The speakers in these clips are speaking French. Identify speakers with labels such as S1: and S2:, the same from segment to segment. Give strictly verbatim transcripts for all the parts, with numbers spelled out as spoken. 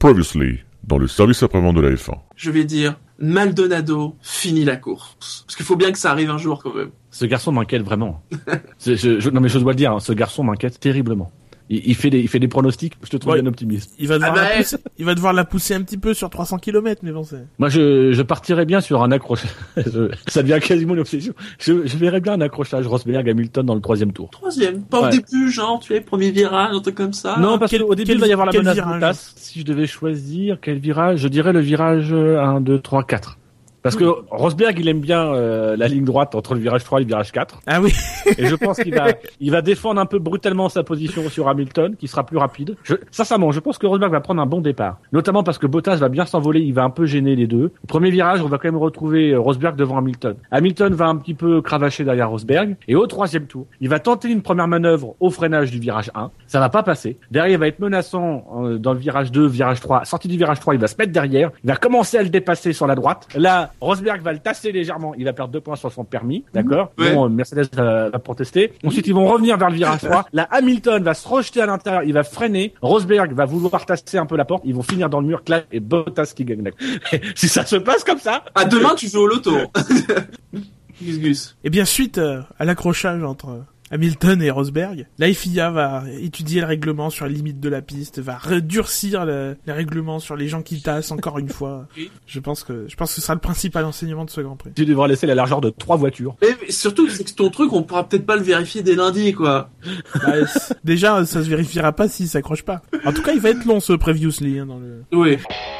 S1: Previously, dans le service après-vente de la F un.
S2: Je vais dire, Maldonado finit la course. Parce qu'il faut bien que ça arrive un jour quand même.
S3: Ce garçon m'inquiète vraiment. je, je, non mais je dois le dire, hein, ce garçon m'inquiète terriblement. Il, il, fait des, il fait des pronostics, je te trouve
S4: ouais,
S3: bien optimiste.
S4: Il va, devoir
S2: ah bah,
S4: la pousser, il va devoir la pousser un petit peu sur trois cents kilomètres, mais bon, c'est...
S3: Moi, je, je partirais bien sur un accrochage. Ça devient quasiment une obsession. Je, je verrais bien un accrochage Rosberg Hamilton dans le troisième tour.
S2: Troisième. Pas ouais. Au début, genre, tu sais, premier virage, un truc comme ça.
S3: Non, parce qu'au début, il va y avoir la menace
S4: virage.
S3: Bottas. Si je devais choisir quel virage, je dirais le virage un, deux, trois, quatre. Parce que Rosberg, il aime bien euh, la ligne droite entre le virage trois et le virage quatre.
S4: Ah oui.
S3: Et je pense qu'il va, il va défendre un peu brutalement sa position sur Hamilton, qui sera plus rapide. Je, sincèrement, je pense que Rosberg va prendre un bon départ. Notamment parce que Bottas va bien s'envoler, il va un peu gêner les deux. Au premier virage, on va quand même retrouver Rosberg devant Hamilton. Hamilton va un petit peu cravacher derrière Rosberg. Et au troisième tour, il va tenter une première manœuvre au freinage du virage un. Ça va pas passer. Derrière, il va être menaçant euh, dans le virage deux, virage trois. Sortie du virage trois, il va se mettre derrière. Il va commencer à le dépasser sur la droite. Là, Rosberg va le tasser légèrement, il va perdre deux points sur son permis, d'accord.
S2: Ouais.
S3: Bon, Mercedes va, va protester. Ensuite, ils vont revenir vers le virage trois. Là, Hamilton va se rejeter à l'intérieur, il va freiner. Rosberg va vouloir tasser un peu la porte. Ils vont finir dans le mur, clac, et Bottas qui gagne. Si ça se passe comme ça.
S2: À demain, tu joues au loto. Gus Gus.
S4: Et bien, suite euh, à l'accrochage entre Hamilton et Rosberg, la F I A va étudier le règlement sur les limites de la piste, va redurcir le, les règlements sur les gens qui tassent encore une fois. Je pense que je pense que ce sera le principal enseignement de ce Grand Prix.
S3: Tu devras laisser la largeur de trois voitures.
S2: Mais, mais surtout, c'est que ton truc, on pourra peut-être pas le vérifier dès lundi, quoi.
S4: Bah, déjà, ça se vérifiera pas s'il s'accroche pas. En tout cas, il va être long ce previously hein, dans le.
S2: Oui.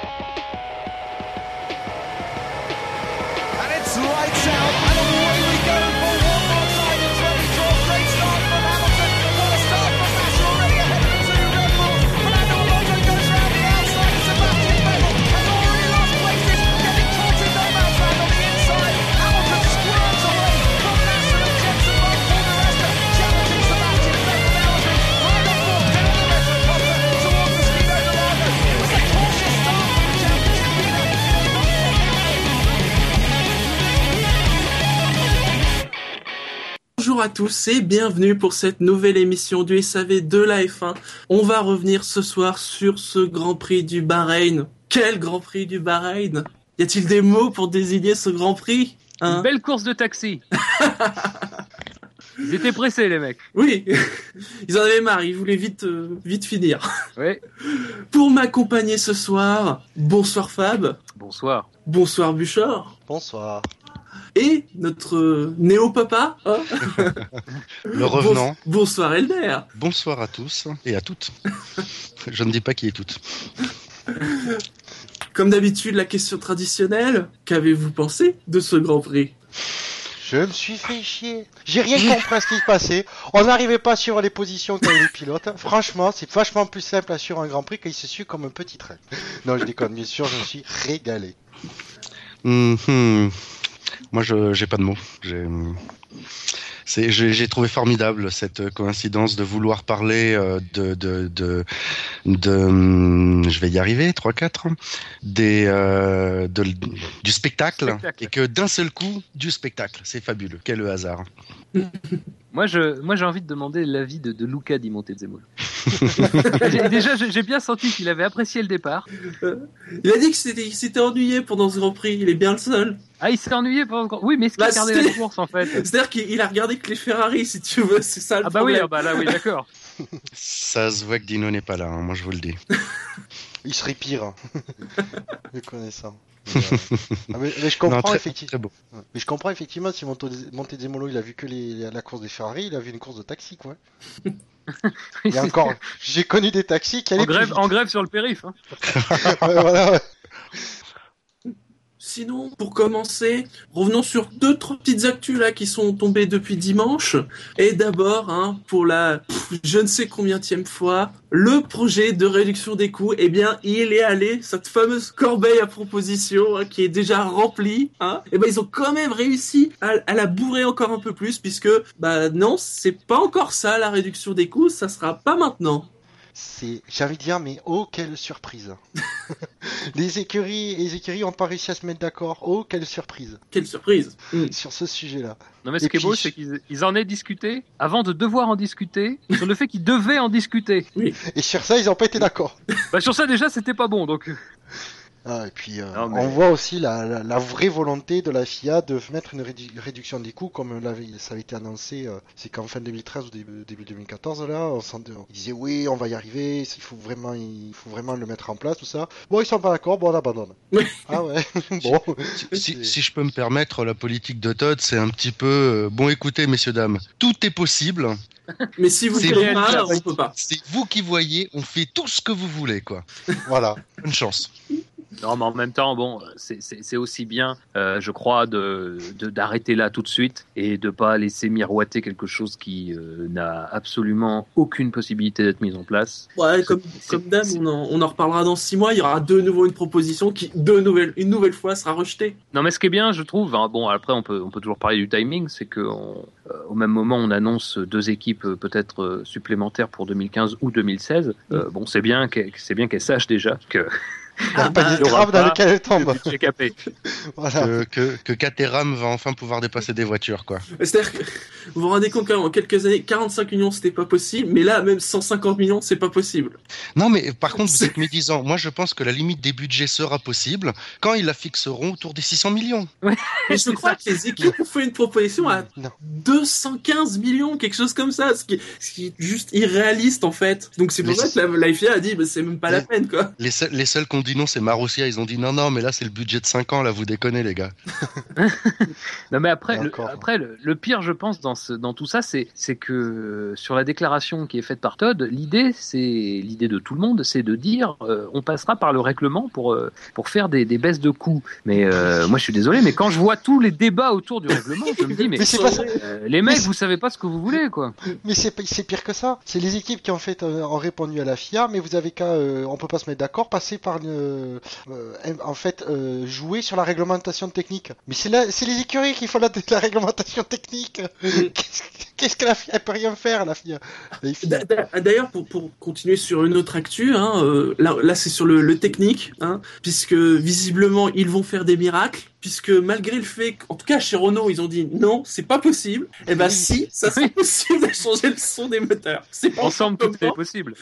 S2: Bonjour à tous et bienvenue pour cette nouvelle émission du S A V de la F un. On va revenir ce soir sur ce Grand Prix du Bahreïn. Quel Grand Prix du Bahreïn? Y a-t-il des mots pour désigner ce Grand Prix, hein?
S5: Une belle course de taxi. Ils étaient pressés, les mecs.
S2: Oui, ils en avaient marre, ils voulaient vite, euh, vite finir.
S5: Oui.
S2: Pour m'accompagner ce soir, bonsoir Fab.
S5: Bonsoir.
S2: Bonsoir Bouchard.
S6: Bonsoir.
S2: Et notre néo-papa, hein.
S6: Le revenant.
S2: Bon, bonsoir Elder.
S6: Bonsoir à tous et à toutes. Je ne dis pas qui est toutes.
S2: Comme d'habitude, la question traditionnelle, qu'avez-vous pensé de ce Grand Prix?
S6: Je me suis fait chier. J'ai rien compris à ce qui se passait. On n'arrivait pas sur les positions qu'avaient les pilotes. Franchement, c'est vachement plus simple à suivre un Grand Prix quand il se suit comme un petit train. Non, je déconne, bien sûr, je me suis régalé. Mm-hmm. Moi, je j'ai pas de mots. J'ai, c'est, j'ai, j'ai trouvé formidable cette coïncidence de vouloir parler euh, de, de, de, de, de, je vais y arriver, trois, quatre, des, euh, de, du spectacle, spectacle, et que d'un seul coup, du spectacle. C'est fabuleux. Quel hasard.
S5: Moi, je, moi, j'ai envie de demander l'avis de, de Luca Di Montezemolo. j'ai, déjà, j'ai, j'ai bien senti qu'il avait apprécié le départ.
S2: Il a dit que c'était, il s'était ennuyé pendant ce Grand Prix. Il est bien le seul.
S5: Ah, il s'est ennuyé pendant ce Grand Prix. Oui, mais est-ce qu'il
S2: bah,
S5: a regardé la course, en fait?
S2: C'est-à-dire qu'il a regardé que les Ferrari, si tu veux. C'est ça le
S5: ah bah
S2: problème.
S5: Oui, ah bah là, oui, d'accord.
S6: Ça se voit que Dino n'est pas là, hein, moi je vous le dis. Il serait pire. Le connaissant. Mais, euh... ah, mais, mais je comprends non, très, effectivement. Très beau. Mais je comprends effectivement si Montezemolo il a vu que les, la course des Ferrari, il a vu une course de taxi quoi. Et encore, j'ai connu des taxis qui allaient
S5: en grève, en grève sur le périph'. Hein.
S2: Ouais, voilà, ouais. Sinon, pour commencer, revenons sur deux, trois petites actus là qui sont tombées depuis dimanche. Et d'abord, hein, pour la pff, je ne sais combienième fois, le projet de réduction des coûts, eh bien, il est allé, cette fameuse corbeille à proposition hein, qui est déjà remplie. Hein, et ben, ils ont quand même réussi à, à la bourrer encore un peu plus, puisque, bah non, c'est pas encore ça la réduction des coûts, ça sera pas maintenant.
S6: c'est, j'ai envie de dire, mais oh, quelle surprise. les écuries, les écuries ont pas réussi à se mettre d'accord. Oh, quelle surprise.
S2: Quelle surprise. Mm.
S6: Sur ce sujet-là.
S5: Non mais ce
S6: Et
S5: qui est beau,
S6: puis-
S5: c'est qu'ils ils en aient discuté avant de devoir en discuter sur le fait qu'ils devaient en discuter.
S6: Et sur ça, ils ont pas été d'accord.
S5: Bah sur ça déjà, c'était pas bon, donc.
S6: Ah, et puis, euh,
S5: Non, mais-
S6: on voit aussi la, la, la vraie volonté de la F I A de mettre une rédu- réduction des coûts, comme l'avait, ça avait été annoncé, euh, c'est qu'en fin deux mille treize ou début, début deux mille quatorze, là, on, s'en- on disait oui, on va y arriver, il faut vraiment, il faut vraiment le mettre en place, tout ça. Bon, ils sont pas d'accord, bon, on abandonne.
S2: Oui.
S6: Ah ouais, bon.
S7: Si, si je peux me permettre, la politique de Todd, c'est un petit peu euh, bon. Écoutez, messieurs dames, tout est possible.
S2: Mais si vous
S7: C'est
S2: voulez
S7: réel,
S2: pas,
S7: là.
S2: on peut pas.
S7: C'est vous qui voyez. On fait tout ce que vous voulez, quoi.
S6: Voilà.
S7: Bonne chance.
S5: Non, mais en même temps, bon, c'est- c'est c'est aussi bien, euh, je crois, de de- d'arrêter là tout de suite et de pas laisser miroiter quelque chose qui euh, n'a absolument aucune possibilité d'être mis en place.
S2: Ouais, comme,
S5: C'est-
S2: comme d'hab,
S5: c'est-
S2: on en, on en reparlera dans six mois. Il y aura de nouveau une proposition qui, de nouvelle, une nouvelle fois, sera rejetée.
S5: Non, mais ce qui est bien, je trouve, hein, bon, après, on peut, on peut toujours parler du timing, c'est que on- euh, au même moment, on annonce deux équipes euh, peut-être euh, supplémentaires pour deux mille quinze ou deux mille seize. Euh, bon, c'est bien qu'elles c'est bien qu'elles sachent déjà que
S6: Un panier
S5: il y
S6: de
S5: aura
S6: crabe dans
S5: pas
S6: lequel elle tombe.
S5: le budget capé.
S6: Voilà.
S7: Que, que, que Caterham va enfin pouvoir dépasser des voitures, quoi.
S2: C'est-à-dire que vous vous rendez compte quand même, en quelques années, quarante-cinq millions, c'était pas possible, mais là, même cent cinquante millions, c'est pas possible.
S7: Non, mais par contre, vous
S2: C'est-
S7: êtes médisant. Moi, je pense que la limite des budgets sera possible quand ils la fixeront autour des six cents millions.
S2: Et je
S5: C'est
S2: crois
S5: ça.
S2: que les équipes ont fait une proposition à
S6: Non.
S2: deux cent quinze millions, quelque chose comme ça, ce qui, ce qui est juste irréaliste en fait. Donc c'est pour
S7: Mais
S2: ça
S7: c'est-
S2: que la, la F I A a dit, bah, c'est même pas la
S7: Mais-
S2: peine quoi.
S7: Les seuls, les seuls qui ont dit non, c'est Marussia. Ils ont dit non, non, mais là, c'est le budget de cinq ans. Là, vous déconnez, les gars.
S5: Non, mais après,
S6: Et
S5: le,
S6: encore.
S5: après le, le pire, je pense, dans, ce, dans tout ça, c'est c'est que euh, sur la déclaration qui est faite par Todd, l'idée, c'est l'idée de tout le monde, c'est de dire euh, on passera par le règlement pour, euh, pour faire des, des baisses de coûts. Mais euh, moi, je suis désolé, mais quand je vois tous les débats autour du règlement, je me dis, mais,
S6: Mais c'est pas ça.
S5: euh, les mecs,
S6: Mais c'est-
S5: vous savez pas ce que vous voulez, quoi.
S6: Mais c'est c'est pire que ça. C'est les équipes qui en fait euh, ont répondu à la F I A, mais vous avez qu'à, euh, on peut pas se mettre d'accord, passer par une, euh, en fait, euh, jouer sur la réglementation technique. Mais c'est la- c'est les écuries qui font la, la réglementation technique. Qu'est-ce qu'est-ce que la F I A, elle peut rien faire, la F I A. La F I A.
S2: D'a- d'a- D'ailleurs, pour, pour continuer sur une autre actu, hein, euh, là, là c'est sur le, le technique, hein, puisque visiblement ils vont faire des miracles, puisque malgré le fait qu'en tout cas chez Renault ils ont dit non, c'est pas possible, et ben
S6: Oui.
S2: si, ça sera possible de changer le son des moteurs. C'est pas
S5: Ensemble,
S2: encore
S5: tout est
S2: comment,
S5: possible.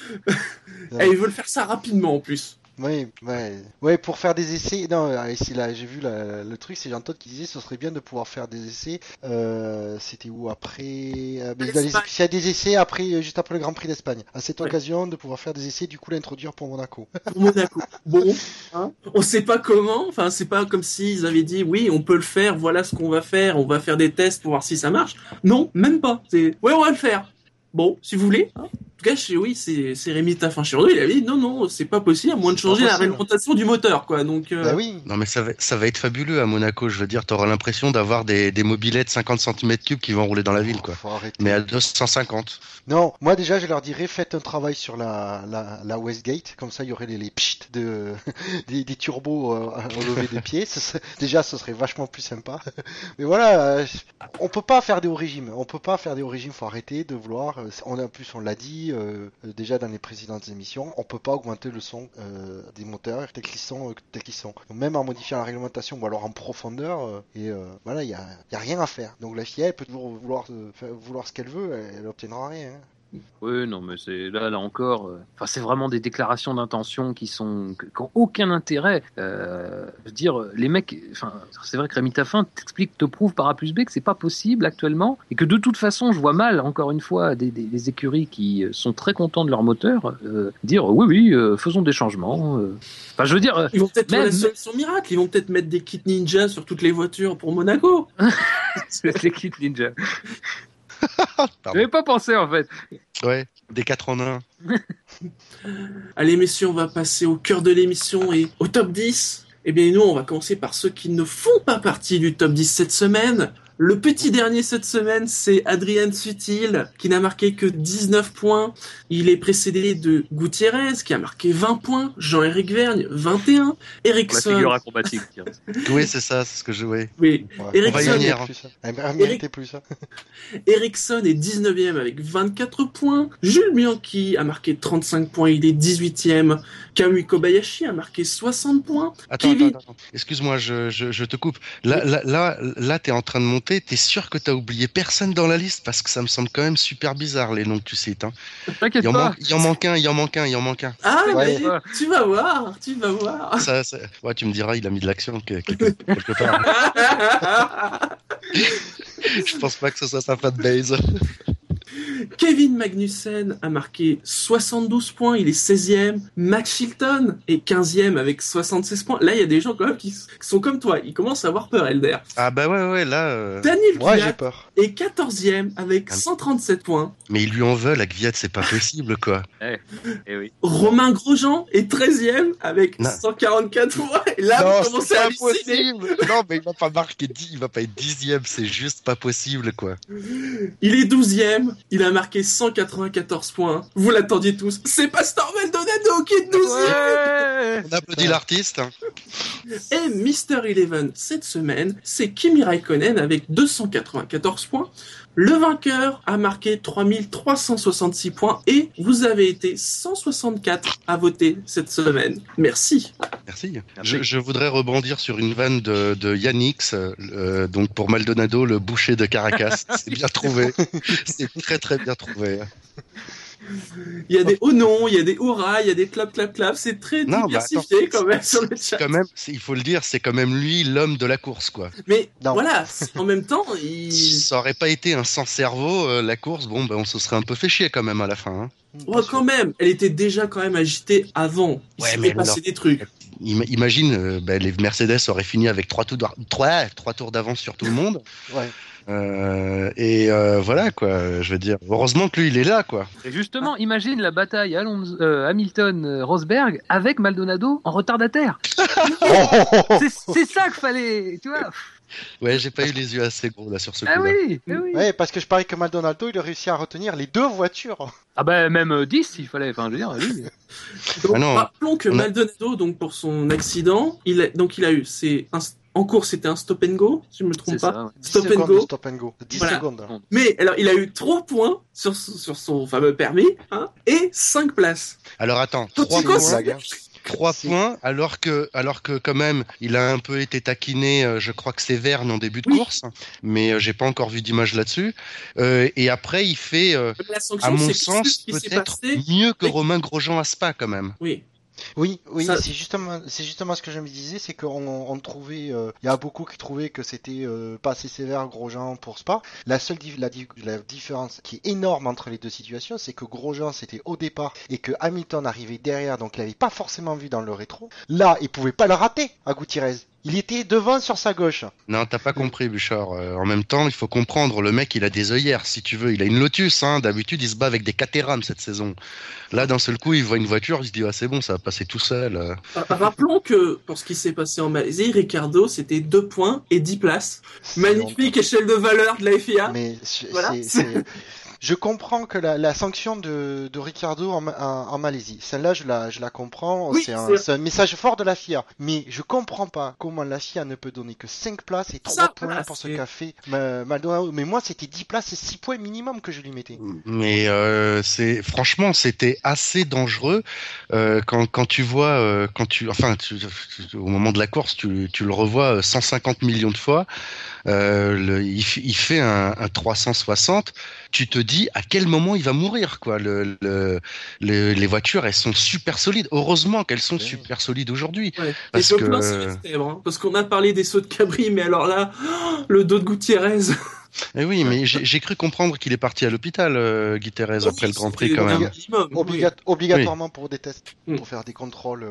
S2: et ils veulent faire ça rapidement en plus.
S6: Oui, ouais, ouais, pour faire des essais. Non, euh, ici là, j'ai vu la- le truc, c'est Jean-Todt qui disait, ce serait bien de pouvoir faire des essais. Euh, c'était où après euh, mais dans les-
S2: L'Espagne.
S6: S'il y a des essais après, euh, juste après le Grand Prix d'Espagne. À cette
S2: Ouais.
S6: occasion, de pouvoir faire des essais, du coup l'introduire pour Monaco.
S2: Pour Monaco. Bon, hein, on sait pas comment, enfin c'est pas comme s'ils avaient dit oui, on peut le faire, voilà ce qu'on va faire, on va faire des tests pour voir si ça marche. Non, même pas. C'est ouais, on va le faire. Bon, si vous voulez. Hein. En tout cas, chez, oui, c'est c'est Rémi Taffin chez Renault, il a dit non, non, c'est pas possible, à moins de
S6: C'est pas
S2: changer la
S6: possible.
S2: réglementation du moteur, quoi. Donc, euh,
S6: Bah oui.
S7: Non, mais ça va, ça va être fabuleux à Monaco. Je veux dire, t'auras l'impression d'avoir des, des mobilettes cinquante centimètres cubes qui vont rouler dans la ville, quoi.
S6: Faut arrêter.
S7: Mais à deux cent cinquante.
S6: Non, moi déjà je leur dirais faites un travail sur la, la, la Westgate, comme ça il y aurait les, les pchit de, des, des turbos euh, au lever des pieds, ce serait- déjà ce serait vachement plus sympa. Mais voilà, euh, on peut pas faire des hauts régimes, on peut pas faire des hauts régimes, faut arrêter de vouloir, euh, on a en plus on l'a dit euh, euh, déjà dans les précédentes émissions, on peut pas augmenter le son euh, des moteurs tels qu'ils sont, euh, tels qu'ils sont. Donc, même en modifiant la réglementation ou alors en profondeur, euh, et euh, voilà, il y a, y a rien à faire. Donc la F I A elle peut toujours vouloir, euh, faire- vouloir ce qu'elle veut, elle, elle obtiendra rien. hein.
S5: Oui, non, mais c'est là, là encore. euh, Enfin, c'est vraiment des déclarations d'intention qui sont qui n'ont aucun intérêt. Euh, je veux dire, les mecs. Enfin, c'est vrai que Rémi Taffin t'explique, te prouve par A plus B que c'est pas possible actuellement et que de toute façon, je vois mal, encore une fois, des, des, des écuries qui sont très contents de leur moteur euh, dire oui, oui, euh, faisons des changements. euh. Enfin, je veux dire, euh,
S2: ils vont peut-être trouver
S5: Même-
S2: la solution miracle, ils vont peut-être mettre des kits ninja sur toutes les voitures pour Monaco.
S5: c'est les kits ninja.
S7: Pardon.
S5: J'avais pas pensé en fait.
S7: Ouais, des quatre en un.
S2: Allez messieurs, on va passer au cœur de l'émission et au top dix. Eh bien nous, on va commencer par ceux qui ne font pas partie du top dix cette semaine. Le petit dernier cette semaine, c'est Adrian Sutil, qui n'a marqué que dix-neuf points. Il est précédé de Gutiérrez, qui a marqué vingt points. Jean-Éric Vergne, vingt et un.
S5: Pour la
S2: Eriksson.
S5: figure acrobatique. tiens.
S7: Oui, c'est ça, c'est ce que je voulais.
S2: Oui.
S6: Ouais.
S2: Eriksson,
S7: On va y venir.
S6: Plus, ça. Elle elle méritait plus ça.
S2: Eriksson est dix-neuvième avec vingt-quatre points. Jules Bianchi a marqué trente-cinq points, il est dix-huitième. Kamui Kobayashi a marqué soixante points.
S7: Attends,
S2: Kevin...
S7: attends, attends. Excuse-moi, je, je, je te coupe. Là, là, là, là t'es en train de monter. T'es sûr que t'as oublié personne dans la liste? Parce que ça me semble quand même super bizarre, les noms que tu cites. Hein.
S5: T'inquiète
S7: Il, en
S5: pas.
S7: manque, il en manque un, il en manque un, il en manque un.
S2: Ah,
S6: Ouais.
S2: mais tu vas voir, tu vas voir.
S7: Ça, ça... Ouais, tu me diras, il a mis de l'action quelque, quelque part. Je pense pas que ce soit sa fanbase.
S2: Kevin Magnussen a marqué soixante-douze points, il est seizième. Max Chilton est quinzième avec soixante-seize points. Là, il y a des gens quand même qui, s- qui sont comme toi, ils commencent à avoir peur, Elder.
S7: Ah bah ouais, ouais, là... euh,
S2: Daniel
S6: Moi, j'ai
S2: Kvyat
S6: peur.
S2: est quatorzième avec cent trente-sept points.
S7: Mais ils lui en veulent, à Gviat, c'est pas possible, quoi.
S5: Eh oui.
S2: Romain Grosjean est treizième avec
S7: Non.
S2: cent quarante-quatre points. Et là, vous commencez à halluciner.
S7: possible. Non, mais il va pas marquer dix, il va pas être dixième, c'est juste pas possible, quoi.
S2: Il est douzième, il a marqué cent quatre-vingt-quatorze points. Vous l'attendiez tous. C'est Pastor Maldonado qui est douzième.
S5: Ouais.
S7: On applaudit l'artiste.
S2: Et Mister Eleven, cette semaine, c'est Kimi Raikkonen avec deux cent quatre-vingt-quatorze points. Le vainqueur a marqué trois mille trois cent soixante-six points et vous avez été cent soixante-quatre à voter cette semaine. Merci.
S7: Merci.
S5: Merci.
S7: Je, je voudrais rebondir sur une vanne de, de Yannix, euh, donc pour Maldonado, le boucher de Caracas. C'est bien trouvé. C'est très très bien trouvé.
S2: Il y a des oh non, il y a des hurrahs, il y a des clap clap clap. C'est très
S7: Non, bah,
S2: diversifié
S7: attends,
S2: quand même
S7: c'est-
S2: sur le chat.
S7: Quand même, c'est- il faut le dire, c'est quand même lui l'homme de la course, quoi.
S2: Mais
S6: Non.
S2: voilà, en même temps, il...
S7: Ça aurait pas été un sans cerveau, euh, la course, bon, ben on se serait un peu fait chier quand même à la fin. Hein.
S2: Oh, quand même, elle était déjà quand même agitée avant. Il
S7: Ouais,
S2: s'est
S7: mais
S2: passé
S7: alors-
S2: des trucs.
S7: Ima- Imagine, euh, ben, les Mercedes auraient fini avec trois tours, d'ar- trois, trois tours d'avance sur tout le monde.
S6: Ouais.
S7: Euh, et euh, voilà, quoi, je veux dire. Heureusement que lui, il est là, quoi.
S5: Et justement, imagine la bataille Alonso, euh, Hamilton-Rosberg avec Maldonado en retardataire. C'est c'est ça qu'il fallait, tu vois.
S7: Ouais, j'ai pas eu les yeux assez gros, là, sur ce
S5: Ah
S7: coup-là.
S5: oui, ah oui.
S6: Ouais, parce que je parie que Maldonado, il a réussi à retenir les deux voitures.
S5: Ah bah même euh, dix il fallait, enfin je veux dire, lui.
S2: Donc,
S7: Ah non.
S2: rappelons que
S7: On a-
S2: Maldonado, donc pour son accident, il a, donc il a eu, c'est un, en course c'était un stop and go, si je me trompe
S5: C'est
S2: pas.
S5: ça, ouais.
S6: dix
S2: Stop and
S6: secondes de
S2: go.
S6: stop and go. dix
S2: Voilà.
S6: secondes.
S2: Mais alors il a eu trois points sur, sur son fameux permis, hein, et cinq places.
S7: Alors attends,
S2: Tout
S7: trois
S2: c'est
S6: une
S2: quoi,
S7: points,
S6: blague, hein.
S7: trois
S6: C'est-
S7: points, alors que, alors que quand même, il a un peu été taquiné, euh, je crois que c'est Verne en début de
S2: Oui.
S7: course, mais euh, j'ai pas encore vu d'image là-dessus. Euh, et après, il fait, euh,
S2: La sanction,
S7: à mon
S2: c'est
S7: sens,
S2: ce qui s'est
S7: peut-être
S2: passé.
S7: mieux que
S2: Oui.
S7: Romain Grosjean à Spa, quand même.
S2: Oui.
S6: Oui, oui,
S2: Ça-
S6: c'est justement, c'est justement ce que je me disais, c'est qu'on on trouvait, euh, il y a beaucoup qui trouvaient que c'était euh, pas assez sévère Grosjean pour Spa. La seule dif- la, di- la différence qui est énorme entre les deux situations, c'est que Grosjean c'était au départ et que Hamilton arrivait derrière, donc il avait pas forcément vu dans le rétro. Là, il pouvait pas le rater à Gutiérrez. Il était devant sur sa gauche.
S7: Non, t'as pas compris, Bouchard. Euh, en même temps, il faut comprendre, le mec, il a des œillères, si tu veux. Il a une Lotus, hein. D'habitude, il se bat avec des Caterham cette saison. Là, d'un seul coup, il voit une voiture, il se dit, ah, c'est bon, ça va passer tout seul. euh.
S2: Rappelons que pour ce qui s'est passé en Malaisie, Ricardo c'était deux points et dix places. Magnifique échelle de valeur de la F I A.
S6: Mais c'est-
S2: Voilà.
S6: c'est- c'est- je comprends que la, la sanction de, de Ricardo en, Ma- en, en Malaisie, celle-là, je la, je la comprends.
S2: Oui,
S6: c'est un,
S2: c'est-
S6: c'est un message fort de la F I A. Mais je comprends pas comment la F I A ne peut donner que cinq places et trois
S2: Ça,
S6: points
S2: voilà,
S6: pour ce
S2: c'est-
S6: qu'a fait Ma- Maldonado. Mais moi, c'était dix places et six points minimum que je lui mettais.
S7: Mais euh, c'est franchement, c'était assez dangereux euh, quand, quand tu vois, euh, quand tu, enfin, tu- tu- au moment de la course, tu, tu le revois cent cinquante millions de fois. Euh, le- il, f- il fait un, un trois cent soixante. Tu te dis à quel moment il va mourir, quoi. Le, le, le- les voitures, elles sont super solides. Heureusement qu'elles sont
S6: Ouais.
S7: super solides aujourd'hui.
S2: Ouais.
S7: Parce
S2: et
S7: que-
S2: plein c'est Vertèbre, hein, parce qu'on a parlé des sauts de Cabri, mais alors là, oh, le dos de Gutiérrez.
S7: Eh oui, mais j'ai j'ai cru comprendre qu'il est parti à l'hôpital, euh, Guy Thérèse, après le Grand Prix,
S2: C'était
S7: quand
S2: un
S7: même.
S2: minimum, oui.
S6: Obliga- obligatoirement pour des tests,
S2: Mm.
S6: pour faire des contrôles. euh,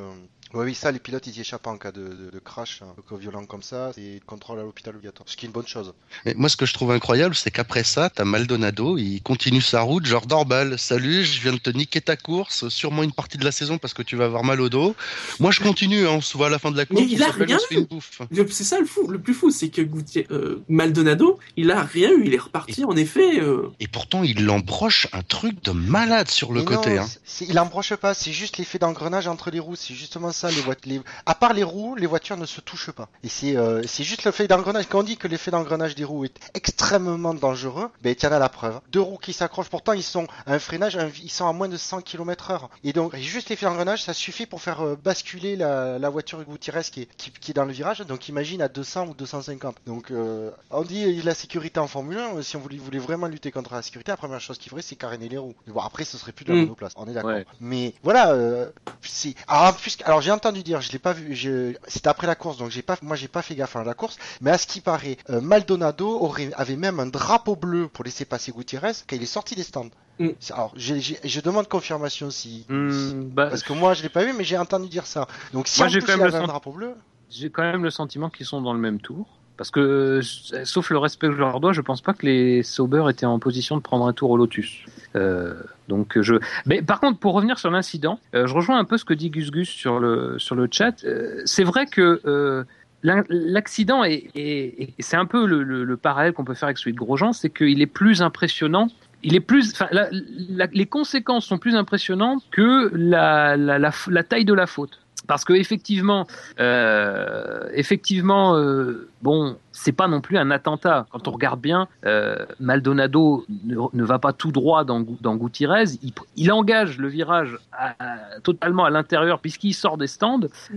S6: Ouais, oui, ça, les pilotes, ils y échappent en cas de, de, de crash, hein, donc, violent comme ça, c'est contrôle à l'hôpital obligatoire. Ce qui est une bonne chose.
S7: Mais moi, ce que je trouve incroyable, c'est qu'après ça, t'as Maldonado, il continue sa route, genre Dorbal. Salut, je viens de te niquer ta course, sûrement une partie de la saison parce que tu vas avoir mal au dos. Moi, je continue, hein, on se voit à la fin de la course.
S2: Mais il a rien
S7: eu. Une bouffe.
S2: C'est ça le fou, le plus fou, c'est que Goutier, euh, Maldonado, il a rien eu, il est reparti, et, en effet. Euh...
S7: Et pourtant, il l'embroche un truc de malade sur le
S6: mais
S7: côté.
S6: Non,
S7: hein.
S6: c'est, il embroche pas, c'est juste l'effet d'engrenage entre les roues, c'est justement ça. Les voitures, les... À part les roues, les voitures ne se touchent pas. Et c'est, euh, c'est juste l'effet d'engrenage. Quand on dit que l'effet d'engrenage des roues est extrêmement dangereux, ben tiens là la preuve. Deux roues qui s'accrochent, pourtant ils sont à un freinage, un, ils sont à moins de cent kilomètres heure. Et donc juste l'effet d'engrenage, ça suffit pour faire euh, basculer la, la voiture Gutiérrez qui est, qui, qui est dans le virage. Donc imagine à deux cents ou deux cent cinquante. Donc euh, on dit la sécurité en Formule un, si on voulait, voulait vraiment lutter contre la sécurité, la première chose qu'il faudrait c'est caréner les roues. Mais bon après ce serait plus de la
S2: mmh.
S6: monoplace, on est d'accord. Ouais. Mais voilà, euh, c'est... Alors, puisque... Alors j'ai entendu dire, je l'ai pas vu, je... c'était après la course, donc j'ai pas, moi j'ai pas fait gaffe à la course, mais à ce qui paraît, euh, Maldonado aurait... avait même un drapeau bleu pour laisser passer Gutiérrez quand il est sorti des stands. Mm. Alors, j'ai, j'ai, je demande confirmation si,
S5: mm,
S6: si...
S5: Bah...
S6: parce que moi je l'ai pas vu, mais j'ai entendu dire ça. Donc si
S5: moi,
S6: en
S5: j'ai
S6: plus
S5: quand
S6: il
S5: même
S6: avait
S5: le
S6: un
S5: sent...
S6: drapeau bleu,
S5: j'ai quand même le sentiment qu'ils sont dans le même tour. Parce que, sauf le respect que je leur dois, je pense pas que les Sauber étaient en position de prendre un tour au Lotus. Euh, donc je. Mais par contre, pour revenir sur l'incident, euh, je rejoins un peu ce que dit Gus Gus sur le sur le chat. Euh, c'est vrai que euh, l'accident est, est, est, c'est un peu le, le, le parallèle qu'on peut faire avec celui de Grosjean, c'est qu'il est plus impressionnant. Il est plus, enfin, la, la, les conséquences sont plus impressionnantes que la, la, la, la taille de la faute. Parce que effectivement, euh, effectivement, euh, bon, c'est pas non plus un attentat. Quand on regarde bien, euh, Maldonado ne, ne va pas tout droit dans, dans Gutiérrez. Il, il engage le virage à, à, totalement à l'intérieur puisqu'il sort des stands.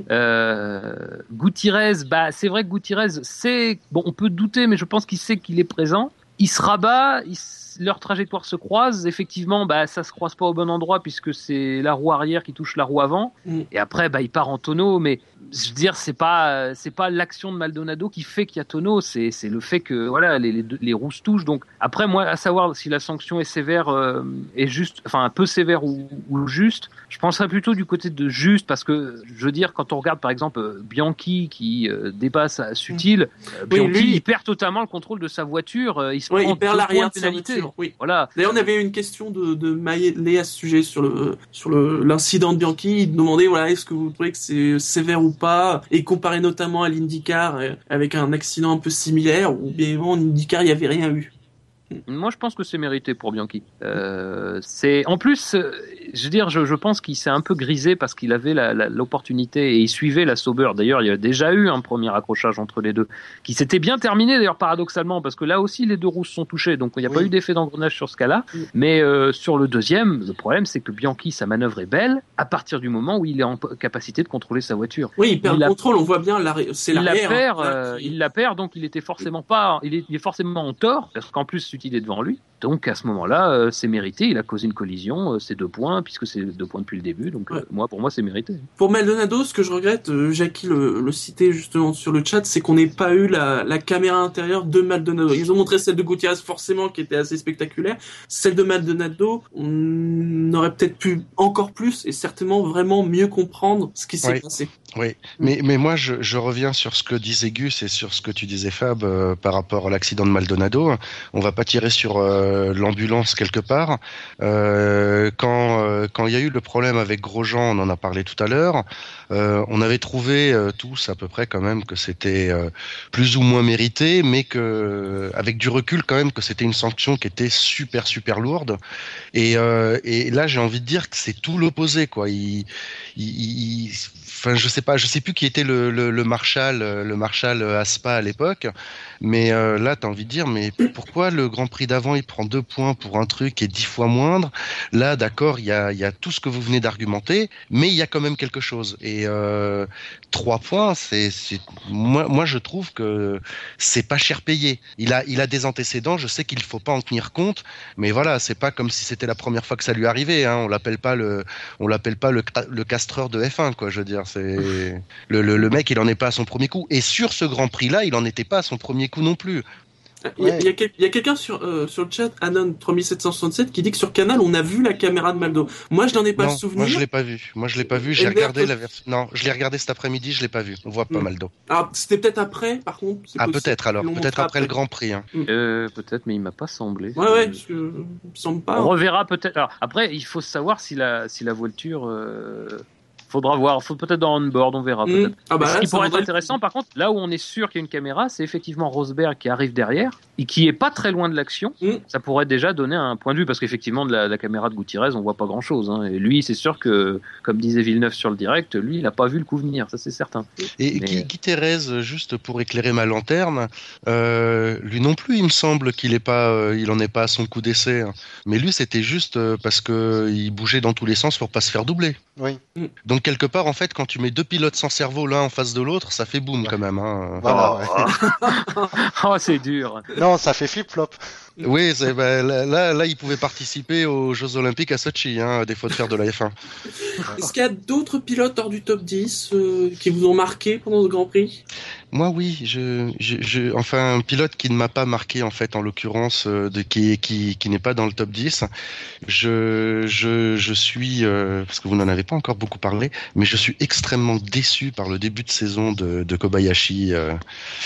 S5: Euh, Gutiérrez, bah, c'est vrai que Gutiérrez, c'est bon, on peut douter, mais je pense qu'il sait qu'il est présent. Il se rabat, il, leur trajectoire se croise. Effectivement, bah, ça se croise pas au bon endroit puisque c'est la roue arrière qui touche la roue avant. Mm. Et après, bah, il part en tonneau. Mais je veux dire, c'est pas, c'est pas l'action de Maldonado qui fait qu'il y a tonneau. C'est, c'est le fait que voilà, les, les, les roues se touchent. Donc après, moi, à savoir si la sanction est sévère, euh, est juste, enfin un peu sévère ou, ou juste, je penserais plutôt du côté de juste parce que je veux dire, quand on regarde par exemple Bianchi qui euh, dépasse à Sutil, euh,
S2: oui,
S5: Bianchi
S2: lui,
S5: il perd totalement le contrôle de sa voiture. Euh, il se
S2: ouais,
S5: prend
S2: il perd l'arrière
S5: de pénalité.
S2: Oui.
S5: Voilà.
S2: D'ailleurs, on avait eu une question de, de Maëlé à ce sujet sur le sur le l'incident de Bianchi. Il demandait voilà, est-ce que vous trouvez que c'est sévère ou pas, et comparé notamment à l'IndyCar avec un accident un peu similaire où bien évidemment en IndyCar il y avait rien eu.
S5: Moi, je pense que c'est mérité pour Bianchi. Euh, c'est en plus, je veux dire, je, je pense qu'il s'est un peu grisé parce qu'il avait la, la, l'opportunité et il suivait la Sauber. D'ailleurs, il y a déjà eu un premier accrochage entre les deux qui s'était bien terminé. D'ailleurs, paradoxalement, parce que là aussi, les deux roues se sont touchées, donc il n'y a oui. pas eu d'effet d'engrenage sur ce cas-là. Oui. Mais euh, sur le deuxième, le problème, c'est que Bianchi, sa manœuvre est belle à partir du moment où il est en capacité de contrôler sa voiture.
S2: Oui, il perd il le contrôle. On voit bien, c'est
S5: il
S2: l'arrière.
S5: La perd,
S2: hein,
S5: euh, il la perd, donc il était forcément pas, il est, il est forcément en tort parce qu'en plus, il est devant lui. Donc à ce moment-là, euh, c'est mérité. Il a causé une collision, euh, c'est deux points puisque c'est deux points depuis le début. Donc ouais. euh, moi, pour moi, c'est mérité.
S2: Pour Maldonado, ce que je regrette, euh, Jackie le, le citait justement sur le chat, c'est qu'on n'ait pas eu la, la caméra intérieure de Maldonado. Ils ont montré celle de Gutiérrez forcément, qui était assez spectaculaire. Celle de Maldonado, on aurait peut-être pu encore plus et certainement vraiment mieux comprendre ce qui s'est
S7: oui.
S2: passé.
S7: Oui, mmh. mais mais moi je, je reviens sur ce que disait Gus et sur ce que tu disais Fab euh, par rapport à l'accident de Maldonado. On va pas tirer sur euh, l'ambulance quelque part. Euh, quand euh, quand il y a eu le problème avec Grosjean, on en a parlé tout à l'heure. Euh, on avait trouvé euh, tous à peu près quand même que c'était euh, plus ou moins mérité, mais que avec du recul quand même que c'était une sanction qui était super super lourde. Et euh, et là j'ai envie de dire que c'est tout l'opposé quoi. Il il, il Enfin, je sais pas, je sais plus qui était le, le, le Marshall, le Marshall à Spa à l'époque, mais euh, là, t'as envie de dire, mais pourquoi le Grand Prix d'avant, il prend deux points pour un truc qui est dix fois moindre? Là, d'accord, il y a, il y a tout ce que vous venez d'argumenter, mais il y a quand même quelque chose. Et euh, trois points, c'est, c'est, moi, moi, je trouve que c'est pas cher payé. Il a, il a des antécédents. Je sais qu'il faut pas en tenir compte, mais voilà, c'est pas comme si c'était la première fois que ça lui arrivait. Hein. On l'appelle pas le, on l'appelle pas le, le castreur de F un, quoi. Je veux dire. C'est... Le, le, le mec, il en est pas à son premier coup. Et sur ce Grand Prix-là, il en était pas à son premier coup non plus.
S2: Il y a,
S6: Ouais.
S2: il y a quel- il y a quelqu'un sur, euh, sur le chat, Anon trois sept six sept, qui dit que sur Canal, on a vu la caméra de Maldo. Moi, je n'en ai pas
S7: Non,
S2: le souvenir.
S7: moi je l'ai pas vu. Moi je l'ai pas vu. J'ai
S2: Elder,
S7: regardé
S2: toi-
S7: la version. Non, je l'ai regardé cet après-midi. Je l'ai pas vu. On voit pas
S2: Hmm.
S7: mal d'eau.
S2: Alors, c'était peut-être après, par contre. c'est
S7: Ah
S2: possible
S7: peut-être alors.
S2: qu'ils l'ont
S7: Peut-être
S2: montré
S7: après le Grand Prix. Hein.
S5: Euh, peut-être, mais il m'a pas semblé.
S2: Ouais, ouais, parce que, il me semble pas.
S5: On reverra peut-être. Alors, après, il faut savoir si la, si la voiture. Euh... Faudra voir. Faut peut-être dans on-board, on verra
S2: Hmm.
S5: peut-être.
S2: Ah bah
S5: Ce
S2: là,
S5: qui
S2: ça
S5: pourrait être
S2: vaudrait-
S5: intéressant, par contre, là où on est sûr qu'il y a une caméra, c'est effectivement Rosberg qui arrive derrière et qui est pas très loin de l'action.
S2: Mm.
S5: Ça pourrait déjà donner un point de vue parce qu'effectivement de la, de la caméra de Gutiérrez, on voit pas grand-chose. Hein. Et lui, c'est sûr que, comme disait Villeneuve sur le direct, lui, il a pas vu le coup venir, ça c'est certain.
S7: Et
S5: Mais-
S7: Guy, Guy Thérèse, juste pour éclairer ma lanterne, euh, lui non plus, il me semble qu'il est pas, euh, il en est pas à son coup d'essai. Hein. Mais lui, c'était juste euh, parce que il bougeait dans tous les sens pour pas se faire doubler.
S6: Oui.
S7: Donc quelque part, en fait, quand tu mets deux pilotes sans cerveau l'un en face de l'autre, ça fait boum quand même. Hein.
S6: Voilà, ouais.
S5: Oh, c'est dur.
S6: Non, ça fait flip-flop.
S7: Oui, c'est, bah, là, là, là, il pouvait participer aux Jeux Olympiques à Sochi, hein, à défaut de faire de la F un.
S2: Est-ce qu'il y a d'autres pilotes hors du top dix euh, qui vous ont marqué pendant ce Grand Prix?
S7: Moi, oui, je, je, je, enfin, un pilote qui ne m'a pas marqué, en fait, en l'occurrence, euh, de, qui, qui, qui n'est pas dans le top dix. Je, je, je suis, euh, parce que vous n'en avez pas encore beaucoup parlé, mais je suis extrêmement déçu par le début de saison de, de Kobayashi. Euh,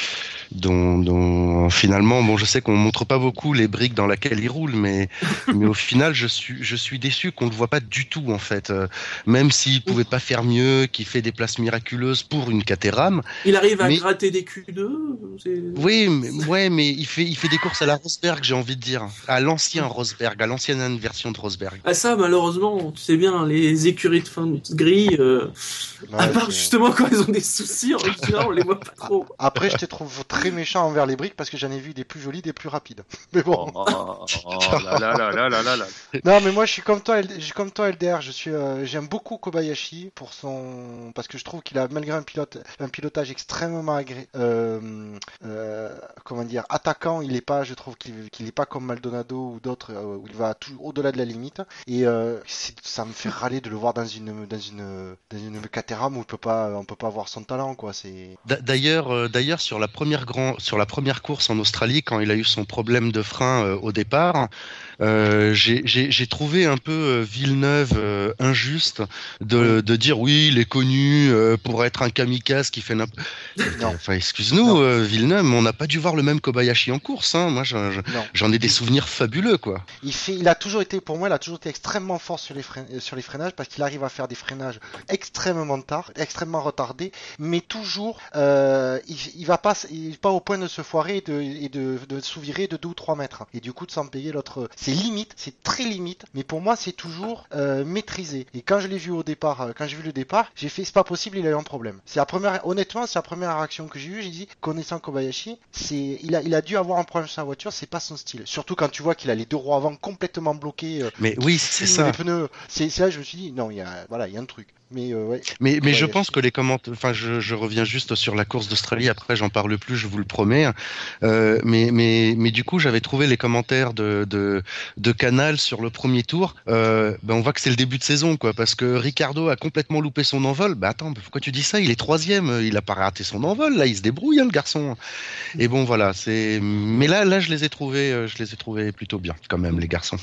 S7: dont, dont finalement, bon, je sais qu'on montre pas beaucoup les briques dans lesquelles il roule, mais, mais au final, je suis, je suis déçu qu'on le voit pas du tout, en fait. Euh, même s'il pouvait pas faire mieux, qu'il fait des places miraculeuses pour une Caterham.
S2: Il arrive à
S7: Mais-
S2: gratter des Q deux? c'est-
S7: Oui, mais, ouais, mais il fait, il fait des courses à la Rosberg, j'ai envie de dire. À l'ancien Rosberg, à l'ancienne version de Rosberg.
S2: Ah ça, malheureusement, tu sais bien, les écuries de fin de grille, euh, à
S6: Ouais,
S2: part
S6: c'est-
S2: justement quand ils ont des soucis, en général, on les voit pas trop.
S6: Après, je te trouve très méchant envers les briques parce que j'en ai vu des plus jolies, des plus rapides. Mais bon.
S5: Oh, oh, oh, là, là, là, là, là, là, là.
S6: Non, mais moi, je suis comme toi, L- je suis comme toi, L D R. Je suis, euh, j'aime beaucoup Kobayashi pour son, parce que je trouve qu'il a malgré un pilote, un pilotage extrêmement agré, euh, euh, comment dire, attaquant. Il est pas, je trouve qu'il, qu'il est pas comme Maldonado ou d'autres euh, où il va tout au-delà de la limite. Et euh, c'est- ça me fait râler de le voir dans une, dans une, dans une Caterham où on peut pas, on peut pas voir son talent, quoi. C'est.
S7: D'a- D'ailleurs, euh, d'ailleurs sur la première grand, sur la première course en Australie, quand il a eu son problème de frein euh, au départ, euh, j'ai j'ai- j'ai trouvé un peu euh, Villeneuve euh, injuste de, de dire oui, il est connu euh, pour être un kamikaze qui fait n'importe.
S6: Non.
S7: Enfin, excuse-nous,
S6: Non.
S7: euh, Villeneuve, mais on n'a pas dû voir le même Kobayashi en course. Hein. Moi, je- je-
S6: Non.
S7: j'en ai des souvenirs fabuleux, quoi.
S6: Il fait, il a toujours été, pour moi, il a toujours été extrêmement fort sur les frein- euh, sur les freinages parce qu'il arrive à faire des freinages extrêmement tard, extrêmement retardés, mais toujours, euh, il, il va pas, il est pas au point de se foirer et de, et de, de sous-virer de deux ou trois mètres et du coup de s'en payer l'autre. C'est limite, c'est très limite, mais pour moi c'est toujours euh, maîtrisé. Et quand je l'ai vu au départ, euh, quand j'ai vu le départ, j'ai fait, c'est pas possible, il a eu un problème. C'est la première, honnêtement, c'est la première réaction que j'ai eue. J'ai dit, connaissant Kobayashi, c'est, il a, il a dû avoir un problème sur sa voiture, c'est pas son style. Surtout quand tu vois qu'il a les deux roues avant complètement bloquées. euh,
S7: Mais oui, c'est
S6: Film,
S7: ça.
S6: les pneus, c'est c'est là que je me suis dit non, il y a voilà, il y a un truc. Mais euh, ouais.
S7: Mais, mais je
S6: Ouais,
S7: pense que les commentaires, enfin, je, je reviens juste sur la course d'Australie. Après, j'en parle plus, je vous le promets. Euh, mais, mais, mais du coup, j'avais trouvé les commentaires de, de, de Canal sur le premier tour. Euh, ben, on voit que c'est le début de saison, quoi, parce que Ricardo a complètement loupé son envol. Bah attends, pourquoi tu dis ça? Il est troisième, il a pas raté son envol. Là, il se débrouille, hein, le garçon. Et bon, voilà, c'est. Mais là, là, je les ai trouvés, euh, je les ai trouvés plutôt bien, quand même, les garçons.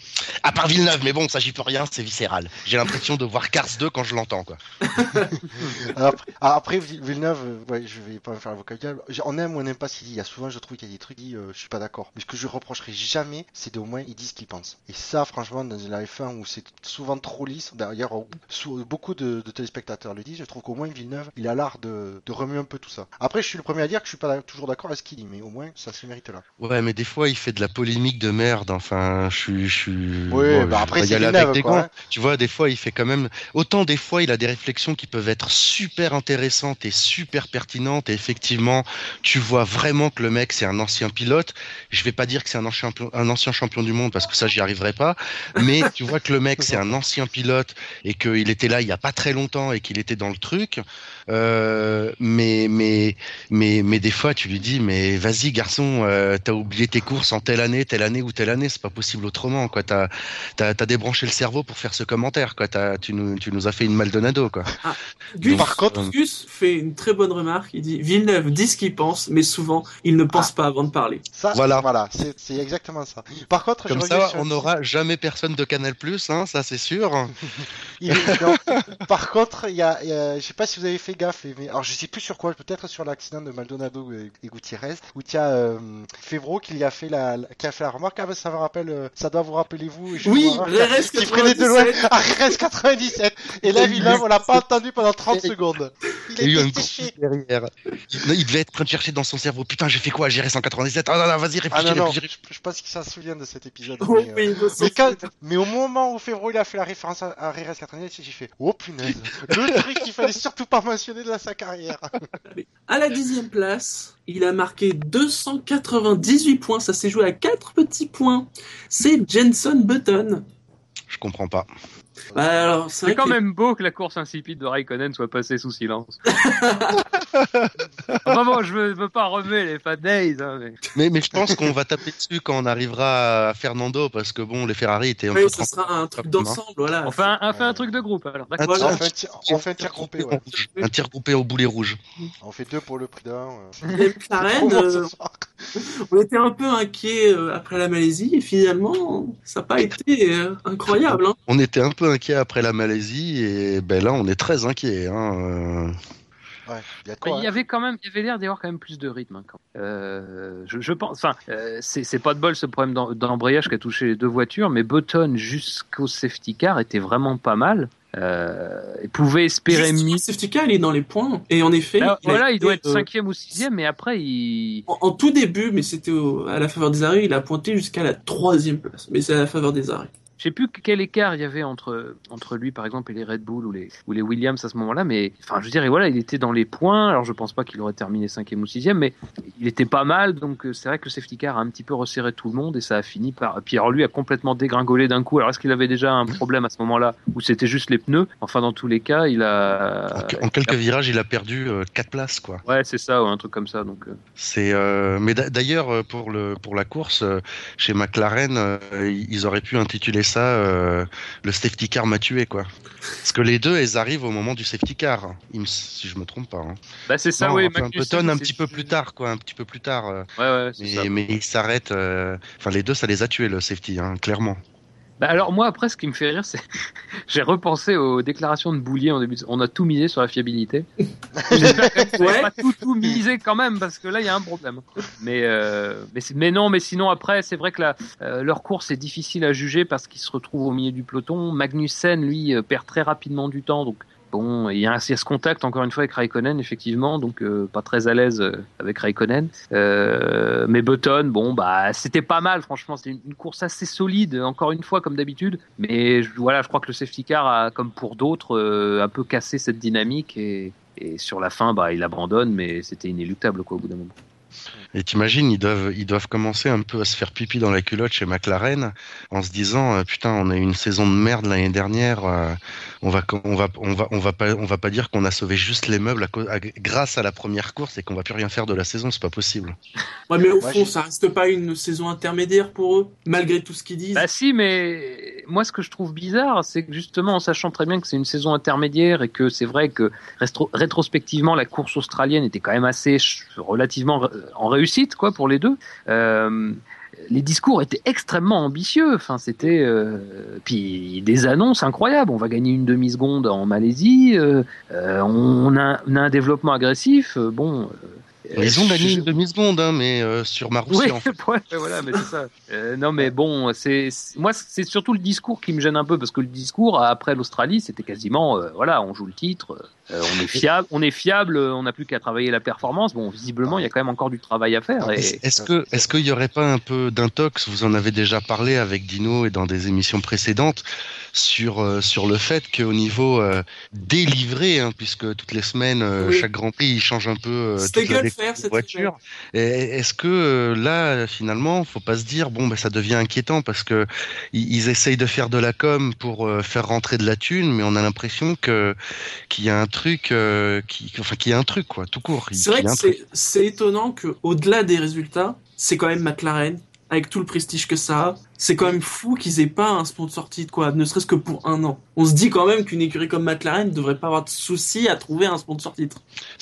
S7: À part Villeneuve, mais bon, ça j'y peux rien, c'est viscéral. J'ai l'impression de voir Cars deux quand je l'entends, quoi.
S6: Après, après Villeneuve, euh, ouais, je vais pas me faire l'avocat du diable. On aime ou on n'aime pas ce qu'il dit. Il y a souvent, je trouve qu'il y a des trucs qui, euh, je suis pas d'accord. Mais ce que je reprocherai jamais, c'est d'au moins ils disent ce qu'ils pensent. Et ça, franchement, dans la F un où c'est souvent trop lisse, d'ailleurs, sous- beaucoup de, de téléspectateurs le disent. Je trouve qu'au moins Villeneuve, il a l'art de, de remuer un peu tout ça. Après, je suis le premier à dire que je suis pas toujours d'accord avec ce qu'il dit, mais au moins ça se mérite là.
S7: Ouais, mais des fois, il fait de la polémique de merde. Enfin, je suis, je suis.
S6: Oui,
S7: bon,
S6: bah
S7: je
S6: après,
S7: vais
S6: c'est
S7: y aller
S6: Villeneuve,
S7: avec des
S6: quoi,
S7: gants.
S6: hein.
S7: Tu vois, des fois, il fait quand même. Autant des fois, il a des réflexions qui peuvent être super intéressantes et super pertinentes. Et effectivement, tu vois vraiment que le mec, c'est un ancien pilote. Je vais pas dire que c'est un ancien, un ancien champion du monde parce que ça, j'y arriverai pas. Mais tu vois que le mec, c'est un ancien pilote et qu'il était là il y a pas très longtemps et qu'il était dans le truc. Euh, mais, mais, mais, mais des fois, tu lui dis, mais vas-y, garçon, euh, t'as oublié tes courses en telle année, telle année ou telle année, c'est pas possible autrement, quoi. T'as, t'as, t'as débranché le cerveau pour faire ce commentaire, quoi. T'as, tu nous, tu nous as fait une Maldonado, quoi.
S2: Ah, Gus,
S7: Donc,
S2: par contre,
S7: euh,
S2: Gus fait une très bonne remarque. Il dit Villeneuve dit ce qu'il pense, mais souvent il ne pense
S6: Ah.
S2: pas avant de parler.
S6: Ça,
S7: Voilà.
S6: voilà, c'est, c'est exactement ça. Par contre,
S7: Comme
S6: je reviens
S7: ça,
S6: sur
S7: on
S6: le
S7: n'aura jamais personne de Canal+, hein, ça c'est sûr.
S6: Il est- non. Par contre, il y a, il y a- je sais pas si vous avez fait gaffe, mais alors je sais plus sur quoi, peut-être sur l'accident de Maldonado et, et Gutiérrez, où il y a euh, Févreau qui lui a fait la, la- qui a fait la remarque. Ah ben ça me rappelle, euh, ça doit vous rappeler vous. Je
S2: Oui,
S6: vous remarque,
S2: R S
S6: qui freinait de loin
S2: quatre-vingt-dix-sept.
S6: à R S quatre-vingt-dix-sept. Et là, Villeneuve, on l'a pas entendu pendant trente secondes.
S7: Il y a eu
S6: Il
S7: un
S6: était
S7: coup
S6: séché.
S7: derrière. Il, il devait être en train de chercher dans son cerveau. Putain, j'ai fait quoi? J'ai resté en quatre-vingt-dix-sept. Ah non, non, vas-y,
S6: Ah
S7: réfléchis,
S6: non, non,
S7: réfléchis.
S6: je, je pense qu'il s'en souvient de cet épisode.
S2: Oh,
S6: mais, euh,
S2: oui, il me
S6: Mais,
S2: semble.
S6: quand, mais au moment où Févreau il a fait la référence à, à R S quatre-vingt-dix, j'ai fait oh punaise, le truc qu'il fallait surtout pas mentionner de sa carrière.
S2: À la dixième place, il a marqué deux cent quatre-vingt-dix-huit points. Ça s'est joué à quatre petits points. C'est Jenson Button.
S7: Je comprends pas.
S2: Bah, alors, c'est
S5: C'est
S2: vrai
S5: quand
S2: que-
S5: même beau que la course insipide de Raikkonen soit passée sous silence. Enfin bon, je veux, veux pas remuer les Fat Days, hein, mais...
S7: Mais, mais je pense qu'on va taper dessus quand on arrivera à Fernando, parce que bon, les Ferrari étaient un
S2: Oui,
S7: peu
S2: ça
S7: trempés.
S2: sera un truc d'ensemble, voilà.
S5: On fait un, on fait un truc de groupe, alors.
S7: Un
S5: D'accord.
S2: Voilà.
S6: On fait un tir, on fait un tir groupé, ouais.
S7: rouge. Un tir groupé au boulet rouge.
S6: On fait deux pour le prix d'un. euh.
S2: Les McLaren,
S6: Comment
S2: euh,
S6: ce soir
S2: on était un peu inquiets euh, après la Malaisie et finalement, ça n'a pas été euh, incroyable. Hein.
S7: On était un peu inquiet après la Malaisie et ben là, on est très inquiet. Hein. euh.
S6: Ouais, il y a de
S5: Mais
S6: quoi.
S5: il y
S6: hein.
S5: avait quand même, il y avait l'air d'y avoir quand même plus de rythme. Hein, quand même. Euh, je, je pense, enfin, euh, c'est, c'est pas de bol ce problème d'em- d'embrayage qui a touché les deux voitures, mais Button jusqu'au safety car était vraiment pas mal. Euh, et pouvait espérer
S2: Juste,
S5: mieux.
S2: le safety car, il est dans les points. Et en effet,
S5: Là,
S2: il a
S5: voilà, il
S2: été,
S5: doit être
S2: euh,
S5: cinquième ou sixième, mais après il.
S2: en, en tout début, mais c'était au- à la faveur des arrêts, il a pointé jusqu'à la troisième place. Mais c'est à la faveur des arrêts.
S5: Je sais plus quel écart il y avait entre entre lui par exemple et les Red Bull ou les ou les Williams à ce moment-là, mais enfin je veux dire, et voilà, il était dans les points. Alors je pense pas qu'il aurait terminé cinquième ou sixième, mais il était pas mal. Donc euh, c'est vrai que le safety car a un petit peu resserré tout le monde et ça a fini par. Puis alors lui a complètement dégringolé d'un coup. Alors est-ce qu'il avait déjà un problème à ce moment-là ou c'était juste les pneus? Enfin dans tous les cas, il a.
S7: En, que- en quelques virages, il a perdu euh, quatre places, quoi.
S5: Ouais, c'est ça, ou un truc comme ça. Donc. euh,
S7: C'est, euh, mais d'a- d'ailleurs euh, pour le pour la course euh, chez McLaren, euh, ils auraient pu intituler ça euh, le safety car m'a tué, quoi. Parce que les deux, elles arrivent au moment du safety car, il me- si je me trompe pas. Hein.
S5: Bah c'est ça,
S7: Non,
S5: oui.
S7: enfin,
S5: Magnussen,
S7: Button un
S5: c'est-
S7: petit peu plus tard, quoi, un petit peu plus tard. euh,
S5: Ouais, ouais, c'est ça.
S7: mais, mais ils s'arrêtent. euh, Enfin, les deux, ça les a tués le safety, hein, clairement.
S5: Bah alors moi après ce qui me fait rire c'est j'ai repensé aux déclarations de Boulier en début de... on a tout misé sur la fiabilité. J'espère que vous
S2: Ouais.
S5: n'avez pas tout tout misé quand même parce que là il y a un problème. Mais euh, mais, c'est- mais non mais sinon après c'est vrai que la, euh, leur course est difficile à juger parce qu'ils se retrouvent au milieu du peloton. Magnussen lui euh, perd très rapidement du temps donc bon, il y, a un- il y a ce contact encore une fois avec Raikkonen effectivement, donc euh, pas très à l'aise euh, avec Raikkonen. Euh, mais Button, bon bah c'était pas mal franchement, c'était une, une course assez solide encore une fois comme d'habitude. Mais je- voilà, je crois que le safety car a, comme pour d'autres, euh, un peu cassé cette dynamique et, et sur la fin bah il abandonne, mais c'était inéluctable quoi au bout d'un moment.
S7: Et t'imagines, ils doivent, ils doivent commencer un peu à se faire pipi dans la culotte chez McLaren en se disant euh, putain, on a eu une saison de merde l'année dernière. euh, on va, on va, on va, on va pas, on va pas dire qu'on a sauvé juste les meubles à cause, à- grâce à la première course et qu'on va plus rien faire de la saison. C'est pas possible.
S2: Ouais, mais au
S6: Ouais,
S2: fond,
S6: j'ai-
S2: ça reste pas une saison intermédiaire pour eux, malgré tout ce qu'ils disent.
S5: Bah si, mais moi ce que je trouve bizarre, c'est que justement en sachant très bien que c'est une saison intermédiaire et que c'est vrai que rétro- rétrospectivement la course australienne était quand même assez ch- relativement euh, en réussite quoi pour les deux. Euh, les discours étaient extrêmement ambitieux. Enfin, c'était euh, puis des annonces incroyables. On va gagner une demi seconde en Malaisie. Euh, euh, on, a, on a un développement agressif. Euh, bon. euh,
S7: Ils ont gagné
S5: je-
S7: une demi-seconde, hein, mais euh, sur
S5: oui,
S7: Marussia. en fait.
S5: ouais, voilà, mais c'est ça. Euh, non, mais bon, c'est c'est- moi, c'est surtout le discours qui me gêne un peu parce que le discours après l'Australie, c'était quasiment, euh, voilà, on joue le titre, euh, on est fiable, on est fiable, euh, on n'a plus qu'à travailler la performance. Bon, visiblement, il y a quand même encore du travail à faire. Et...
S7: Est-ce est-ce que, est-ce qu'il y aurait pas un peu d'intox? Vous en avez déjà parlé avec Dino et dans des émissions précédentes sur euh, sur le fait qu'au niveau euh, délivré, hein, puisque toutes les semaines, euh,
S2: Oui.
S7: chaque Grand Prix, il change un peu euh, toute la
S2: Stegel fait faire cette
S7: voiture. Et est-ce que euh, là, finalement, faut pas se dire bon, bah, ça devient inquiétant parce que ils, ils essayent de faire de la com pour euh, faire rentrer de la thune, mais on a l'impression que qu'il y a un truc, euh, qui, enfin, qu'il y a un truc quoi, tout court.
S2: C'est vrai que c'est, c'est étonnant que au-delà des résultats, c'est quand même McLaren avec tout le prestige que ça a. C'est quand même fou qu'ils aient pas un sponsor titre, quoi, ne serait-ce que pour un an. On se dit quand même qu'une écurie comme McLaren ne devrait pas avoir de soucis à trouver un sponsor titre.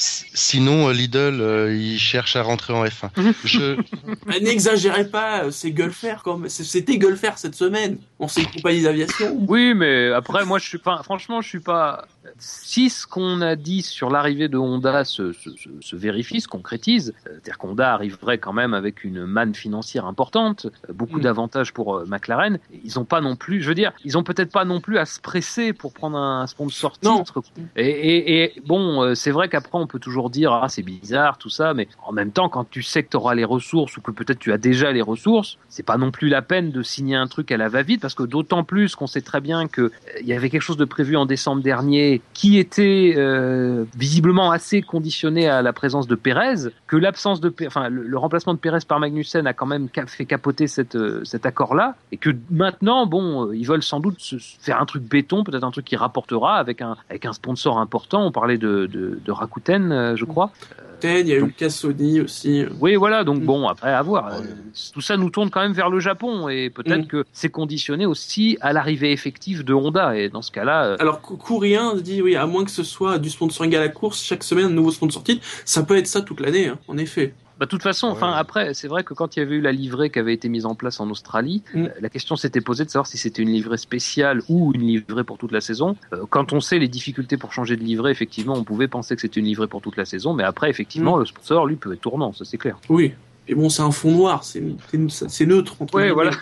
S7: Sinon, euh, Lidl, euh, il cherche à rentrer en F un. Je...
S2: N'exagérez pas, c'est Gulfer, comme c'était Gulfer cette semaine. On sait une compagnie d'aviation.
S5: Oui, mais après, moi, je suis pas. Franchement, je suis pas. Si ce qu'on a dit sur l'arrivée de Honda se, se, se, se vérifie, se concrétise, c'est-à-dire qu'Honda arriverait quand même avec une manne financière importante, beaucoup mmh. d'avantages pour euh, McLaren. Ils ont pas non plus, je veux dire, ils ont peut-être pas non plus à se presser pour prendre un sponsor titre. Et, et, et bon, euh, c'est vrai qu'après on peut toujours dire ah c'est bizarre tout ça, mais en même temps quand tu sais que tu auras les ressources ou que peut-être tu as déjà les ressources, c'est pas non plus la peine de signer un truc à la va-vite parce que d'autant plus qu'on sait très bien que il y avait quelque chose de prévu en décembre dernier qui était euh, visiblement assez conditionné à la présence de Pérez, que l'absence de, enfin le, le remplacement de Pérez par Magnussen a quand même fait capoter cette, euh, cet accord-là, et que maintenant, bon, euh, ils veulent sans doute se faire un truc béton, peut-être un truc qui rapportera avec un avec un sponsor important. On parlait de de, de Rakuten, euh, je crois.
S2: Il y a eu le cas Sony aussi.
S5: Oui, voilà, donc bon, après, à voir. Euh, tout ça nous tourne quand même vers le Japon, et peut-être mm. que c'est conditionné aussi à l'arrivée effective de Honda, et dans ce cas-là... Euh...
S2: Alors, Courrien dit, oui, à moins que ce soit du sponsoring à la course, chaque semaine, un nouveau sponsor titre, ça peut être ça toute l'année, hein, en effet.
S5: Bah, de toute façon, ouais. enfin après, c'est vrai que quand il y avait eu la livrée qui avait été mise en place en Australie, mm. euh, la question s'était posée de savoir si c'était une livrée spéciale ou une livrée pour toute la saison. Euh, quand on sait les difficultés pour changer de livrée, effectivement, on pouvait penser que c'était une livrée pour toute la saison, mais après, effectivement, mm. le sponsor, lui, peut être tournant, ça c'est clair.
S2: Oui, et bon, c'est un fond noir, c'est, c'est, c'est neutre. Entre
S5: ouais, voilà.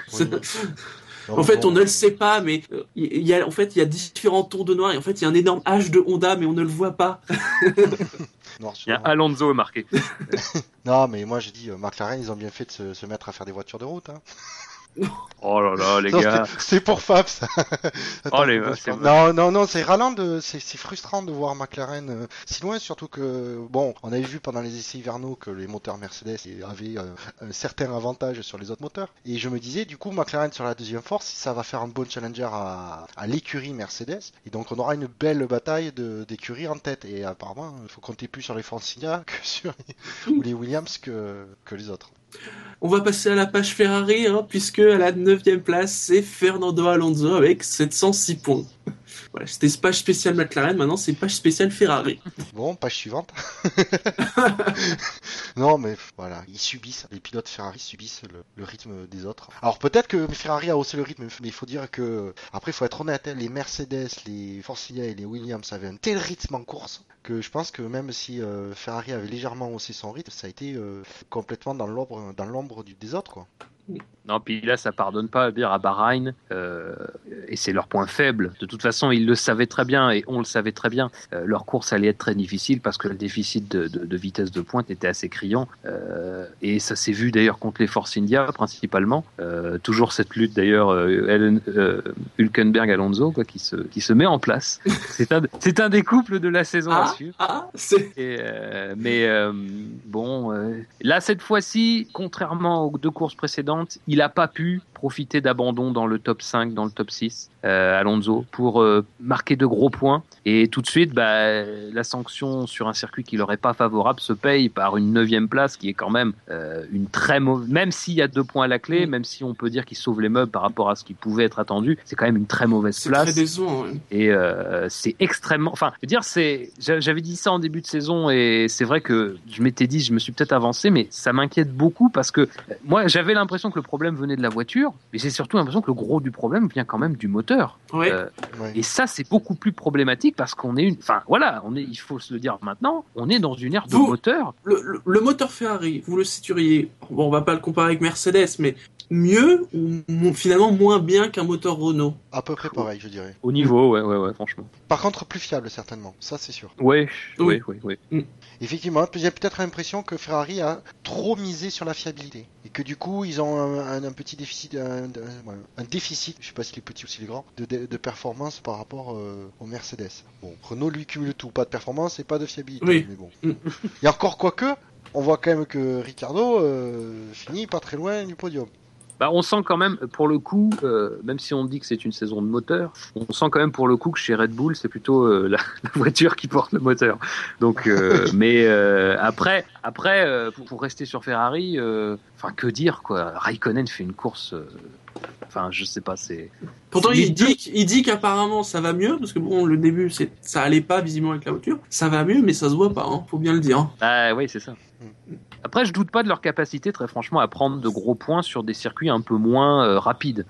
S2: En fait, on ne le sait pas, mais il y a, en fait, il y a différents tons de noir. Et en fait, il y a un énorme H de Honda, mais on ne le voit pas.
S5: Non, il y a Alonso marqué.
S6: Non, mais moi, je dis, euh, McLaren, ils ont bien fait de se, se mettre à faire des voitures de route. Hein.
S5: Oh là là, les
S6: non,
S5: gars.
S6: C'est, c'est pour Fab, ça. Attends,
S5: oh les gars, c'est
S6: non, non, non, c'est ralent de, c'est, c'est frustrant de voir McLaren euh, si loin, surtout que, bon, on avait vu pendant les essais hivernaux que les moteurs Mercedes avaient euh, un certain avantage sur les autres moteurs. Et je me disais, du coup, McLaren sur la deuxième force, ça va faire un bon challenger à, à l'écurie Mercedes. Et donc, on aura une belle bataille de, d'écurie en tête. Et apparemment, il faut compter plus sur les Francina que sur les, ou les Williams que, que les autres.
S2: On va passer à la page Ferrari, hein, puisque à la neuvième place, c'est Fernando Alonso avec sept cent six points. Voilà, c'était page spéciale McLaren, maintenant c'est page spéciale Ferrari.
S6: Bon, page suivante. Non, mais voilà, ils subissent, les pilotes Ferrari subissent le, le rythme des autres. Alors peut-être que Ferrari a haussé le rythme, mais il faut dire que, après il faut être honnête, les Mercedes, les Force India et les Williams avaient un tel rythme en course que je pense que même si euh, Ferrari avait légèrement haussé son rythme, ça a été euh, complètement dans l'ombre, dans l'ombre du, des autres, quoi.
S5: Non, puis là, ça pardonne pas à dire à Bahreïn, euh, et c'est leur point faible. De toute façon, ils le savaient très bien, et on le savait très bien. Euh, leur course allait être très difficile parce que le déficit de, de, de vitesse de pointe était assez criant. Euh, et ça s'est vu d'ailleurs contre les Force India, principalement. Euh, toujours cette lutte d'ailleurs, euh, euh, Hülkenberg-Alonso, quoi, qui se, qui se met en place. C'est un, c'est un des couples de la saison
S2: ah,
S5: à suivre.
S2: Ah, c'est...
S5: Et, euh, mais euh, bon, euh, là, cette fois-ci, contrairement aux deux courses précédentes, il n'a pas pu profiter d'abandon dans le top cinq, dans le top six, euh, Alonso, pour euh, marquer de gros points. Et tout de suite, bah, la sanction sur un circuit qui leur est pas favorable se paye par une neuvième place, qui est quand même euh, une très mauvaise... Même s'il y a deux points à la clé, mmh. même si on peut dire qu'il sauve les meubles par rapport à ce qui pouvait être attendu, c'est quand même une très mauvaise
S2: c'est
S5: place.
S2: C'est très décevant, ouais.
S5: Et euh, c'est extrêmement... Enfin, je veux dire, c'est... j'avais dit ça en début de saison, et c'est vrai que je m'étais dit, je me suis peut-être avancé, mais ça m'inquiète beaucoup parce que moi, j'avais l'impression que le problème venait de la voiture, mais j'ai surtout l'impression que le gros du problème vient quand même du moteur.
S2: Ouais.
S5: Euh,
S6: ouais.
S5: Et ça, c'est beaucoup plus problématique parce qu'on est une... Enfin, voilà, on est, il faut se le dire maintenant, on est dans une ère de
S2: vous,
S5: moteur.
S2: Le, le, le moteur Ferrari, vous le situeriez, bon, on va pas le comparer avec Mercedes, mais mieux ou finalement moins bien qu'un moteur Renault?
S6: À peu près pareil, je dirais.
S5: Au niveau, ouais, ouais, ouais, franchement.
S6: Par contre, plus fiable, certainement. Ça, c'est sûr.
S5: Ouais,
S2: oui,
S5: oui, oui. oui.
S6: Mm. Effectivement, j'ai peut-être l'impression que Ferrari a trop misé sur la fiabilité. Et que du coup, ils ont un, un, un petit déficit, un, un, un déficit, je sais pas s'il est petit ou s'il est grand, de, de, de performance par rapport euh, au Mercedes. Bon, Renault lui cumule tout, pas de performance et pas de fiabilité.
S2: Oui.
S6: Mais bon. Mm. Et encore, quoique, on voit quand même que Ricciardo euh, finit pas très loin du podium.
S5: Bah, on sent quand même, pour le coup, euh, même si on dit que c'est une saison de moteur, on sent quand même pour le coup que chez Red Bull, c'est plutôt euh, la, la voiture qui porte le moteur. Donc, euh, mais euh, après, après, euh, pour, pour rester sur Ferrari, enfin, euh, que dire quoi. Raikkonen fait une course. Enfin, euh, je sais pas, c'est.
S2: Pourtant,
S5: c'est
S2: il dit, il dit qu'apparemment ça va mieux, parce que bon, le début, c'est, ça allait pas visiblement avec la voiture. Ça va mieux, mais ça se voit pas, hein, faut bien le dire.
S5: Ah oui, c'est ça. Après, je doute pas de leur capacité, très franchement, à prendre de gros points sur des circuits un peu moins euh, rapides.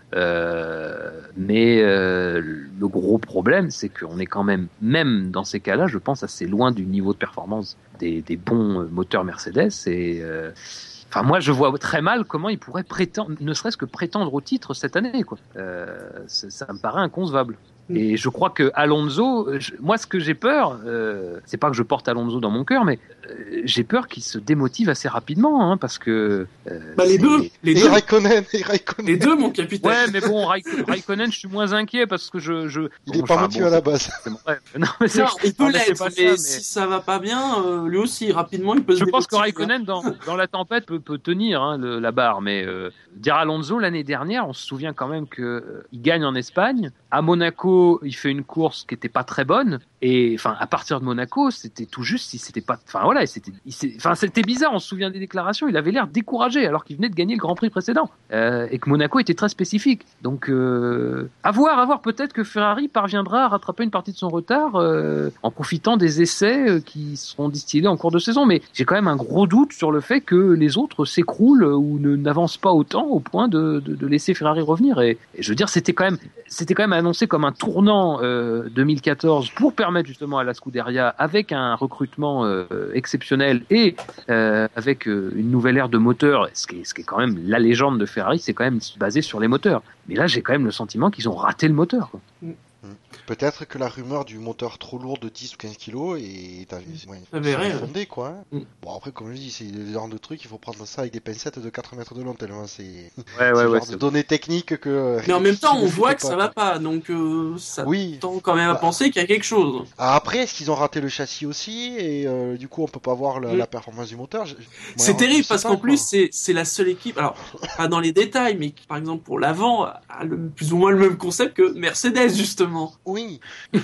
S5: Euh, mais euh, le gros problème, c'est qu'on est quand même, même dans ces cas-là, je pense assez loin du niveau de performance des, des bons moteurs Mercedes. Et euh, enfin, moi, je vois très mal comment ils pourraient prétendre, ne serait-ce que prétendre au titre cette année, quoi. Euh, ça, ça me paraît inconcevable. Et je crois que Alonso, je, moi, ce que j'ai peur, euh, c'est pas que je porte Alonso dans mon cœur, mais euh, j'ai peur qu'il se démotive assez rapidement, hein, parce que. Euh,
S2: bah les deux, les
S6: et
S2: deux.
S6: Raikkonen, et Raikkonen.
S2: Les deux, mon capitaine.
S5: Ouais, mais bon, Raik- Raikkonen, je suis moins inquiet parce que je, je.
S6: Il
S5: bon,
S6: est pas
S5: enfin,
S6: motivé
S5: bon,
S6: à la base.
S5: C'est, c'est ouais. Non, mais c'est,
S2: non, il peut
S5: non,
S2: l'être,
S5: pas
S2: mais,
S5: ça, mais
S2: si ça va pas bien, euh, lui aussi, rapidement, il peut se
S5: je pense que
S2: démotiver,
S5: Raikkonen, dans, dans la tempête, peut, peut tenir hein, le, la barre. Mais euh, dire Alonso, l'année dernière, on se souvient quand même qu'il euh, gagne en Espagne. À Monaco, il fait une course qui était pas très bonne. Et enfin, à partir de Monaco, c'était tout juste si c'était pas. Enfin voilà, c'était. Enfin, c'était bizarre. On se souvient des déclarations. Il avait l'air découragé alors qu'il venait de gagner le Grand Prix précédent euh, et que Monaco était très spécifique. Donc, euh, à voir, à voir. Peut-être que Ferrari parviendra à rattraper une partie de son retard euh, en profitant des essais euh, qui seront distillés en cours de saison. Mais j'ai quand même un gros doute sur le fait que les autres s'écroulent ou ne n'avancent pas autant au point de, de, de laisser Ferrari revenir. Et, et je veux dire, c'était quand même, c'était quand même annoncé comme un tournant euh, deux mille quatorze pour permettre justement à la Scuderia avec un recrutement euh, exceptionnel et euh, avec euh, une nouvelle ère de moteur, ce qui est, ce qui est quand même la légende de Ferrari, c'est quand même basé sur les moteurs. Mais là, j'ai quand même le sentiment qu'ils ont raté le moteur, quoi.
S6: Mmh. Peut-être que la rumeur du moteur trop lourd de dix ou quinze kilos est
S2: ouais,
S6: fondée, quoi. Hein.
S2: Mm.
S6: Bon, après, comme je dis, c'est le genre de truc, il faut prendre ça avec des pincettes de quatre mètres de long, tellement c'est,
S5: ouais,
S6: c'est
S5: ouais,
S6: le
S5: ouais,
S6: genre
S5: c'est
S6: de données techniques que...
S2: Mais en même temps, on voit que
S6: pas,
S2: ça va pas, donc euh, ça
S6: oui.
S2: tend quand même à bah, penser qu'il y a quelque chose.
S6: Après, est-ce qu'ils ont raté le châssis aussi, et euh, du coup, on peut pas voir la, mm. la performance du moteur. Je,
S2: c'est
S6: moi,
S2: terrible, parce
S6: pas,
S2: qu'en
S6: quoi.
S2: plus, c'est, c'est la seule équipe, alors, pas dans les détails, mais par exemple, pour l'avant, a le, plus ou moins le même concept que Mercedes, justement.
S6: Oui.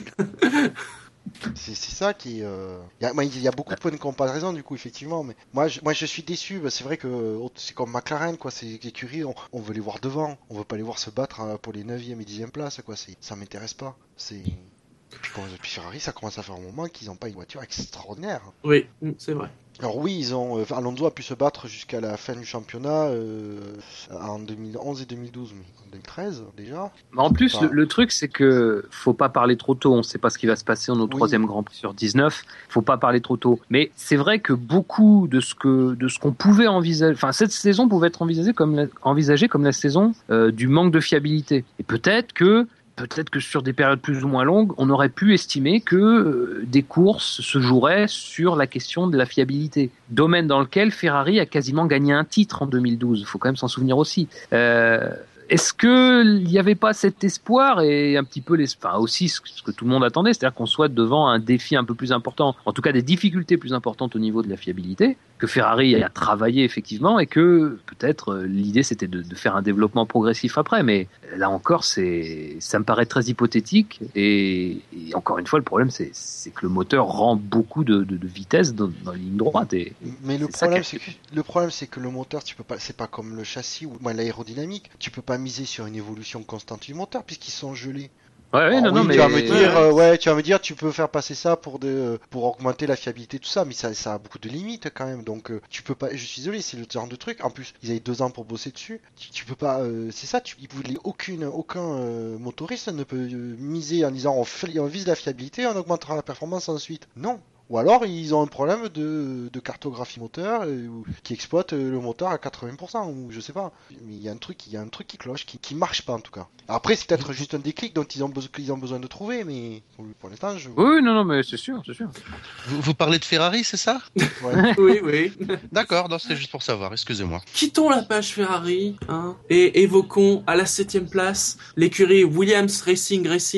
S6: C'est, c'est ça qui euh... il, y a, il y a beaucoup de points de comparaison du coup effectivement, mais moi je, moi je suis déçu. Bah, c'est vrai que c'est comme McLaren quoi, c'est l'écurie, on, on veut les voir devant, on veut pas les voir se battre pour les neuvième et dixième places quoi, c'est, ça m'intéresse pas. C'est puis, quand, puis Ferrari ça commence à faire un moment qu'ils n'ont pas une voiture extraordinaire.
S2: Oui, c'est vrai.
S6: Alors oui, ils ont euh, Alonso a pu se battre jusqu'à la fin du championnat euh, en deux mille onze et deux mille douze, mais en deux mille treize déjà.
S5: Mais en plus, le, le truc c'est que faut pas parler trop tôt. On sait pas ce qui va se passer en notre
S6: oui.
S5: troisième Grand Prix sur dix-neuf. Faut pas parler trop tôt. Mais c'est vrai que beaucoup de ce que de ce qu'on pouvait envisager, enfin cette saison pouvait être envisagée comme la, envisagée comme la saison euh, du manque de fiabilité. Et peut-être que Peut-être que sur des périodes plus ou moins longues, on aurait pu estimer que euh, des courses se joueraient sur la question de la fiabilité. Domaine dans lequel Ferrari a quasiment gagné un titre en deux mille douze. Il faut quand même s'en souvenir aussi. Euh, est-ce qu'il n'y avait pas cet espoir et un petit peu les, enfin aussi ce que tout le monde attendait, c'est-à-dire qu'on soit devant un défi un peu plus important, en tout cas des difficultés plus importantes au niveau de la fiabilité, que Ferrari a travaillé effectivement et que peut-être l'idée c'était de, de faire un développement progressif après, mais là encore c'est, ça me paraît très hypothétique et, et encore une fois le problème c'est, c'est que le moteur rend beaucoup de, de, de vitesse dans, dans la ligne droite. Et
S6: mais le problème c'est que le problème c'est que le moteur tu peux pas, c'est pas comme le châssis ou moi, l'aérodynamique, tu peux pas miser sur une évolution constante du moteur puisqu'ils sont gelés.
S5: Ouais, ouais, non,
S6: oui,
S5: non,
S6: tu
S5: mais
S6: vas me dire, euh, ouais, tu vas me dire, tu peux faire passer ça pour de, pour augmenter la fiabilité, tout ça, mais ça, ça a beaucoup de limites quand même. Donc, euh, tu peux pas. Je suis désolé, c'est le genre de truc. En plus, ils avaient deux ans pour bosser dessus. Tu, tu peux pas. Euh, c'est ça. Tu, voulait aucune, aucun euh, motoriste ne peut euh, miser en disant on, fait, on vise la fiabilité, on augmentera la performance ensuite. Non. Ou alors ils ont un problème de, de cartographie moteur euh, qui exploite euh, le moteur à quatre-vingts pour cent ou je sais pas. Mais il y a un truc, il y a un truc qui cloche, qui, qui marche pas en tout cas. Après c'est peut-être juste un déclic dont ils ont, beso- qu'ils ont besoin de trouver, mais pour l'instant je.
S5: Oui, non, non, mais c'est sûr, c'est sûr.
S7: Vous, vous parlez de Ferrari, c'est ça?
S2: Ouais. Oui, oui.
S7: D'accord, non, c'était juste pour savoir. Excusez-moi.
S2: Quittons la page Ferrari hein, et évoquons à la septième place l'écurie Williams Racing Racing.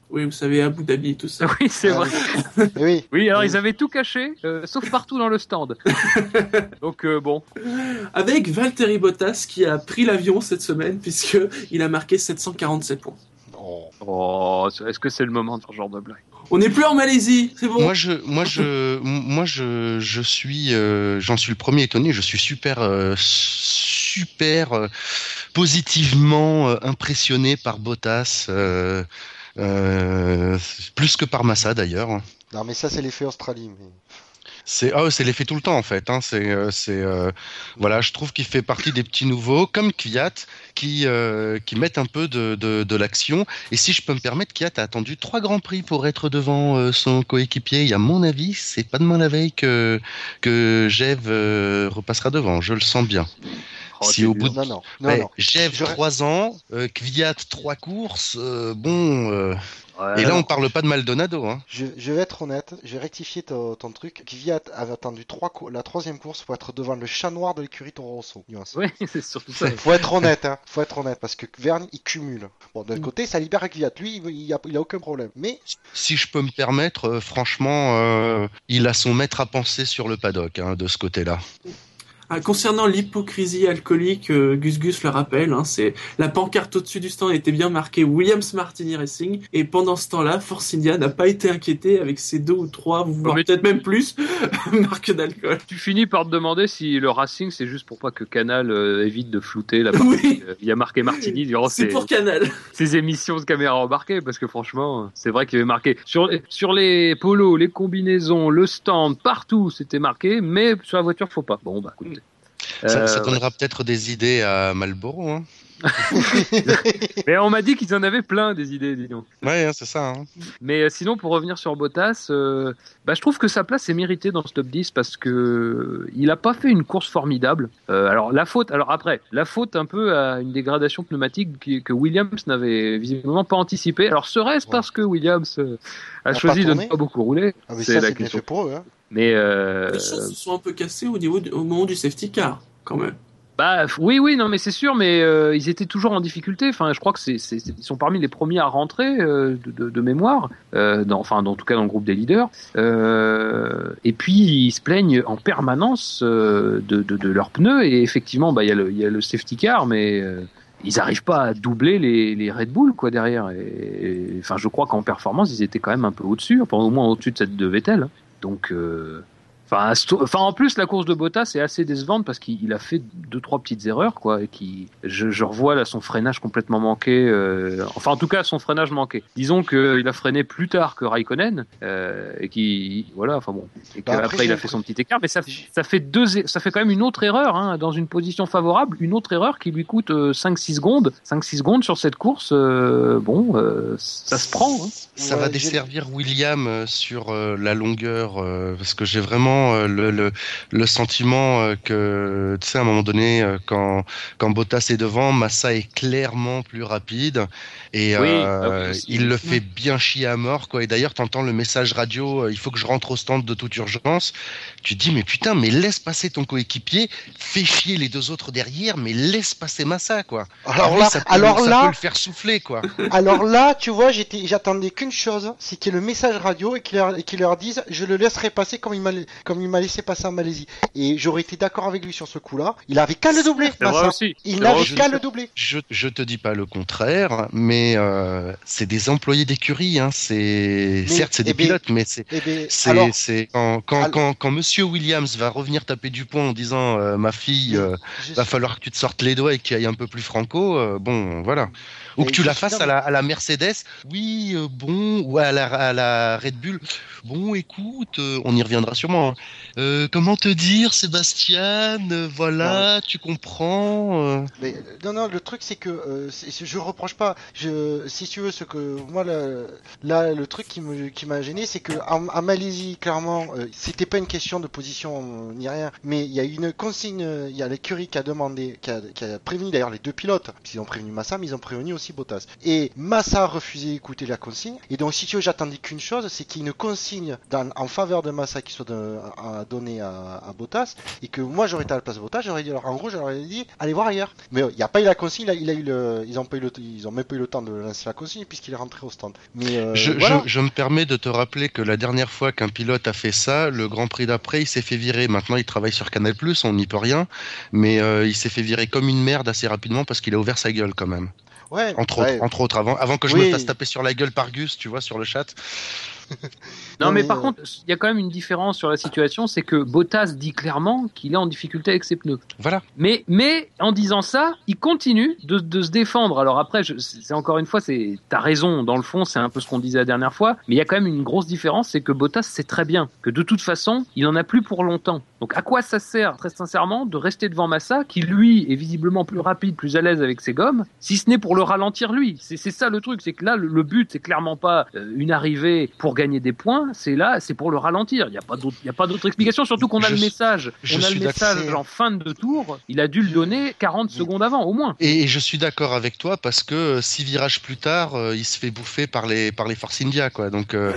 S2: Oui, vous savez, Abu Dhabi, tout ça.
S5: Oui, c'est
S6: Ah
S5: vrai.
S6: oui. Eh oui.
S5: Oui, alors
S6: Oui.
S5: ils avaient tout caché, euh, sauf partout dans le stand. Donc euh, bon.
S2: Avec Valtteri Bottas qui a pris l'avion cette semaine puisque il a marqué sept cent quarante-sept points.
S6: Oh.
S5: Oh, est-ce que c'est le moment de faire ce genre de blague?
S2: On n'est plus en Malaisie, c'est bon.
S7: Moi, je, moi, je, moi, je, je suis, euh, j'en suis le premier étonné. Je suis super, euh, super euh, positivement euh, impressionné par Bottas, euh, euh, plus que par Massa d'ailleurs.
S6: Non, mais ça, c'est l'effet Australie. Mais...
S7: C'est, oh, c'est l'effet tout le temps en fait. Hein. C'est, euh, c'est, euh, voilà, je trouve qu'il fait partie des petits nouveaux, comme Kvyat, qui, euh, qui mettent un peu de, de, de l'action. Et si je peux me permettre, Kvyat a attendu trois grands prix pour être devant euh, son coéquipier. Et à mon avis, c'est pas demain la veille que que Jev euh, repassera devant. Je le sens bien.
S5: Oh,
S7: Si
S5: c'est
S7: au
S5: dur.
S7: bout de
S6: Non, non, non,
S7: ouais,
S6: non.
S7: Jev
S6: Je-
S7: trois ans, euh, Kvyat trois courses, euh, bon. euh,
S5: Ouais,
S7: et là,
S5: alors,
S7: on parle pas de Maldonado. Hein.
S6: Je, je vais être honnête, je vais rectifier ton, ton truc. Kvyat avait attendu trois cou- la troisième course pour être devant le chat noir de l'écurie Toro Rosso. Nuance.
S5: Oui, c'est surtout ça.
S6: Faut être honnête, hein. Faut être honnête, parce que Vergne, il cumule. Bon, d'un
S2: Mm.
S6: côté, ça libère Kvyat. Lui, il, il, a, il a aucun problème. Mais,
S7: Si je peux me permettre, euh, franchement, euh, il a son maître à penser sur le paddock hein, de ce côté-là.
S2: Ah, concernant l'hypocrisie alcoolique, euh, Gus Gus le rappelle, hein, c'est la pancarte au-dessus du stand était bien marquée Williams Martini Racing, et pendant ce temps-là, Force India n'a pas été inquiété avec ses deux ou trois, voire
S5: mais-
S2: peut-être même plus, marques d'alcool.
S5: Tu finis par te demander si le Racing c'est juste pour pas que Canal euh, évite de flouter la partie.
S2: Oui.
S5: Euh, il y a marqué Martini durant
S2: C'est
S5: ses,
S2: pour Canal.
S5: ses émissions de caméra embarquée parce que franchement, c'est vrai qu'il y avait marqué sur les, sur les polos, les combinaisons, le stand, partout c'était marqué, mais sur la voiture faut pas. Bon bah écoute.
S7: Ça,
S5: Euh,
S7: ça donnera peut-être des idées à Marlboro. Hein.
S5: Mais on m'a dit qu'ils en avaient plein des idées, dis donc.
S7: Ouais, hein, c'est ça. Hein.
S5: Mais euh, sinon, pour revenir sur Bottas, euh, bah, je trouve que sa place est méritée dans ce top dix parce que euh, il a pas fait une course formidable. Euh, alors la faute, alors après, la faute un peu à une dégradation pneumatique qui- que Williams n'avait visiblement pas anticipé. Alors serait-ce
S6: Ouais.
S5: parce que Williams euh, a
S6: A
S5: choisi
S6: pas
S5: de
S6: tourné
S5: ne pas beaucoup rouler?
S6: ah, mais
S5: C'est
S6: ça,
S5: la
S6: c'est bien
S5: question.
S6: fait pour eux, hein.
S5: Mais euh,
S2: Les choses se sont un peu cassées au niveau du- au moment du safety car, quand même.
S5: bah oui, oui, non, mais c'est sûr, mais euh, ils étaient toujours en difficulté. Enfin, je crois que c'est, c'est, c'est- ils sont parmi les premiers à rentrer euh, de, de, de mémoire, euh, dans, enfin, dans, en tout cas dans le groupe des leaders. Euh, et puis ils se plaignent en permanence euh, de, de, de leurs pneus. Et effectivement, bah il y a le, il y a le safety car, mais euh, ils n'arrivent pas à doubler les, les Red Bull quoi derrière. Et, et, enfin, je crois qu'en performance, ils étaient quand même un peu au-dessus, enfin, au moins au-dessus de cette de Vettel. Donc euh, Enfin, sto- enfin, en plus, la course de Bottas est assez décevante parce qu'il il a fait deux, trois petites erreurs, quoi, et qui, je, je revois là son freinage complètement manqué. Euh, enfin, en tout cas, son freinage manqué. Disons qu'il a freiné plus tard que Raikkonen, euh, et qui, voilà, enfin bon, et
S6: Bah, après,
S5: qu'après il
S6: j'ai
S5: a fait son petit écart, mais ça, ça fait deux, ça fait quand même une autre erreur, hein, dans une position favorable, une autre erreur qui lui coûte euh, cinq six secondes, cinq six secondes sur cette course. Euh, bon, euh, ça se prend. Hein.
S7: Ça
S6: Ouais,
S7: va
S6: j'ai-
S7: desservir William euh, sur euh, la longueur, euh, parce que j'ai vraiment euh, le, le, le sentiment euh, que, tu sais, à un moment donné, euh, quand, quand Bottas est devant, Massa est clairement plus rapide, et
S5: Oui,
S7: euh,
S5: ah oui,
S7: il le fait bien chier à mort, quoi. Et d'ailleurs, t'entends le message radio, euh, il faut que je rentre au stand de toute urgence. Tu te dis, mais putain, mais laisse passer ton coéquipier, fais chier les deux autres derrière, mais laisse passer Massa, quoi.
S6: Alors
S7: Lui,
S6: là,
S7: ça peut,
S6: alors
S7: ça
S6: là-
S7: peut le faire souffler, quoi.
S6: Alors là, tu vois, j'étais, j'attendais qu'une chose, c'est qu'il y ait le message radio et qu'il leur, et qu'il leur dise, je le laisserai passer comme il m'a, comme il m'a laissé passer en Malaisie. Et j'aurais été d'accord avec lui sur ce coup-là. Il avait qu'à le doubler,
S5: C'est vrai
S6: Massa.
S5: aussi.
S6: Il
S5: C'est
S6: n'avait
S5: vrai aussi.
S6: qu'à le doubler.
S7: Je, je te dis pas le contraire, mais euh, c'est des employés d'écurie. Hein. C'est
S6: Mais-
S7: certes c'est des
S6: eh ben,
S7: pilotes, mais c'est
S6: Eh ben,
S7: c'est
S6: alors,
S7: c'est quand quand,
S6: alors-
S7: quand quand Monsieur Williams va revenir taper du poing en disant euh, ma fille, euh,
S6: je
S7: va
S6: suis-
S7: falloir que tu te sortes les doigts et que tu ailles un peu plus franco. euh, bon, voilà. Ou
S6: Et
S7: que tu
S6: je
S7: la
S6: suis
S7: fasses
S6: dans-
S7: à la, à la Mercedes, oui, euh, bon, ou à la, à la Red Bull, bon, écoute, euh, on y reviendra sûrement. Hein. Euh, comment te dire, Sébastien, euh, voilà, tu comprends. euh.
S6: Mais, euh, non, non, le truc c'est que euh, c'est- c'est- je reproche pas. Je, si tu veux, ce que moi là, là le truc qui me qui m'a gêné, c'est que en, en Malaisie, clairement, euh, c'était pas une question de position euh, ni rien, mais il y a une consigne, euh, il y a l'écurie qui a demandé, qui a, qui a prévenu d'ailleurs les deux pilotes. Ils ont prévenu Massa, mais ils ont prévenu aussi aussi Bottas. Et Massa a refusé d'écouter la consigne. Et donc, si tu veux, j'attendais qu'une chose, c'est qu'il y ait une consigne dans, en faveur de Massa qui soit de, à, à donner à, à Bottas. Et que moi, j'aurais été à la place de Bottas, j'aurais dit, alors, en gros, j'aurais dit, allez voir ailleurs. Mais il n'y a pas eu la consigne, là, il a eu le, ils ont pas eu le, ils ont même pas eu le temps de lancer la consigne puisqu'il est rentré au stand. Mais euh,
S7: je,
S6: voilà.
S7: je, je me permets de te rappeler que la dernière fois qu'un pilote a fait ça, le Grand Prix d'après, il s'est fait virer. Maintenant, il travaille sur Canal+, on n'y peut rien, mais euh, il s'est fait virer comme une merde assez rapidement parce qu'il a ouvert sa gueule quand même.
S6: Ouais.
S7: Entre
S6: ouais.
S7: autres, entre autres, avant, avant que je
S6: oui.
S7: me fasse taper sur la gueule par Gus, tu vois, sur le chat.
S5: Non,
S6: non
S5: mais,
S6: mais
S5: par
S6: euh...
S5: contre, il y a quand même une différence sur la situation, c'est que Bottas dit clairement qu'il est en difficulté avec ses pneus.
S7: Voilà.
S5: Mais, mais en disant ça, il continue de, de se défendre. Alors après, je, c'est encore une fois, c'est, t'as raison, dans le fond, c'est un peu ce qu'on disait la dernière fois, mais il y a quand même une grosse différence, c'est que Bottas sait très bien que de toute façon, il en a plus pour longtemps. Donc à quoi ça sert, très sincèrement, de rester devant Massa, qui lui est visiblement plus rapide, plus à l'aise avec ses gommes, si ce n'est pour le ralentir lui. C'est, c'est ça le truc, c'est que là, le, le but, c'est clairement pas euh, une arrivée pour gagner des points, c'est là, c'est pour le ralentir. Il n'y a pas d'autre, il y a pas d'autre explication, surtout qu'on a
S7: je,
S5: le message. On a le message en fin de tour, il a dû le donner quarante secondes avant, au moins.
S7: Et je suis d'accord avec toi parce que six virages plus tard, euh, il se fait bouffer par les, par les Force India, quoi. Donc, euh...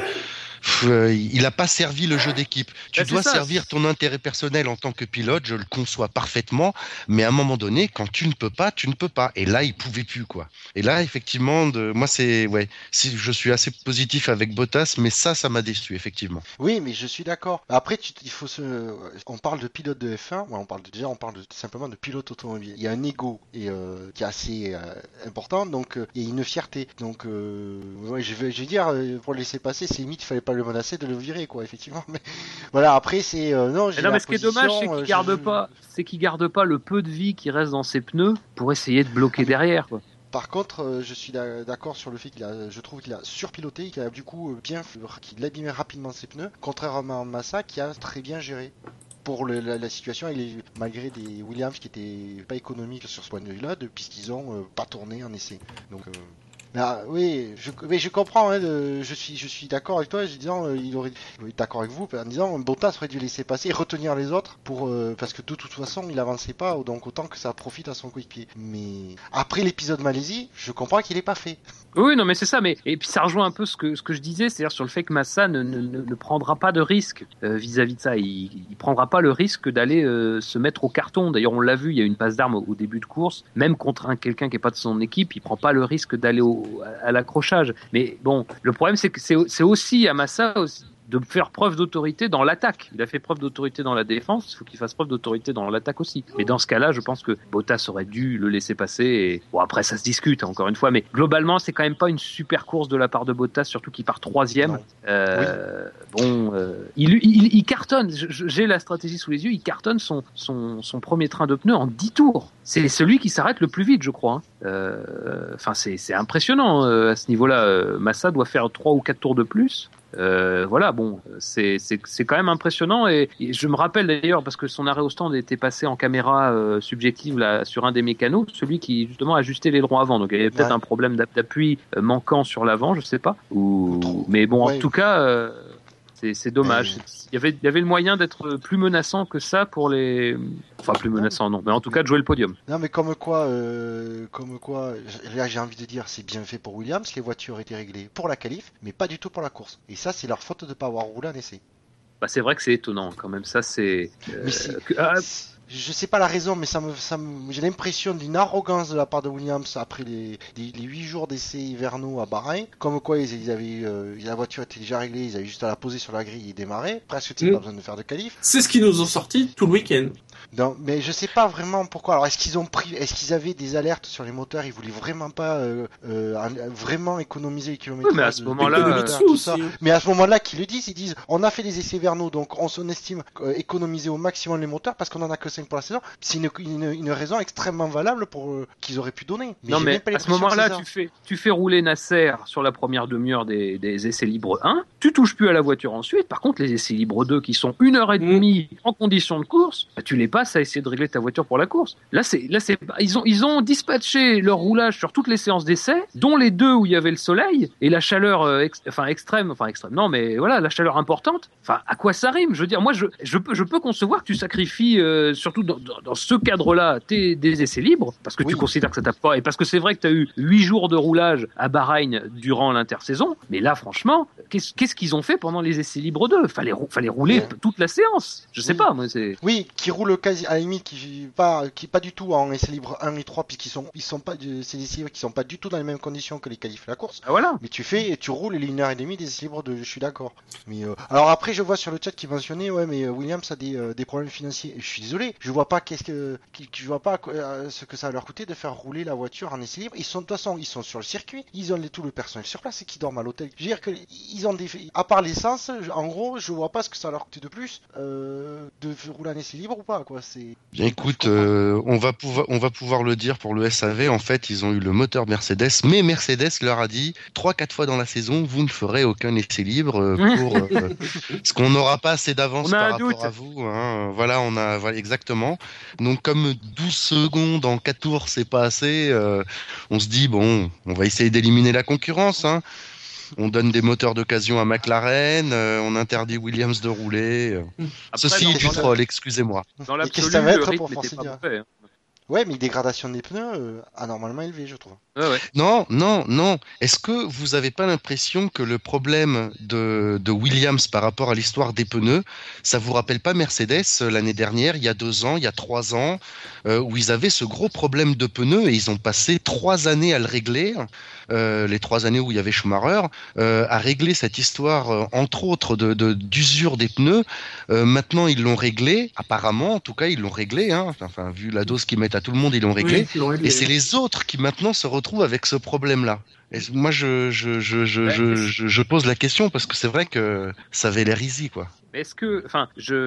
S7: il n'a pas servi le jeu d'équipe. Tu
S5: bah,
S7: dois
S5: ça.
S7: servir ton intérêt personnel en tant que pilote, je le conçois parfaitement, mais à un moment donné, quand tu ne peux pas, tu ne peux pas. Et là, il pouvait plus, quoi. Et là, effectivement, de... moi, c'est, ouais, si je suis assez positif avec Bottas, mais ça, ça m'a déçu, effectivement.
S6: Oui, mais je suis d'accord. Après, tu, il faut se, on parle de pilote de F un, ouais, on parle de, déjà, on parle de, simplement de pilote automobile. Il y a un ego et euh, qui est assez euh, important, donc euh, et une fierté. Donc, euh, ouais, je vais, je vais dire, pour le laisser passer, c'est limite, il fallait pas le menacer de le virer, quoi, effectivement. Mais voilà, après c'est euh, non.
S5: Mais non, mais ce qui est dommage, c'est qu'il
S6: euh,
S5: garde
S6: je...
S5: pas, c'est qu'il garde pas le peu de vie qui reste dans ses pneus pour essayer de bloquer derrière, quoi.
S6: Par contre, euh, je suis d'accord sur le fait qu'il a, je trouve qu'il a surpiloté, qu'il a du coup bien, qu'il abîmait rapidement ses pneus, contrairement à Massa qui a très bien géré. Pour le, la, la situation, il est, malgré des Williams qui étaient pas économiques sur ce point de vue-là, puisqu'ils ont euh, pas tourné en essai. Donc euh... Ah, oui, je, mais je comprends, hein, de, je suis, je suis d'accord avec toi, en disant, euh, il aurait, il aurait d'accord avec vous, en disant, Bottas aurait dû laisser passer, retenir les autres, pour, euh, parce que de toute façon, il avançait pas, donc autant que ça profite à son coéquipier. Mais après l'épisode Malaisie, je comprends qu'il est pas fait.
S5: Oui, non, mais c'est ça, mais et puis ça rejoint un peu ce que ce que je disais, c'est-à-dire sur le fait que Massa ne, ne, ne prendra pas de risque euh, vis-à-vis de ça, il, il prendra pas le risque d'aller euh, se mettre au carton. D'ailleurs, on l'a vu, il y a une passe d'armes au, au début de course, même contre un quelqu'un qui est pas de son équipe, il prend pas le risque d'aller au à l'accrochage. Mais bon, le problème c'est que c'est, c'est aussi à Massa aussi de faire preuve d'autorité dans l'attaque. Il a fait preuve d'autorité dans la défense, il faut qu'il fasse preuve d'autorité dans l'attaque aussi. Mais dans ce cas-là, je pense que Bottas aurait dû le laisser passer. Et... Bon, après, ça se discute, encore une fois, mais globalement, c'est quand même pas une super course de la part de Bottas, surtout qu'il part troisième. Euh, oui. Bon, euh, il, il, il cartonne, j'ai la stratégie sous les yeux, il cartonne son, son, son premier train de pneus en dix tours. C'est celui qui s'arrête le plus vite, je crois. Enfin, euh, c'est, c'est impressionnant euh, à ce niveau-là. Massa doit faire trois ou quatre tours de plus. Euh, voilà, bon, c'est, c'est, c'est quand même impressionnant et, et je me rappelle d'ailleurs parce que son arrêt au stand était passé en caméra euh, subjective là, sur un des mécanos, celui qui justement ajustait l'aileron avant, donc il y avait peut-être ouais. un problème d'appui manquant sur l'avant, je sais pas, ou... mais bon, ouais. en tout cas, euh, c'est, c'est dommage. Ouais. Il y avait, il y avait le moyen d'être plus menaçant que ça pour les, enfin plus menaçant non, mais en tout cas de jouer le podium.
S6: Non, mais comme quoi, euh, comme quoi, là j'ai envie de dire, c'est bien fait pour Williams, les voitures étaient réglées pour la qualif, mais pas du tout pour la course. Et ça, c'est leur faute de ne pas avoir roulé un essai.
S5: Bah c'est vrai que c'est étonnant quand même. Ça c'est. Euh,
S6: mais c'est,
S5: que, ah,
S6: je sais pas la raison, mais ça me, ça me, j'ai l'impression d'une arrogance de la part de Williams après les, les, les huit jours d'essais hivernaux à Bahreïn. Comme quoi, ils, ils avaient, euh, la voiture était déjà réglée, ils avaient juste à la poser sur la grille et démarrer. Presque, tu n'as mmh. pas besoin de faire de qualif.
S2: C'est ce qu'ils nous ont sorti tout le week-end.
S6: Non, mais je sais pas vraiment pourquoi. Alors, est-ce qu'ils ont pris, est-ce qu'ils avaient des alertes sur les moteurs? Ils voulaient vraiment pas, euh, euh, vraiment économiser les kilomètres.
S5: Oui, mais à ce moment-là, euh,
S6: tout ça. Mais à ce moment-là, qu'ils le disent, ils disent, on a fait des essais hivernaux, donc on s'en estime euh, économiser au maximum les moteurs parce qu'on en a que cinq pour la saison. C'est une, une, une raison extrêmement valable pour euh, qu'ils auraient pu donner.
S5: Mais non, mais à ce moment-là, tu fais, tu fais rouler Nasser sur la première demi-heure des, des essais libres un. Tu touches plus à la voiture ensuite. Par contre, les essais libres deux qui sont une heure et demie mmh. en conditions de course, bah, tu les passes. passes à essayer de régler ta voiture pour la course. Là, c'est, là, c'est, ils ont, ils ont dispatché leur roulage sur toutes les séances d'essai, dont les deux où il y avait le soleil et la chaleur, euh, ex, enfin extrême, enfin extrême. Non, mais voilà, la chaleur importante. Enfin, à quoi ça rime ? Je veux dire, moi, je, je peux, je peux concevoir que tu sacrifies, euh, surtout dans, dans, dans ce cadre-là, tes, des essais libres, parce que oui. tu considères que ça t'a pas, et parce que c'est vrai que tu as eu huit jours de roulage à Bahreïn durant l'intersaison. Mais là, franchement, qu'est-ce, qu'est-ce qu'ils ont fait pendant les essais libres d'eux ? Fallait, fallait rouler ouais. toute la séance. Je sais
S6: oui.
S5: pas, moi, c'est.
S6: Oui, qui roulent quasi, à la limite, qui pas, qui pas du tout en essais libres un et trois, puisqu'ils sont, ils sont pas, c'est des essais libres qui sont pas du tout dans les mêmes conditions que les qualifs de la course.
S5: Ah, voilà.
S6: Mais tu fais, tu roules les une heure et demie des essais libres de, je suis d'accord. Mais, euh, alors après, je vois sur le chat qui mentionnait, ouais, mais Williams a des, euh, des problèmes financiers. Je suis désolé, je vois pas qu'est-ce que, je vois pas euh, ce que ça va leur coûter de faire rouler la voiture en essais libres. Ils sont, de toute façon, ils sont sur le circuit, ils ont les, tout le personnel sur place et qui dorment à l'hôtel. Je veux dire que, ils ont des, à part l'essence, en gros, je vois pas ce que ça va leur coûter de plus, euh, de rouler en essais libres ou pas, quoi. C'est.
S7: Bien, écoute, euh, on va pouvoir, on va pouvoir le dire pour le S A V. En fait, ils ont eu le moteur Mercedes, mais Mercedes leur a dit trois, quatre fois dans la saison, vous ne ferez aucun essai libre euh, pour, euh, parce qu'on n'aura pas assez d'avance par rapport doute. à vous. Hein. Voilà, on a, voilà, exactement. Donc, comme douze secondes en quatre tours, c'est pas assez, euh, on se dit bon, on va essayer d'éliminer la concurrence. Hein. On donne des moteurs d'occasion à McLaren, euh, on interdit Williams de rouler. Euh. Après, Ceci est du troll, excusez-moi.
S5: Dans l'absolu,
S6: qu'est-ce que ça va être
S5: le
S6: pour
S5: rythme était pas mauvais, hein.
S6: Ouais, mais dégradation des pneus euh, anormalement élevée, je trouve.
S5: Ouais, ouais.
S7: Non, non, non. Est-ce que vous avez pas l'impression que le problème de, de Williams par rapport à l'histoire des pneus, ça vous rappelle pas Mercedes l'année dernière, il y a deux ans, il y a trois ans, euh, où ils avaient ce gros problème de pneus et ils ont passé trois années à le régler, euh, les trois années où il y avait Schumacher, euh, à régler cette histoire, euh, entre autres, de, de, d'usure des pneus. Euh, maintenant, ils l'ont réglé, apparemment, en tout cas, ils l'ont réglé, hein. Enfin, vu la dose qu'ils mettent à tout le monde, ils l'ont réglé.
S2: Oui, ils l'ont réglé.
S7: Et c'est les autres qui maintenant se retrouvent avec ce problème-là. Et moi, je, je, je, je,
S5: ouais,
S7: je, je, je pose la question parce que c'est vrai que ça avait l'air easy, quoi.
S5: Est-ce que, enfin,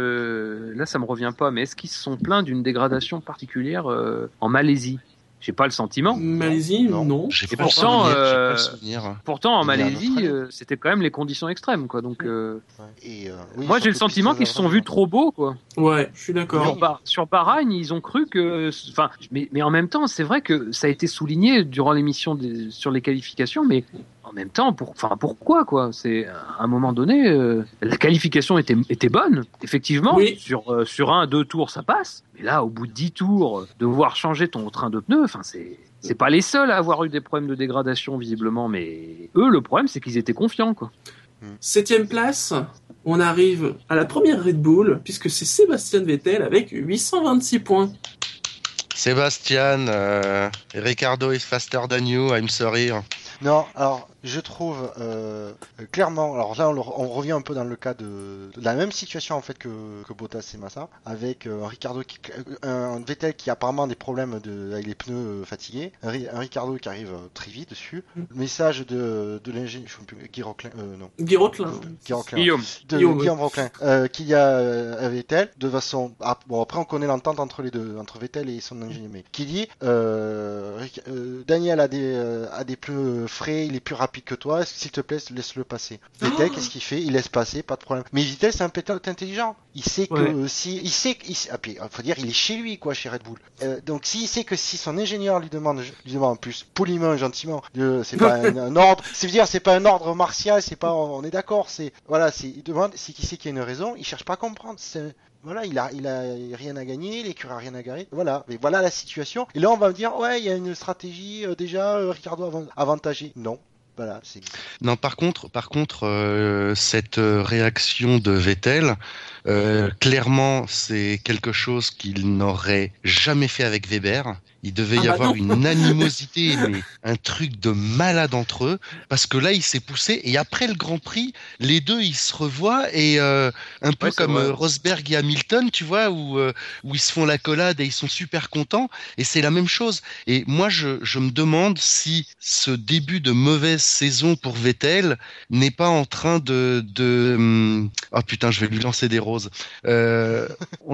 S5: je, là, ça me revient pas, mais est-ce qu'ils se sont plaints d'une dégradation particulière euh, en Malaisie ? J'ai pas le sentiment.
S2: Malaisie, non. non.
S7: J'ai
S5: Et
S7: pas
S5: pourtant,
S7: le souvenir,
S5: euh,
S7: j'ai pas le souvenir.
S5: pourtant en Malaisie, euh, c'était quand même les conditions extrêmes, quoi. Donc, euh,
S6: ouais. Et, euh, oui,
S5: moi, j'ai le sentiment qu'ils se sont vus trop beaux, quoi.
S2: Ouais, je suis d'accord.
S5: Sur, Bah- sur Bahreïn, ils ont cru que, enfin, mais, mais en même temps, c'est vrai que ça a été souligné durant l'émission des, sur les qualifications, mais en même temps, pour, enfin, pourquoi, quoi ? C'est à un moment donné, euh, la qualification était était bonne, effectivement.
S2: Oui.
S5: Sur euh, sur un, deux tours, ça passe. Mais là, au bout de dix tours, devoir changer ton train de pneus, enfin, c'est c'est pas les seuls à avoir eu des problèmes de dégradation visiblement, mais eux, le problème, c'est qu'ils étaient confiants, quoi.
S2: Septième place, on arrive à la première Red Bull, puisque c'est Sébastien Vettel avec huit cent vingt-six points.
S7: Sébastien, euh, Ricardo is faster than you, I'm sorry.
S6: Non, alors je trouve euh, clairement, alors là on, le, on revient un peu dans le cas de, de la même situation en fait que, que Bottas et Massa, avec euh, un Ricardo qui, un Vettel qui a apparemment des problèmes de, avec les pneus euh, fatigués, un, un Ricardo qui arrive euh, très vite dessus, mm. le message de, de l'ingénieur, je ne sais plus, Guy Roclin, euh, non.
S2: Guy Roclin.
S6: Guy Roclin.
S5: Guillaume.
S6: De,
S2: Guillaume,
S6: Guillaume Roclin, euh, qu'il y a euh, Vettel, de façon, ah, bon après on connaît l'entente entre les deux, entre Vettel et son ingénieur, mais qui dit, euh, euh, Daniel a des, euh, a des pneus frais, il est plus rapide que toi, s'il te plaît, laisse-le passer. Vettel, oh qu'est-ce qu'il fait ? Il laisse passer, pas de problème. Mais Vettel, c'est un pilote intelligent. Il sait que ouais. euh, si, il sait, il sait, ah, puis, faut dire, il est chez lui, quoi, chez Red Bull. Euh, donc, s'il sait que si son ingénieur lui demande, lui demande en plus, poliment, gentiment, euh, c'est pas un, un ordre, c'est dire, c'est pas un ordre martial, c'est pas, on est d'accord, c'est, voilà, c'est, il demande, c'est qu'il sait qu'il y a une raison, il cherche pas à comprendre, c'est, voilà, il a, il a rien à gagner, l'écurie a rien à gagner. Voilà, mais voilà la situation. Et là, on va me dire, ouais, il y a une stratégie euh, déjà, euh, Ricardo avant- avantagé. Non, voilà, c'est.
S7: Non, par contre, par contre, euh, cette réaction de Vettel, euh, clairement, c'est quelque chose qu'il n'aurait jamais fait avec Weber. Il devait
S2: Ah
S7: y
S2: bah
S7: avoir
S2: non.
S7: une animosité, mais un truc de malade entre eux, parce que là, il s'est poussé. Et après le Grand Prix, les deux, ils se revoient et euh, un peu
S5: Ouais, c'est
S7: comme
S5: vrai.
S7: euh, Rosberg et Hamilton, tu vois, où euh, où ils se font l'accolade et ils sont super contents. Et c'est la même chose. Et moi, je je me demande si ce début de mauvaise saison pour Vettel n'est pas en train de de hum, oh putain, je vais lui lancer des roses. Euh, on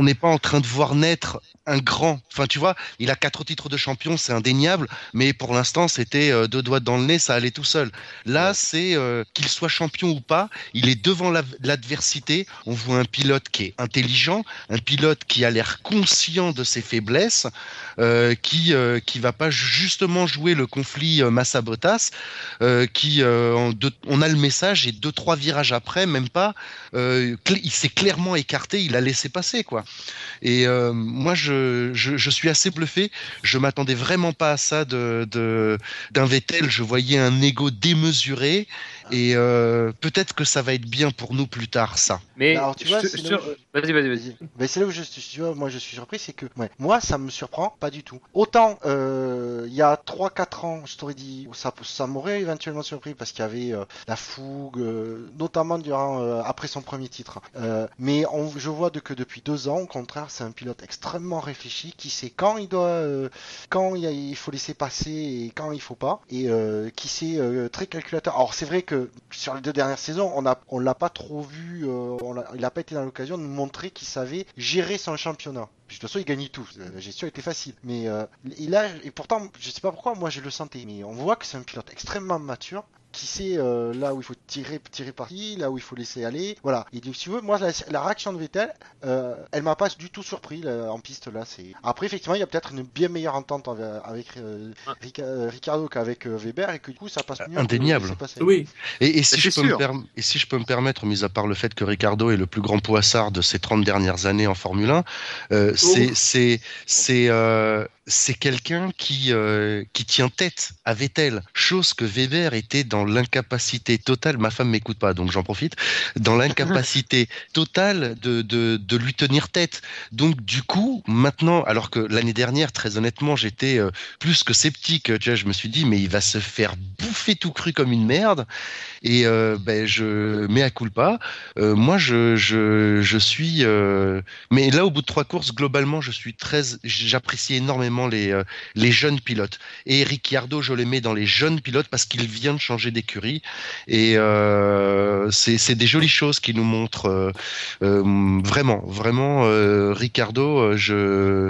S7: on n'est pas en train de voir naître un grand. Enfin, tu vois, il a quatre titres de champion, c'est indéniable, mais pour l'instant, c'était euh, deux doigts dans le nez, ça allait tout seul. Là, ouais. c'est euh, qu'il soit champion ou pas, il est devant la, l'adversité. On voit un pilote qui est intelligent, un pilote qui a l'air conscient de ses faiblesses, euh, qui euh, qui va pas justement jouer le conflit euh, Massa-Bottas, euh, qui euh, en deux, on a le message et deux trois virages après, même pas, euh, cl- il s'est clairement écarté, il a laissé passer quoi. Et euh, moi, je, je je suis assez bluffé. Je m'attendais vraiment pas à ça de, de d'un Vettel. Je voyais un ego démesuré et euh, peut-être que ça va être bien pour nous plus tard ça.
S5: Mais
S6: alors, tu vois,
S5: je,
S6: c'est
S5: je,
S6: là où...
S5: vas-y, vas-y, vas-y.
S6: Mais c'est là où je, tu vois, moi je suis surpris, c'est que ouais, moi ça me surprend pas du tout. Autant euh, il y a trois quatre ans, je t'aurais dit, ça, ça m'aurait éventuellement surpris parce qu'il y avait euh, la fougue, euh, notamment durant euh, après son premier titre. Euh, mais on, je vois de, que depuis deux ans, au contraire, c'est un pilote extrêmement réfléchi, qui sait quand il doit, euh, quand il, y a, il faut laisser passer et quand il faut pas, et euh, qui sait euh, très calculateur. Alors c'est vrai que sur les deux dernières saisons, on a, on l'a pas trop vu, euh, on a, il a pas été dans l'occasion de nous montrer qu'il savait gérer son championnat. De toute façon, il gagnait tout. La gestion était facile. Mais euh, il a, et pourtant, je sais pas pourquoi, moi je le sentais. Mais on voit que c'est un pilote extrêmement mature, qui sait euh, là où il faut tirer, tirer parti, là où il faut laisser aller. Voilà. Et si tu veux, moi, la, la réaction de Vettel, euh, elle m'a pas du tout surpris là, en piste. Là, c'est. Après, effectivement, il y a peut-être une bien meilleure entente avec euh, Rica, Ricardo qu'avec euh, Weber, et que du coup, ça passe mieux.
S7: Indéniable.
S2: Oui.
S7: Et, et, si je peux me per...
S5: et
S7: si je peux me permettre, mis à part le fait que Ricardo est le plus grand poissard de ces trente dernières années en Formule un, euh, c'est, oh. c'est, c'est, euh, c'est quelqu'un qui, euh, qui tient tête à Vettel, chose que Weber était dans l'incapacité totale, ma femme m'écoute pas donc j'en profite, dans l'incapacité totale de, de, de lui tenir tête. Donc du coup, maintenant, alors que l'année dernière, très honnêtement, j'étais euh, plus que sceptique, tu vois, je me suis dit, mais il va se faire bouffer tout cru comme une merde, et euh, ben, je mets à culpa. Euh, moi, je, je, je suis... Euh... Mais là, au bout de trois courses, globalement, je suis très... J'apprécie énormément les, euh, les jeunes pilotes. Et Ricciardo, je les mets dans les jeunes pilotes parce qu'il vient de changer d'écurie. Et euh, c'est, c'est des jolies choses qui nous montrent euh, euh, vraiment, vraiment, euh, Ricciardo, je...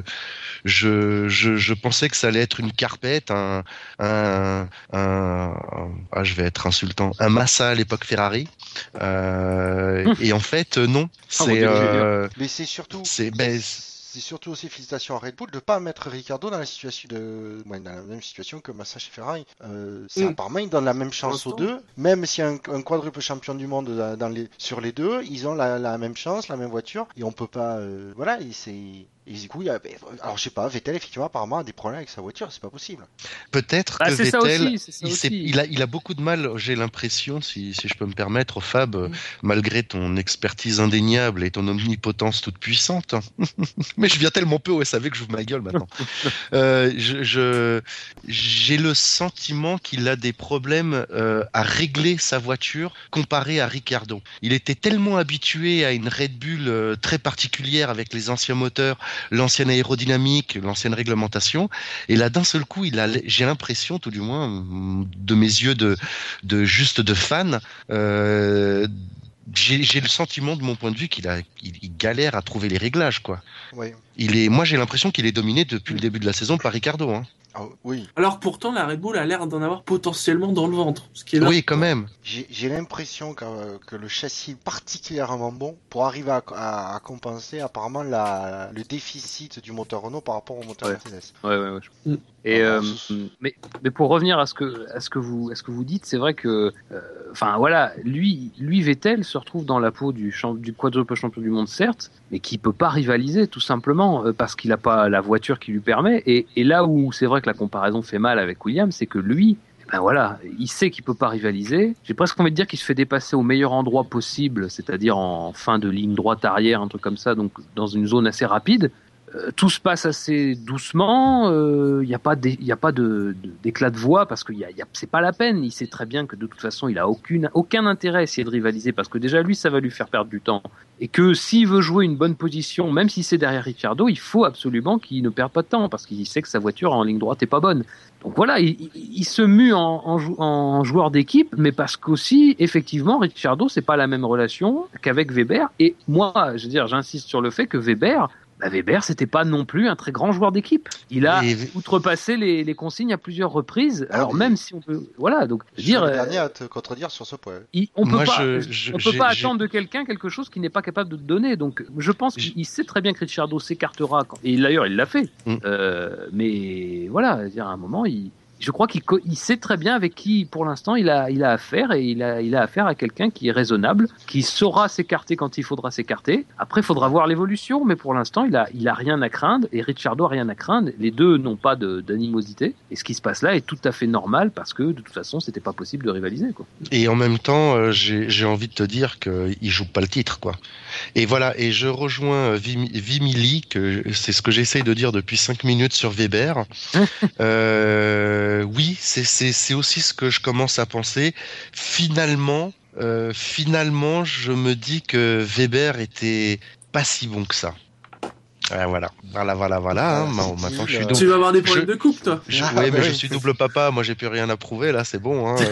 S7: Je, je, je pensais que ça allait être une carpette, un, un, un, un ah, je vais être insultant, un Massa à l'époque Ferrari. Euh, mmh. Et en fait, non. C'est,
S6: oh,
S7: euh,
S6: mais c'est surtout.
S7: C'est, ben,
S6: c'est surtout aussi félicitations à Red Bull de pas mettre Ricardo dans la situation de, ouais, dans la même situation que Massa chez Ferrari. Euh, c'est mmh. apparemment ils donnent la même chance aux deux, même s'il y a un, un quadruple champion du monde dans, dans les, sur les deux, ils ont la, la même chance, la même voiture, et on peut pas, euh, voilà, et c'est. Et du coup, il y a... alors je sais pas, Vettel effectivement apparemment a des problèmes avec sa voiture, c'est pas possible.
S7: Peut-être
S5: ah,
S7: que
S5: c'est
S7: Vettel,
S5: ça aussi, c'est ça
S7: il,
S5: aussi.
S7: il, a, il a beaucoup de mal, j'ai l'impression, si, si je peux me permettre, Fab, mm. malgré ton expertise indéniable et ton omnipotence toute puissante, mais je viens tellement peu au S A V que j'ouvre ma gueule maintenant. euh, je, je, j'ai le sentiment qu'il a des problèmes euh, à régler sa voiture comparé à Ricciardo. Il était tellement habitué à une Red Bull euh, très particulière avec les anciens moteurs, l'ancienne aérodynamique, l'ancienne réglementation, et là d'un seul coup, il a, j'ai l'impression, tout du moins, de mes yeux de, de juste de fan, euh, j'ai, j'ai le sentiment de mon point de vue qu'il a, il, il galère à trouver les réglages, quoi.
S6: Ouais.
S7: Il est, moi j'ai l'impression qu'il est dominé depuis le début de la saison par Ricciardo, hein.
S6: Ah, oui.
S2: Alors pourtant la Red Bull a l'air d'en avoir potentiellement dans le ventre. Ce qui est là.
S7: Oui, quand même.
S6: J'ai, j'ai l'impression que, que le châssis est particulièrement bon pour arriver à, à, à compenser apparemment la, le déficit du moteur Renault par rapport au moteur
S5: ouais.
S6: Mercedes.
S5: Ouais, ouais, ouais. Mm. Et ah, euh, mais mais pour revenir à ce que à ce que vous à ce que vous dites, c'est vrai que enfin euh, voilà, lui lui Vettel se retrouve dans la peau du champ, du quadruple champion du monde certes, mais qui peut pas rivaliser tout simplement euh, parce qu'il a pas la voiture qui lui permet. Et, et là où c'est vrai que la comparaison fait mal avec Williams, c'est que lui, ben voilà, il sait qu'il peut pas rivaliser. J'ai presque envie de dire qu'il se fait dépasser au meilleur endroit possible, c'est-à-dire en fin de ligne droite arrière, un truc comme ça, donc dans une zone assez rapide. euh, tout se passe assez doucement. Il euh, n'y a pas d'é- y a pas de, de, d'éclat de voix parce que y a, y a, c'est pas la peine. Il sait très bien que de toute façon, il a aucune, aucun intérêt à essayer de rivaliser parce que déjà lui, ça va lui faire perdre du temps. Et que s'il veut jouer une bonne position, même si c'est derrière Ricciardo, il faut absolument qu'il ne perde pas de temps parce qu'il sait que sa voiture en ligne droite est pas bonne. Donc voilà, il, il, il se mue en, en, jou- en joueur d'équipe, mais parce qu'aussi, effectivement, Ricciardo, c'est pas la même relation qu'avec Weber. Et moi, je veux dire, j'insiste sur le fait que Weber, bah Weber, c'était pas non plus un très grand joueur d'équipe. Il a
S7: Et-
S5: outrepassé les, les consignes à plusieurs reprises.
S6: Ah,
S5: Alors
S6: mais-
S5: même si on peut, voilà, donc je
S6: Je
S5: veux dire,
S6: suis le
S5: euh,
S6: dernier à te contredire sur ce point.
S5: il- on peut
S7: Moi,
S5: pas,
S7: je- je-
S5: on peut
S7: j'ai-
S5: pas
S7: j'ai-
S5: attendre de quelqu'un quelque chose qu'il n'est pas capable de te donner. Donc, je pense
S7: J'ai-
S5: qu'il sait très bien que Ricciardo s'écartera. Quand... Et d'ailleurs, il l'a fait.
S7: Mm.
S5: Euh, mais voilà, je veux dire, à un moment, il, je crois qu'il co- il sait très bien avec qui, pour l'instant, il a, il a affaire et il a, il a affaire à quelqu'un qui est raisonnable, qui saura s'écarter quand il faudra s'écarter. Après, il faudra voir l'évolution, mais pour l'instant, il a, il a rien à craindre et Ricciardo a rien à craindre. Les deux n'ont pas de, d'animosité et ce qui se passe là est tout à fait normal parce que de toute façon, c'était pas possible de rivaliser, quoi.
S7: Et en même temps, euh, j'ai j'ai envie de te dire qu'il joue pas le titre, quoi. Et voilà, et je rejoins euh, Vim- Vimili, que c'est ce que j'essaye de dire depuis cinq minutes sur Weber. euh, oui, c'est c'est c'est aussi ce que je commence à penser. Finalement, euh, finalement, je me dis que Weber était pas si bon que ça. Ah, voilà, voilà, voilà, voilà. Hein.
S6: Ah,
S7: Ma-
S6: c'est
S7: Maintenant,
S6: dit,
S7: je suis
S6: là.
S7: double.
S2: Tu vas avoir des problèmes
S7: je-
S2: de coupe, toi.
S7: Je,
S6: Ah,
S7: ouais,
S6: bah
S7: mais je
S6: oui.
S7: suis double papa. Moi, j'ai plus rien à prouver. Là, c'est bon. Hein.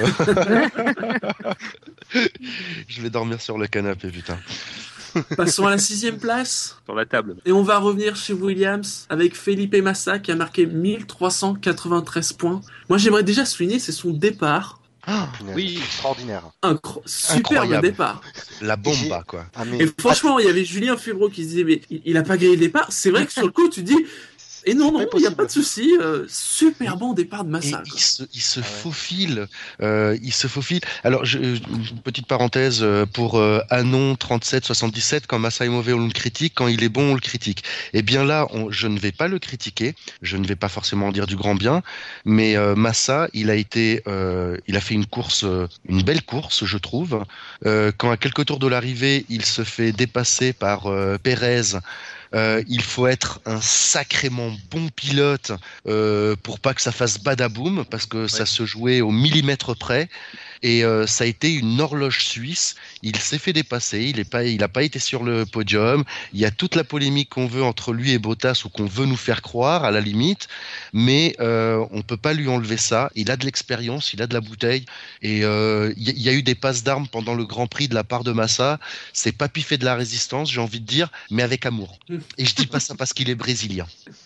S7: Je vais dormir sur le canapé, putain.
S2: Passons à la sixième place.
S5: Sur la table.
S2: Et on va revenir chez Williams avec Felipe Massa qui a marqué mille trois cent quatre-vingt-treize points. Moi, j'aimerais déjà souligner, c'est son départ.
S6: Punaise,
S5: Oui.
S6: extraordinaire.
S2: Incro- superbe
S7: Incroyable.
S2: départ.
S7: La
S6: J'ai-
S7: bomba, quoi.
S6: Ah, mais...
S2: Et franchement, il y avait Julien Febro qui se disait, mais il, il a pas grillé le départ. C'est vrai que sur le coup, tu dis, et non,
S6: C'est
S2: non,
S6: pas
S2: il n'y a
S6: possible.
S2: pas de souci. euh, super bon départ de
S7: Et
S2: Massa.
S7: il
S2: quoi.
S7: se, il se
S6: Ah ouais.
S7: faufile, euh, il se faufile. Alors, je, une petite parenthèse euh, pour euh, Anon trente-sept soixante-dix-sept, quand Massa est mauvais, on le critique, quand il est bon, on le critique. Et bien là, on, je ne vais pas le critiquer, je ne vais pas forcément en dire du grand bien, mais euh, Massa, il a été, euh, il a fait une course, euh, une belle course, je trouve. Euh, quand à quelques tours de l'arrivée, il se fait dépasser par euh, Pérez. Euh, il faut être un sacrément bon pilote euh, pour pas que ça fasse badaboum, parce que ça se jouait au millimètre près. Et euh, ça a été une horloge suisse. Il s'est fait dépasser. Il est pas, il a pas été sur le podium. Il y a toute la polémique qu'on veut entre lui et Bottas ou qu'on veut nous faire croire, à la limite. Mais euh, on peut pas lui enlever ça. Il a de l'expérience, il a de la bouteille. Et euh, il y, y a eu des passes d'armes pendant le Grand Prix de la part de Massa. C'est pas piffé de la résistance, j'ai envie de dire, mais avec amour. Et je dis pas ça parce qu'il est brésilien.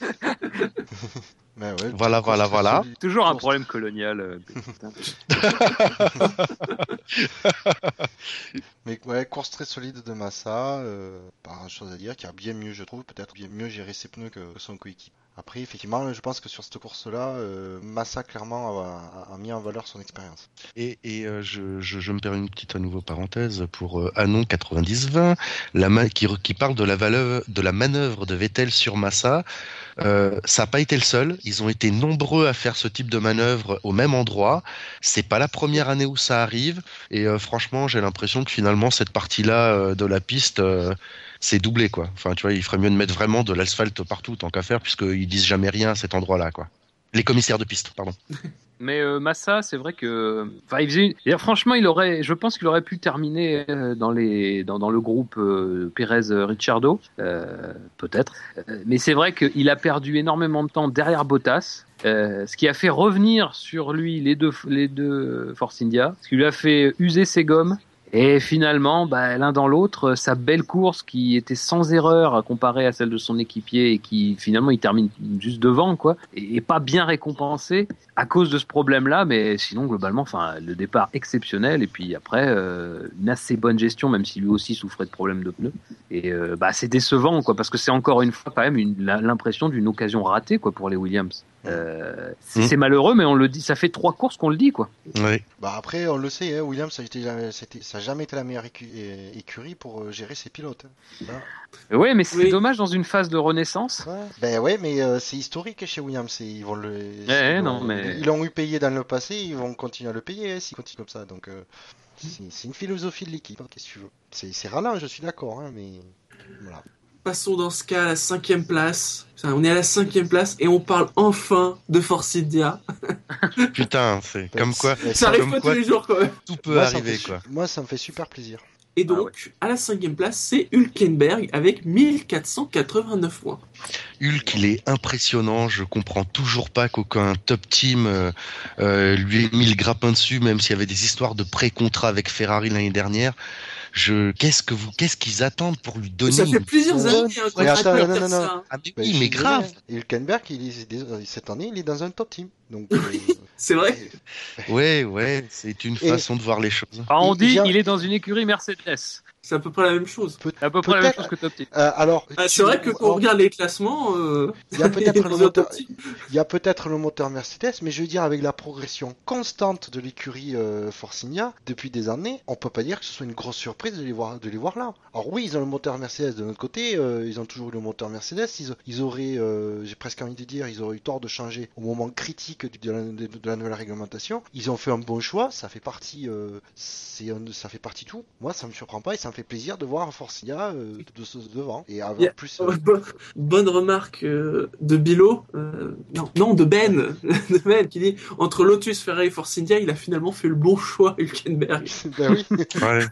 S6: Mais ouais,
S7: Voilà,
S6: course
S7: voilà,
S6: très
S7: voilà.
S6: solide.
S5: Toujours un
S6: Course-
S5: problème colonial. euh, putain.
S6: Mais ouais, course très solide de Massa, euh, pas grand chose à dire, qui a bien mieux, je trouve, peut-être bien mieux géré ses pneus que son coéquipier. Après, effectivement, je pense que sur cette course-là, euh, Massa clairement a, a- a mis en valeur son expérience.
S7: Et, et euh, je, je, je me permets une petite à nouveau parenthèse pour euh, Anon quatre-vingt-dix vingt, la ma- qui, re- qui parle de la, valeur, de la manœuvre de Vettel sur Massa. Euh, ça n'a pas été le seul. Ils ont été nombreux à faire ce type de manœuvre au même endroit. C'est pas la première année où ça arrive. Et euh, franchement, j'ai l'impression que finalement cette partie-là euh, de la piste, euh, c'est doublé, quoi. Enfin, tu vois, il ferait mieux de mettre vraiment de l'asphalte partout tant qu'à faire, puisqu'ils disent jamais rien à cet endroit-là, quoi. Les commissaires de piste, pardon.
S5: Mais euh, Massa, c'est vrai que, enfin, il faisait. Une... Franchement, il aurait, je pense qu'il aurait pu terminer euh, dans les, dans, dans le groupe euh, Pérez-Ricciardo, euh, peut-être. Euh, mais c'est vrai qu'il a perdu énormément de temps derrière Bottas. Euh, ce qui a fait revenir sur lui les deux, les deux Force India, ce qui lui a fait user ses gommes. Et finalement, bah, l'un dans l'autre, sa belle course qui était sans erreur comparée à celle de son équipier et qui finalement il termine juste devant, quoi, et, et pas bien récompensé à cause de ce problème-là. Mais sinon, globalement, enfin, le départ exceptionnel et puis après euh, une assez bonne gestion, même si lui aussi souffrait de problèmes de pneus. Et euh, bah, c'est décevant, quoi, parce que c'est encore une fois quand même une, l'impression d'une occasion ratée, quoi, pour les Williams. Euh, c'est,
S7: Mmh.
S5: c'est malheureux, mais on le dit, ça fait trois courses qu'on le dit, quoi.
S7: Oui.
S6: Bah après, on le sait, hein, Williams, ça a, été jamais- c'était- ça a jamais été la meilleure écu- é- écurie pour euh, gérer ses pilotes. hein. Voilà.
S5: Ouais, mais c'est
S2: Oui.
S5: dommage dans une phase de renaissance.
S6: Ouais. Ben ouais, mais euh, c'est historique chez Williams. c'est- Ils vont le,
S5: Ouais,
S6: ils
S5: non,
S6: l'ont-
S5: mais-
S6: ils l'ont eu payé dans le passé, ils vont continuer à le payer hein, s'ils continuent comme ça. Donc euh, c'est, c'est une philosophie de l'équipe. hein, qu'est-ce que tu veux C'est, c'est ralent, je suis d'accord, hein, mais voilà.
S2: passons dans ce cas à la cinquième place. Putain, on est à la cinquième place et on parle enfin de Force India.
S7: Putain, c'est comme quoi.
S2: Ça arrive
S7: comme
S2: pas
S7: quoi,
S2: tous les jours quand même.
S7: Tout peut
S6: Moi, ça me
S7: arriver,
S6: fait-
S7: quoi.
S6: Moi, ça me fait super plaisir.
S2: Et donc,
S5: Ah ouais.
S2: à la cinquième place, c'est Hülkenberg avec mille quatre cent quatre-vingt-neuf points.
S7: Hulk, il est impressionnant. Je comprends toujours pas qu'aucun top team euh, euh, lui ait mis le grappin dessus, même s'il y avait des histoires de pré-contrat avec Ferrari l'année dernière. Je, qu'est-ce que vous, qu'est-ce qu'ils attendent pour lui donner
S2: Ça fait
S7: une
S2: plusieurs
S7: bonne
S2: années hein, qu'on
S6: Mais
S2: arrête
S6: attends,
S2: de
S6: non,
S2: faire
S6: non, non.
S2: ça.
S7: Ah, mais
S6: Ben,
S7: oui,
S6: je
S7: mais
S6: suis
S7: grave.
S6: désolé, hein. Hülkenberg, il est, cette année, il est dans un top team. Donc, euh,
S2: C'est vrai.
S7: Ouais, ouais, c'est une
S6: Et-
S7: façon de voir les choses.
S5: Enfin, on
S6: Il-
S5: dit
S6: il y a-
S5: il est dans une écurie Mercedes.
S2: C'est à peu près la même chose.
S6: peut-
S5: C'est à peu près la même
S6: Peut-être.
S5: chose que Top Team.
S6: euh, alors,
S2: Ah,
S6: tu-
S2: c'est vrai que quand on
S6: alors,
S2: regarde les classements, euh...
S6: il y a peut-être le
S2: les
S6: moteur,
S2: autres petits-
S6: il y a peut-être le moteur Mercedes, mais je veux dire avec la progression constante de l'écurie euh, Force India depuis des années, on peut pas dire que ce soit une grosse surprise de les voir, de les voir là. Alors oui, ils ont le moteur Mercedes de notre côté, euh, ils ont toujours eu le moteur Mercedes, ils, ils auraient, euh, j'ai presque envie de dire, ils auraient eu tort de changer au moment critique de la, de, de la nouvelle réglementation. Ils ont fait un bon choix, ça fait partie, euh, c'est un- ça fait partie de tout. Moi, ça me surprend pas et ça me fait plaisir de voir Force India euh, de ce devant et avoir
S2: Yeah.
S6: plus.
S2: Oh,
S6: euh,
S2: bo- Bonne remarque euh, de Bilo, euh, non, non, de Ben, de Ben, qui dit entre Lotus, Ferrari et Force India, il a finalement fait le bon choix, Hülkenberg.
S6: ben oui.
S7: Ouais,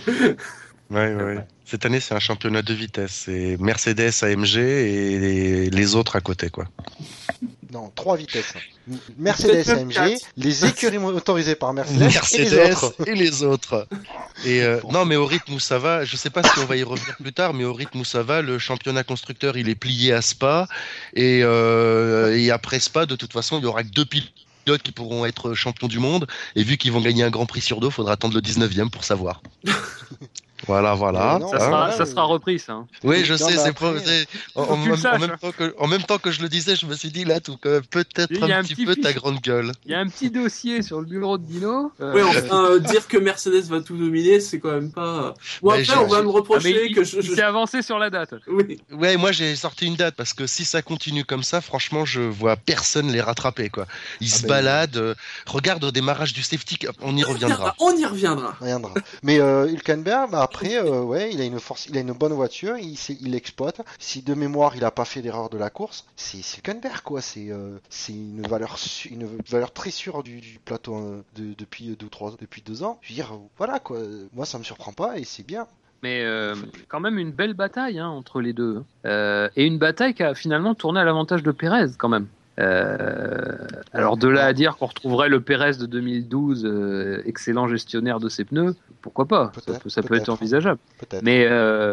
S7: ouais, ouais. Cette année, c'est un championnat de vitesse. C'est Mercedes, A M G et les, les autres à côté, quoi.
S6: Non, trois vitesses. M- Mercedes A M G, les écuries motorisées par Mercedes, et les
S7: Mercedes
S6: autres.
S7: et les autres. Et euh, non, mais au rythme où ça va, je sais pas si on va y revenir plus tard, mais au rythme où ça va, le championnat constructeur, il est plié à Spa. Et, euh, et après Spa, de toute façon, il y aura que deux pilotes qui pourront être champions du monde. Et vu qu'ils vont gagner un Grand Prix sur deux, il faudra attendre le dix-neuvième pour savoir. Voilà, voilà.
S6: Mais non,
S5: Ça
S6: Hein,
S5: sera,
S6: ouais,
S5: ça sera
S6: ouais.
S5: repris, ça. hein.
S7: Oui, je
S6: Non,
S7: sais,
S6: mais
S7: c'est pas.
S6: après,
S7: c'est- En,
S5: faut
S7: en
S5: que tu le
S7: même, en
S5: saches,
S7: même
S5: hein.
S7: temps que, en même temps que je le disais, je me suis dit là, tout que peut-être
S5: Il y a
S7: un,
S5: un
S7: petit
S5: petit
S7: peu ta
S5: fiche.
S7: grande gueule.
S5: Il y a un petit dossier sur le bureau de Dino. euh,
S2: Ouais, enfin, euh, dire que Mercedes va tout dominer, c'est quand même pas. Bon,
S7: Bah,
S2: après,
S7: j'ai-
S2: on va
S7: j'ai-
S2: me
S5: ah,
S2: reprocher
S5: mais il,
S2: que je.
S5: il
S2: je-
S5: s'est avancé sur la date.
S2: Oui.
S7: Ouais, moi j'ai sorti une date parce que si ça continue comme ça, franchement, je vois personne les rattraper, quoi. Ils
S6: Ah
S7: se
S6: ben,
S7: baladent. euh, regarde au démarrage du safety, car- on y reviendra.
S2: On y reviendra.
S6: Reviendra. Mais euh, Hülkenberg, bah, après, euh, ouais, il a une force, il a une bonne voiture, il, sait- il l'exploite. Si de mémoire, il a pas fait d'erreur de la course, c'est c'est Hülkenberg, quoi. C'est euh, c'est une valeur, su- une valeur très sûre du, du plateau euh, de- depuis deux ou trois, depuis deux ans. Je veux dire, euh, voilà, quoi. Moi, ça me surprend pas et c'est bien.
S5: Mais euh, quand même une belle bataille hein, entre les deux. Euh, et une bataille qui a finalement tourné à l'avantage de Pérez, quand même. Euh, alors de là à dire qu'on retrouverait le Pérez de deux mille douze, euh, excellent gestionnaire de ses pneus, pourquoi pas? Ça,
S6: Peut-être,
S5: peut, ça peut
S6: peut-être.
S5: être envisageable.
S6: Peut-être.
S5: Mais,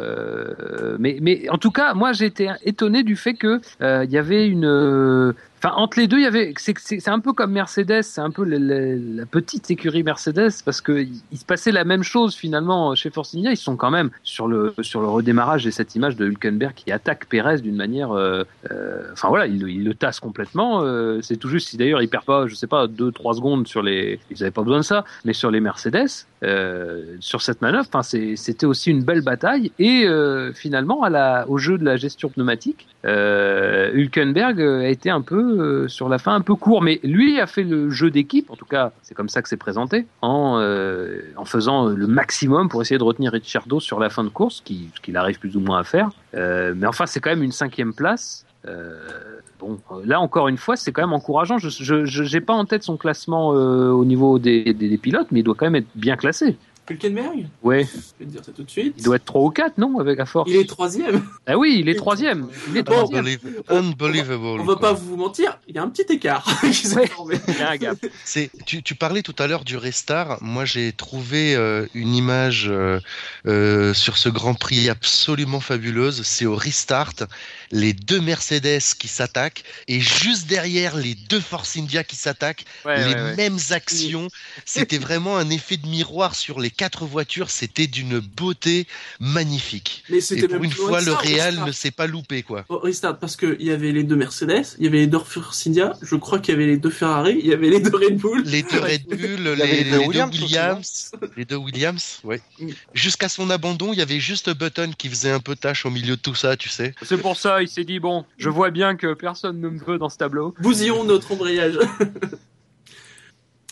S5: euh, mais, mais en tout cas, moi j'ai été étonné du fait que euh, il y avait une, euh, enfin entre les deux, il y avait, c'est, c'est, c'est un peu comme Mercedes, c'est un peu la, la, la petite écurie Mercedes parce que il, il se passait la même chose finalement chez Force India. Ils sont quand même sur le sur le redémarrage et cette image de Hülkenberg qui attaque Pérez d'une manière, euh, euh, enfin voilà, il, il le tasse complètement. Euh, c'est tout juste si d'ailleurs il perd pas, je sais pas, deux trois secondes sur les, ils avaient pas besoin de ça, mais sur les Mercedes. Euh, sur cette manœuvre, enfin c'est, c'était aussi une belle bataille et euh, finalement à la, au jeu de la gestion pneumatique, euh, Hülkenberg a été un peu euh, sur la fin un peu court, mais lui a fait le jeu d'équipe, en tout cas c'est comme ça que c'est présenté, en, euh, en faisant le maximum pour essayer de retenir Ricciardo sur la fin de course, qui, ce qu'il arrive plus ou moins à faire. Euh, mais enfin c'est quand même une cinquième place. Euh, bon, là encore une fois, c'est quand même encourageant. Je, je, je j'ai pas en tête son classement euh, au niveau des, des, des pilotes, mais il doit quand même être bien classé.
S2: Hülkenberg,
S5: Ouais,
S2: je vais te dire ça tout de suite.
S5: il doit être trois ou quatre, non, avec la force.
S2: Il est troisième.
S5: Ah oui, il est troisième. Il est
S2: Bon,
S5: troisième.
S7: Unbelievable. Unbelievable,
S2: On va
S7: quoi.
S2: pas vous mentir, il y a un petit écart qui s'est
S5: Ouais.
S2: formé.
S5: Il y a un gap.
S7: C'est, tu, tu parlais tout à l'heure du restart. Moi, j'ai trouvé euh, une image euh, euh, sur ce Grand Prix absolument fabuleuse. C'est au restart, les deux Mercedes qui s'attaquent et juste derrière les deux Force India qui s'attaquent,
S5: Ouais,
S7: les
S5: ouais, ouais.
S7: mêmes actions. C'était vraiment un effet de miroir sur les quatre voitures. C'était d'une beauté magnifique.
S2: Mais
S7: Et
S2: c'était
S7: pour
S2: même
S7: une
S2: plus loin
S7: fois,
S2: que
S7: le
S2: ça,
S7: Real
S2: restart.
S7: ne s'est pas loupé, quoi.
S2: Oh, restart, parce qu'il y avait les deux Mercedes, il y avait les deux Force India, je crois qu'il y avait les deux Ferrari, il y avait les deux Red Bull.
S7: Les deux Red Bull, les,
S6: avait les
S7: les
S6: deux
S7: deux
S6: Williams aussi,
S7: Williams, les deux Williams, ouais.
S2: Mm.
S7: Jusqu'à son abandon, il y avait juste Button qui faisait un peu tâche au milieu de tout ça, tu sais.
S5: C'est pour ça, il s'est dit bon, je vois bien que personne ne me veut dans ce tableau.
S2: Bousillons notre embrayage.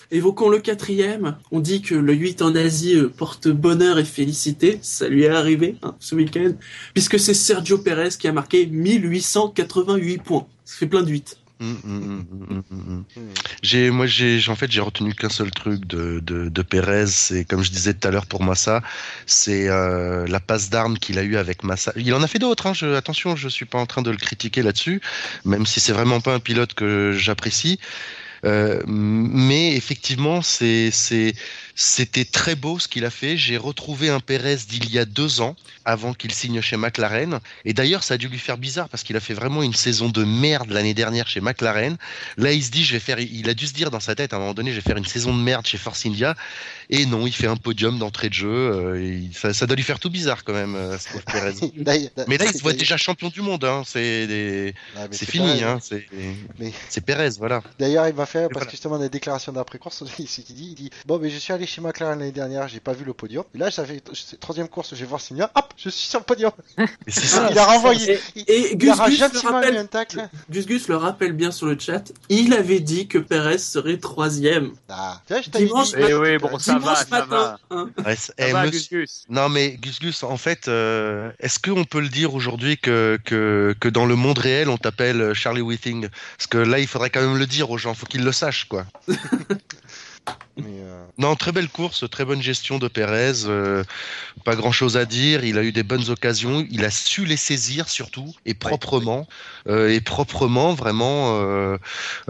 S2: Évoquons le quatrième. On dit que le huit en Asie euh, porte bonheur et félicité. Ça lui est arrivé hein, ce week-end. Puisque c'est Sergio Pérez qui a marqué mille huit cent quatre-vingt-huit points. Ça fait plein de huit.
S7: Mmh, mmh, mmh, mmh. J'ai, moi, j'ai, en fait, j'ai retenu qu'un seul truc de, de, de Pérez. C'est, comme je disais tout à l'heure pour Massa, c'est euh, la passe d'armes qu'il a eue avec Massa. Il en a fait d'autres. Hein, je, attention, je suis pas en train de le critiquer là-dessus, même si c'est vraiment pas un pilote que j'apprécie. Euh, mais effectivement, c'est, c'est, c'était très beau ce qu'il a fait. J'ai retrouvé un Pérez d'il y a deux ans, avant qu'il signe chez McLaren. Et d'ailleurs, ça a dû lui faire bizarre parce qu'il a fait vraiment une saison de merde l'année dernière chez McLaren. Là, il se dit, je vais faire, il a dû se dire dans sa tête à un moment donné, je vais faire une saison de merde chez Force India. Et non, il fait un podium d'entrée de jeu. Euh, il, ça, ça doit lui faire tout bizarre quand même, euh, Steve Pérez. Mais là, il se voit déjà champion du monde. Hein. C'est, des... ah, c'est, c'est fini. Pérez, hein. C'est... Mais... c'est Pérez, voilà.
S6: D'ailleurs, il m'a fait, parce voilà. que justement, dans les déclarations d'après-course, c'est qu'il dit, il dit, bon, mais je suis allé chez McLaren l'année dernière, j'ai pas vu le podium. Et là, ça fait troisième course, je vais voir Signa, hop, je suis sur le podium.
S7: C'est ça.
S6: Il a renvoyé.
S2: Et, et il Gus, a Gus, le rappelle, un tacle. Gus Gus le rappelle bien sur le chat. Il avait dit que Pérez serait troisième.
S6: Ah,
S2: dimanche
S5: dit. Eh oui, bon, ça va, ça
S2: matin.
S5: Va.
S2: Hein.
S7: Ouais, ça eh, va, Gus Gus. Non, mais Gus Gus, en fait, euh, est-ce qu'on peut le dire aujourd'hui que, que, que dans le monde réel, on t'appelle Charlie Whiting? Parce que là, il faudrait quand même le dire aux gens, faut qu'ils le sachent, quoi. Mais euh... Non, très belle course, très bonne gestion de Pérez, euh, pas grand chose à dire, il a eu des bonnes occasions, il a su les saisir surtout, et proprement, ouais. euh, et proprement vraiment, euh,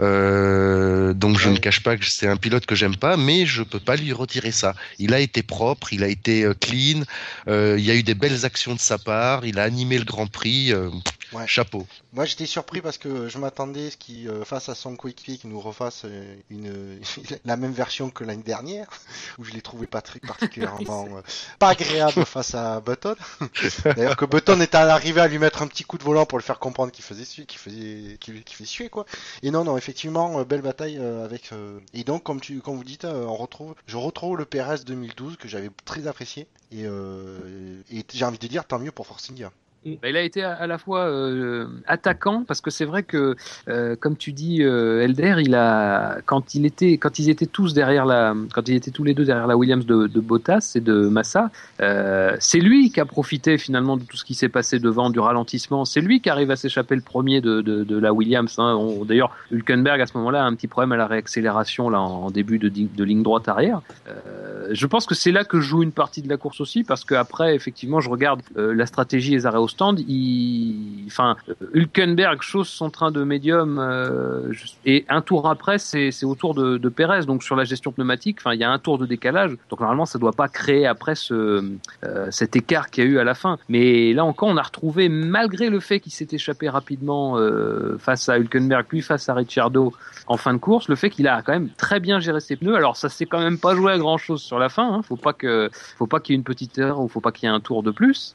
S7: euh, donc je ouais. ne cache pas que c'est un pilote que j'aime pas, mais je peux pas lui retirer ça. Il a été propre, il a été euh, clean, euh, il y a eu des belles actions de sa part, il a animé le Grand Prix, euh, ouais. chapeau.
S6: Moi j'étais surpris parce que je m'attendais à ce qu'il euh, fasse à son coéquipier qu'il nous refasse euh, une, la même version que l'année dernière, où je l'ai trouvé pas très particulièrement euh, pas agréable face à Button. D'ailleurs que Button est arrivé à lui mettre un petit coup de volant pour le faire comprendre qu'il faisait suer, qu'il faisait, qu'il, qu'il fait suer quoi. Et non non effectivement euh, belle bataille euh, avec. Euh... Et donc comme tu, comme vous dites, euh, on retrouve, je retrouve le Pérez deux mille douze que j'avais très apprécié et, euh, et j'ai envie de dire tant mieux pour Force India.
S5: Bah, il a été à, à la fois euh, attaquant parce que c'est vrai que euh, comme tu dis euh, Elder, il a quand il était quand ils étaient tous derrière la quand ils étaient tous les deux derrière la Williams de, de Bottas et de Massa, euh, c'est lui qui a profité finalement de tout ce qui s'est passé devant, du ralentissement. C'est lui qui arrive à s'échapper le premier de de, de la Williams. Hein. On, d'ailleurs, Hülkenberg à ce moment-là a un petit problème à la réaccélération là en, en début de, de ligne droite arrière. Euh, je pense que c'est là que joue une partie de la course aussi parce que après effectivement je regarde euh, la stratégie et les arrêts au stand, il, enfin, Hülkenberg chausse son train de médium euh, et un tour après, c'est, c'est au tour de, de Pérez. Donc sur la gestion pneumatique, enfin, il y a un tour de décalage. Donc normalement, ça doit pas créer après ce, euh, cet écart qu'il y a eu à la fin. Mais là encore, on a retrouvé, malgré le fait qu'il s'est échappé rapidement euh, face à Hülkenberg, puis face à Ricciardo en fin de course, le fait qu'il a quand même très bien géré ses pneus. Alors ça s'est quand même pas joué à grand chose sur la fin. Hein. Faut pas que, faut pas qu'il y ait une petite erreur ou faut pas qu'il y ait un tour de plus.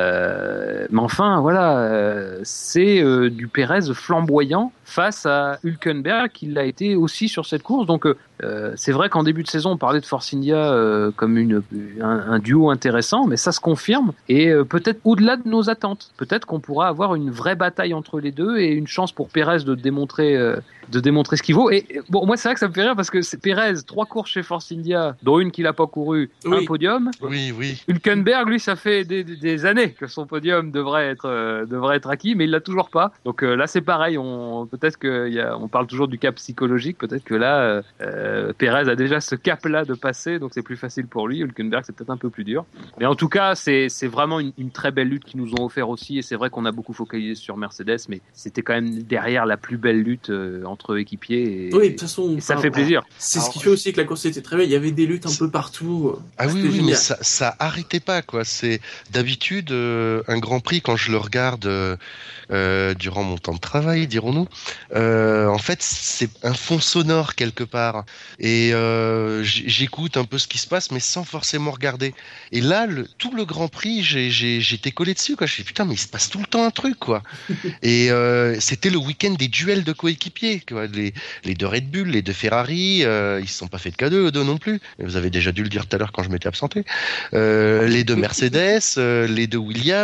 S5: Euh, mais enfin, voilà, euh, c'est euh, du Pérez flamboyant face à Hülkenberg qui l'a été aussi sur cette course. Donc euh, c'est vrai qu'en début de saison, on parlait de Force India euh, comme une, un, un duo intéressant, mais ça se confirme et euh, peut-être au-delà de nos attentes. Peut-être qu'on pourra avoir une vraie bataille entre les deux et une chance pour Pérez de démontrer, euh, de démontrer ce qu'il vaut. Et bon, moi c'est vrai que ça me fait rire parce que c'est Pérez, trois courses chez Force India, dont une qu'il n'a pas couru, oui. un podium.
S7: Oui, oui.
S5: Hülkenberg, lui, ça fait des, des années que son podium devrait être, euh, devrait être acquis, mais il l'a toujours pas. Donc euh, là, c'est pareil. On, peut-être que y a, on parle toujours du cap psychologique. Peut-être que là, euh, Pérez a déjà ce cap-là de passer, donc c'est plus facile pour lui. Hülkenberg, c'est peut-être un peu plus dur. Mais en tout cas, c'est, c'est vraiment une, une très belle lutte qu'ils nous ont offert aussi. Et c'est vrai qu'on a beaucoup focalisé sur Mercedes, mais c'était quand même derrière la plus belle lutte euh, entre équipiers. Et,
S2: oui, de toute façon,
S5: et ça fait plaisir.
S2: C'est Alors, ce qui fait aussi que la course était très belle. Il y avait des luttes un peu partout.
S7: Ah oui, oui, mais ça, ça arrêtait pas, quoi. C'est d'habitude euh, un Grand Prix quand je le regarde euh, euh, durant mon temps de travail, dirons-nous. Euh, en fait, c'est un fond sonore quelque part, et euh, j'écoute un peu ce qui se passe, mais sans forcément regarder. Et là, le, tout le Grand Prix, j'ai, j'ai, j'étais collé dessus, quoi. Je me suis dit, putain, mais il se passe tout le temps un truc, quoi. Et euh, c'était le week-end des duels de coéquipiers, quoi. Les, les deux Red Bull, les deux Ferrari, euh, ils se sont pas fait de cadeaux, eux deux non plus. Vous avez déjà dû le dire tout à l'heure quand je m'étais absenté. Euh, les deux Mercedes, euh, les deux Williams, et enfin.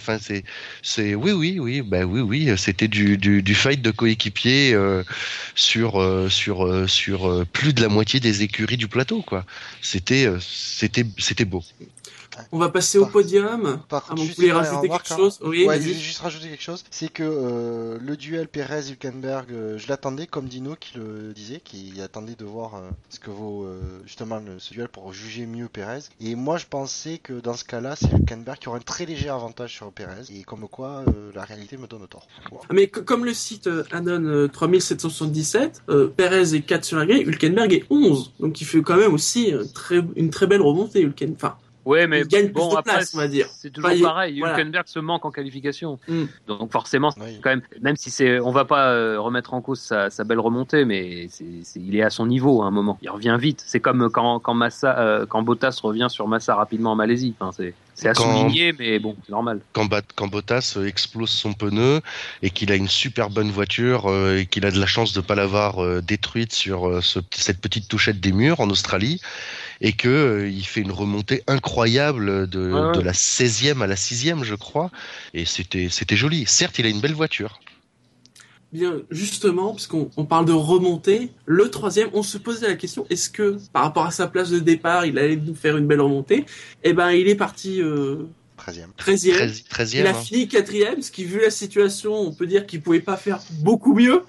S7: Enfin, c'est, c'est, oui, oui, oui, bah oui, oui, c'était du, du, du fight de coéquipiers euh, sur, euh, sur, euh, sur euh, plus de la moitié des écuries du plateau, quoi. C'était, euh, c'était, c'était beau.
S2: On va passer au podium.
S6: Par
S2: Ah,
S6: contre,
S2: vous
S6: juste
S2: voulez
S6: une
S2: rajouter
S6: remarque,
S2: quelque
S6: hein.
S2: chose? Oui,
S6: Ouais,
S2: vas-y.
S6: je vais juste rajouter quelque chose. C'est que euh, le duel Pérez-Hülkenberg, euh, je l'attendais comme Dino qui le disait, qui attendait de voir euh, ce que vaut euh, justement le- ce duel pour juger mieux Pérez. Et moi, je pensais que dans ce cas-là, c'est Hülkenberg qui aurait un très léger avantage sur Pérez. Et comme quoi, euh, la réalité me donne tort. Voilà.
S2: Ah, mais c- comme le site euh, Anon euh, trois mille sept cent soixante-dix-sept, euh, Perez est quatre sur la grille, Hülkenberg est onze. Donc il fait quand même aussi euh, très, une très belle remontée, Hülkenberg. Enfin,
S5: Ouais, mais
S2: il gagne
S5: bon,
S2: plus de
S5: après,
S2: place, on va dire.
S5: c'est toujours
S2: Enfin, il-
S5: pareil.
S2: voilà.
S5: Hülkenberg se manque en qualification.
S2: Mm.
S5: Donc forcément,
S6: Oui.
S5: quand même, même si c'est, on va pas euh, remettre en cause sa, sa belle remontée, mais c'est, c'est, il est à son niveau à un moment. Il revient vite. C'est comme quand, quand Massa, euh, quand Bottas revient sur Massa rapidement en Malaisie. Enfin, c'est, c'est à
S7: Quand-
S5: souligner, mais bon, c'est normal.
S7: Quand, Bat- quand Bottas euh, explose son pneu et qu'il a une super bonne voiture euh, et qu'il a de la chance de pas l'avoir euh, détruite sur euh, ce- cette petite touchette des murs en Australie et que euh, il fait une remontée incroyable de,
S5: Ouais, ouais.
S7: de la seizième à la sixième, je crois, et c'était c'était joli. Certes, il a une belle voiture.
S2: Bien, justement, puisqu'on on parle de remontée, le troisième, on se posait la question, est-ce que, par rapport à sa place de départ, il allait nous faire une belle remontée? Eh ben, il est parti euh,
S6: treizième.
S2: treizième.
S7: treizième.
S2: Il a
S7: hein.
S2: fini quatrième, ce qui, vu la situation, on peut dire qu'il pouvait pas faire beaucoup mieux.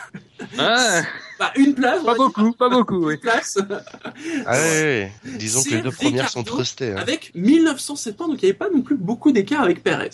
S5: Ah,
S2: Bah, une place, on
S5: pas
S2: va dire.
S5: beaucoup, pas beaucoup, oui.
S2: Une place.
S7: Ah ouais, ouais, ouais. Disons que
S2: C'est
S7: les deux premières sont
S2: Ricardo
S7: trustées. Hein.
S2: Avec mille neuf cent sept points, donc il n'y avait pas non plus beaucoup d'écart avec Perez.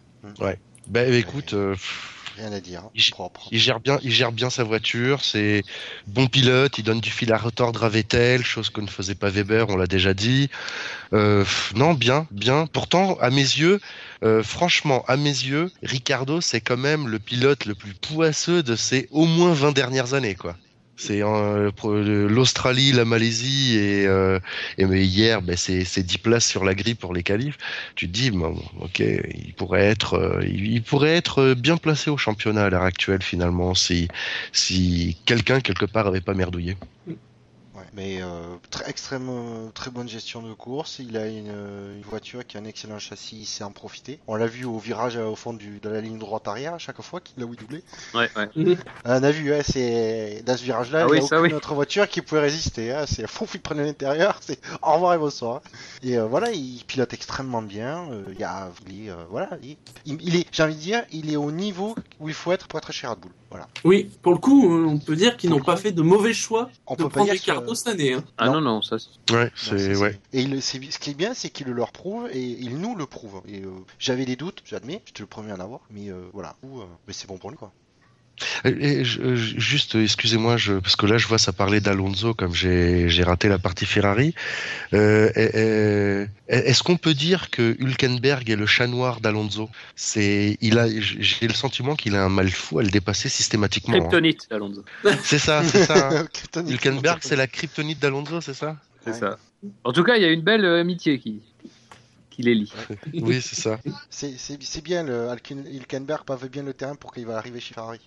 S7: Bah écoute, euh,
S6: Rien à dire. hein.
S7: Il-
S6: Propre.
S7: il gère bien, il gère bien sa voiture. C'est bon pilote. Il donne du fil à retordre à Vettel, chose que ne faisait pas Weber. On l'a déjà dit. Euh, pff, non, bien, bien. Pourtant, à mes yeux, euh, franchement, à mes yeux, Ricardo, c'est quand même le pilote le plus poisseux de ces au moins vingt dernières années, quoi. C'est euh, pour le- l'Australie, la Malaisie et, euh, et mais hier, ben, c'est c'est dix places sur la grille pour les qualifs. Tu te dis, bon, ok, il pourrait être, euh, il, il pourrait être bien placé au championnat à l'heure actuelle finalement si si quelqu'un quelque part avait pas merdouillé.
S6: Ouais. Mais euh, très, extrêmement très bonne gestion de course. Il a une, euh, une voiture qui a un excellent châssis, il sait en profiter. On l'a vu au virage euh, au fond du, de la ligne droite arrière à chaque fois qu'il a oui doublé.
S5: Ouais, ouais.
S6: On a vu, ouais, c'est dans ce virage-là,
S5: Ah
S6: il n'y
S5: oui,
S6: a
S5: ça,
S6: aucune
S5: oui.
S6: autre voiture qui pouvait résister. Hein. C'est fou, il prenait l'intérieur, c'est au revoir et bonsoir. Et euh, voilà, il pilote extrêmement bien. Euh, il y a, il est, euh, voilà, il, il- il est, j'ai envie de dire, il est au niveau où il faut être pour être chez Red Bull. Voilà.
S2: Oui, pour le coup, euh, on peut dire qu'ils n'ont pas fait de mauvais choix
S6: On
S2: de
S6: peut pas
S2: prendre
S6: dire
S2: Ricardo
S6: que-
S2: cette année. Hein.
S5: Ah
S6: Non.
S5: non, non, ça, c'est-
S7: Ouais,
S6: Non,
S7: c'est
S6: ça,
S7: ouais.
S6: Et il, c'est- ce qui est bien, c'est qu'il le leur prouve et il nous le prouve. Et euh, j'avais des doutes, j'admets, j'étais le premier à en avoir, mais euh, voilà. Ou, euh, mais c'est bon pour lui, quoi.
S7: Et, et je- je- juste, excusez-moi, je, parce que là, je vois ça parler d'Alonso comme j'ai j'ai raté la partie Ferrari. Euh, et- et- Est-ce qu'on peut dire que Hülkenberg est le chat noir d'Alonso? C'est, il a, j'ai le sentiment qu'il a un mal fou à le dépasser systématiquement. hein.
S5: Kryptonite, Alonso.
S7: C'est ça, c'est ça. hein.
S6: Kryptonite.
S7: Hülkenberg, c'est la kryptonite d'Alonso, c'est ça?
S5: C'est
S6: Ouais.
S5: ça. En tout cas, il y a une belle euh, amitié qui, qui les lie.
S7: Oui, c'est ça.
S6: C'est, c'est, c'est bien, le Hülken- Hülkenberg pave bien le terrain pour qu'il va arriver chez Ferrari.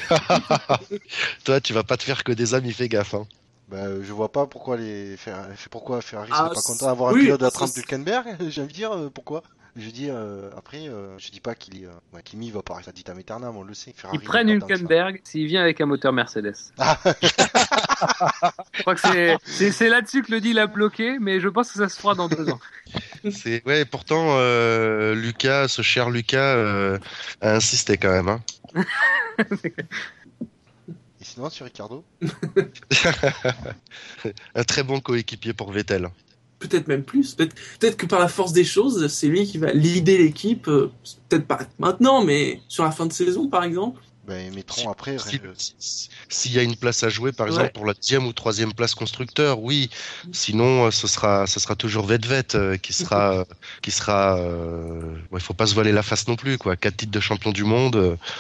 S7: Toi, tu vas pas te faire que des amis, fais gaffe. Hein.
S6: Bah, euh, je vois pas pourquoi les Fer- pourquoi Ferrari
S2: Ah,
S6: serait pas content d'avoir un
S2: oui,
S6: pilote de la
S2: ça,
S6: trempe
S2: c'est-
S6: d'Hülkenberg. J'ai envie de dire euh, pourquoi. Je dis euh, après, euh, je dis pas qu'il est, euh, ouais, Kimi va pas rester à vitam aeternam, on le sait. Ferrari
S5: Ils prennent
S6: n'est pas dans ça.
S5: Hülkenberg s'il vient avec un moteur Mercedes.
S6: Ah,
S5: Je crois que c'est, c'est, c'est là-dessus que le deal a bloqué, mais je pense que ça se fera dans deux ans.
S7: C'est ouais. Pourtant, euh, Lucas, ce cher Lucas, euh, a insisté quand même. Hein.
S6: et sinon sur Ricardo.
S7: Un très bon coéquipier pour Vettel.
S2: Peut-être même plus. Peut-être, peut-être que par la force des choses, c'est lui qui va leader l'équipe. euh, peut-être pas maintenant, mais sur la fin de saison, par exemple.
S6: Ben ils mettront après.
S7: Si-
S6: euh,
S7: si- S'il y a une place à jouer, par exemple,
S2: Ouais.
S7: pour la deuxième ou troisième place constructeur, oui. Sinon, euh, ce sera, ce sera toujours Vetvet euh, qui sera, euh, qui sera. euh, ouais, il faut pas se voiler la face non plus, quoi. Quatre titres de champion du monde, euh,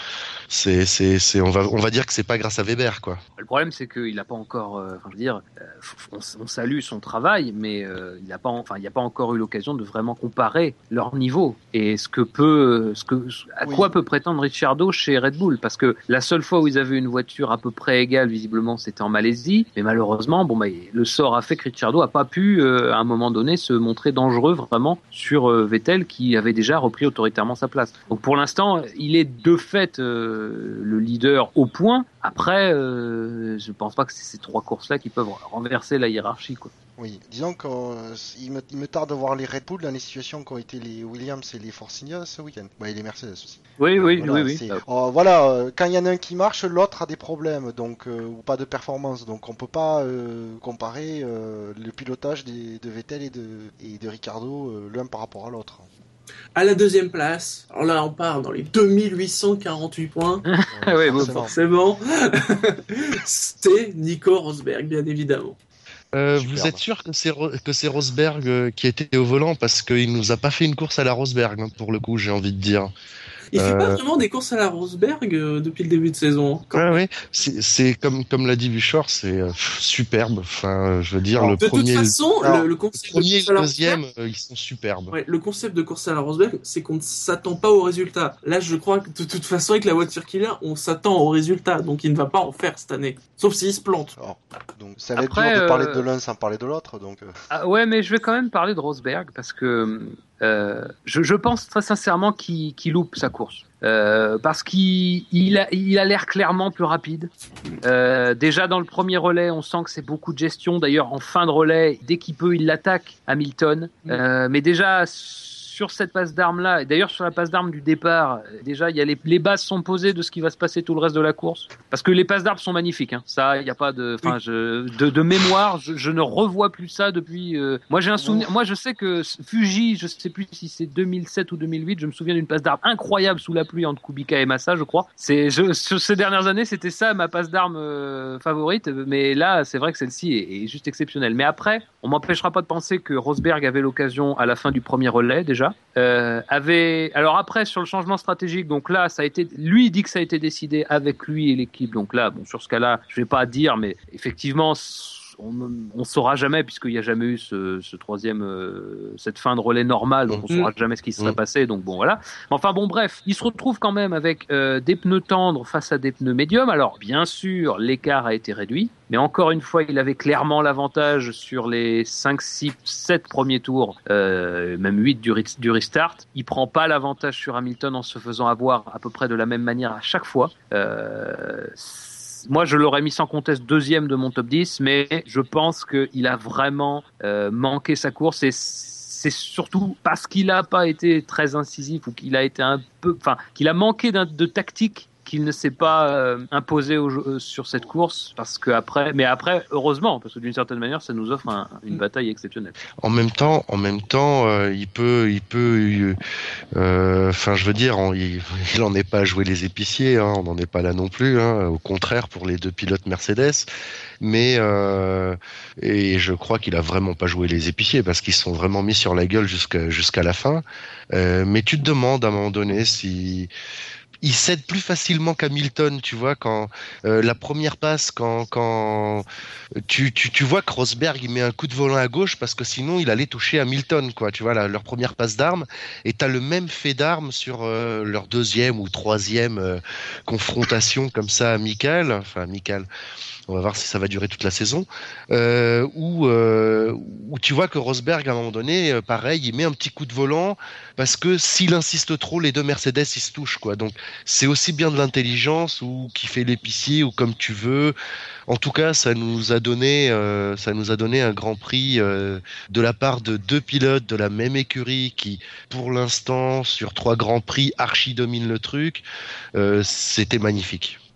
S7: c'est, c'est, c'est, on va, on va dire que c'est pas grâce à Weber, quoi.
S5: Le problème, c'est qu'il n'a pas encore, euh, enfin, je veux dire, euh, on, on salue son travail, mais euh, il n'a pas, enfin, il n'y a pas encore eu l'occasion de vraiment comparer leur niveau et ce que peut, ce que, à
S6: Oui.
S5: quoi peut prétendre Ricciardo chez Red Bull, parce que la seule fois où ils avaient une voiture à peu près égale, visiblement, c'était en Malaisie, mais malheureusement, bon, bah, le sort a fait que Ricciardo a pas pu, euh, à un moment donné, se montrer dangereux vraiment sur euh, Vettel, qui avait déjà repris autoritairement sa place. Donc pour l'instant, il est de fait euh, le leader au point. Après, euh, je pense pas que c'est ces trois courses-là qui peuvent renverser la hiérarchie, quoi.
S6: Oui, disons qu'il me, il me tarde de voir les Red Bull dans les situations qu'ont été les Williams et les Force India ce week-end. Ouais, et les Mercedes aussi.
S5: Oui, oui,
S6: Voilà,
S5: oui,
S6: c'est-
S5: oui.
S6: euh, voilà, euh, quand il y en a un qui marche, l'autre a des problèmes, donc euh, ou pas de performance. Donc on peut pas euh, comparer euh, le pilotage des- de Vettel et de, et de Ricciardo euh, l'un par rapport à l'autre.
S2: À la deuxième place, alors là on part dans les deux mille huit cent quarante-huit points,
S5: Ah ouais, bon,
S6: forcément.
S2: forcément, c'est Nico Rosberg, bien évidemment.
S7: Euh,
S6: Superbe.
S7: vous êtes sûr que c'est Ro- que c'est Rosberg euh, qui était au volant, parce qu'il nous a pas fait une course à la Rosberg, hein, pour le coup, j'ai envie de dire.
S2: Il fait
S7: Euh,
S2: pas vraiment des courses à la Rosberg euh, depuis le début de saison.
S7: Ouais, ouais. C'est, c'est comme comme l'a dit Buchor, c'est euh, pff, superbe. Enfin, euh, je veux dire,
S6: Alors,
S7: le
S2: De
S7: premier,
S2: toute façon,
S6: alors,
S2: le, le
S7: le
S2: concept
S7: premier
S2: de
S7: et
S2: course à
S7: le
S2: la
S7: deuxième,
S2: Rosberg,
S7: euh, ils sont superbes.
S2: ouais, le concept de course à la Rosberg, c'est qu'on ne s'attend pas au résultat. Là, je crois que de toute façon, avec la voiture qu'il a, on s'attend au résultat, donc il ne va pas en faire cette année. Sauf s'il se plante.
S6: Alors, donc ça va être
S5: Après,
S6: dur de parler
S5: euh,
S6: de l'un sans parler de l'autre. Donc, euh,
S5: Ah, ouais, mais je vais quand même parler de Rosberg parce que euh, je, je pense très sincèrement qu'il, qu'il loupe sa course. Euh, parce qu'il il a, il a l'air clairement plus rapide. Euh, déjà dans le premier relais, on sent que c'est beaucoup de gestion. D'ailleurs, en fin de relais, dès qu'il peut, il l'attaque, Hamilton. Euh, mais déjà sur cette passe d'armes là, et d'ailleurs sur la passe d'armes du départ, déjà il y a les, les bases sont posées de ce qui va se passer tout le reste de la course. Parce que les passes d'armes sont magnifiques, hein. Ça, il n'y a pas de, enfin, je, de, de mémoire, je, je ne revois plus ça depuis. Euh, moi, j'ai un souvenir. Moi, je sais que Fuji, je sais plus si c'est deux mille sept ou deux mille huit. Je me souviens d'une passe d'armes incroyable sous la pluie entre Kubica et Massa, je crois. C'est, je, sur ces dernières années, c'était ça ma passe d'armes euh, favorite. Mais là, c'est vrai que celle-ci est, est juste exceptionnelle. Mais après, on m'empêchera pas de penser que Rosberg avait l'occasion à la fin du premier relais déjà. Euh, avait alors après sur le changement stratégique, donc là ça a été, lui il dit que ça a été décidé avec lui et l'équipe, donc là bon sur ce cas-là je vais pas dire, mais effectivement on on saura jamais puisqu'il n'y a jamais eu ce, ce troisième euh, cette fin de relais normale, donc on
S2: Mmh.
S5: saura jamais ce qui se serait
S7: Mmh.
S5: passé, donc bon voilà. Enfin bon bref, il se retrouve quand même avec euh, des pneus tendres face à des pneus médiums. Alors bien sûr l'écart a été réduit, mais encore une fois il avait clairement l'avantage sur les cinq, six, sept premiers tours, euh, même huit du, du restart. Il prend pas l'avantage sur Hamilton en se faisant avoir à peu près de la même manière à chaque fois. Euh, Moi, je l'aurais mis sans conteste deuxième de mon top dix, mais je pense qu'il a vraiment euh, manqué sa course et c'est surtout parce qu'il n'a pas été très incisif ou qu'il a été un peu, enfin, qu'il a manqué d'un, de tactique qu'il ne s'est pas euh, imposé au, euh, sur cette course, parce que après, mais après, heureusement, parce que d'une certaine manière, ça nous offre un, une bataille exceptionnelle.
S7: En même temps, en même temps, euh, il peut, il peut, euh, enfin, je veux dire, on, il, il en est pas à jouer les épiciers, hein, on n'en est pas là non plus, hein, au contraire pour les deux pilotes Mercedes. Mais euh, et je crois qu'il a vraiment pas joué les épiciers parce qu'ils se sont vraiment mis sur la gueule jusqu'à jusqu'à la fin. Euh, mais tu te demandes à un moment donné si il cède plus facilement qu'Hamilton, tu vois, quand euh, la première passe, quand quand tu, tu tu vois que Rosberg il met un coup de volant à gauche parce que sinon il allait toucher Hamilton, quoi, tu vois, la, leur première passe d'armes, et t'as le même fait d'armes sur euh, leur deuxième ou troisième euh, confrontation comme ça amicale, enfin amicale. On va voir si ça va durer toute la saison. Euh, où, euh, où tu vois que Rosberg, à un moment donné, euh, pareil, il met un petit coup de volant parce que s'il insiste trop, les deux Mercedes, ils se touchent, quoi. Donc, c'est aussi bien de l'intelligence ou qui fait l'épicier ou comme tu veux. En tout cas, ça nous a donné, euh, ça nous a donné un Grand Prix euh, de la part de deux pilotes de la même écurie qui, pour l'instant, sur trois Grands Prix, archi dominent le truc. Euh, c'était magnifique.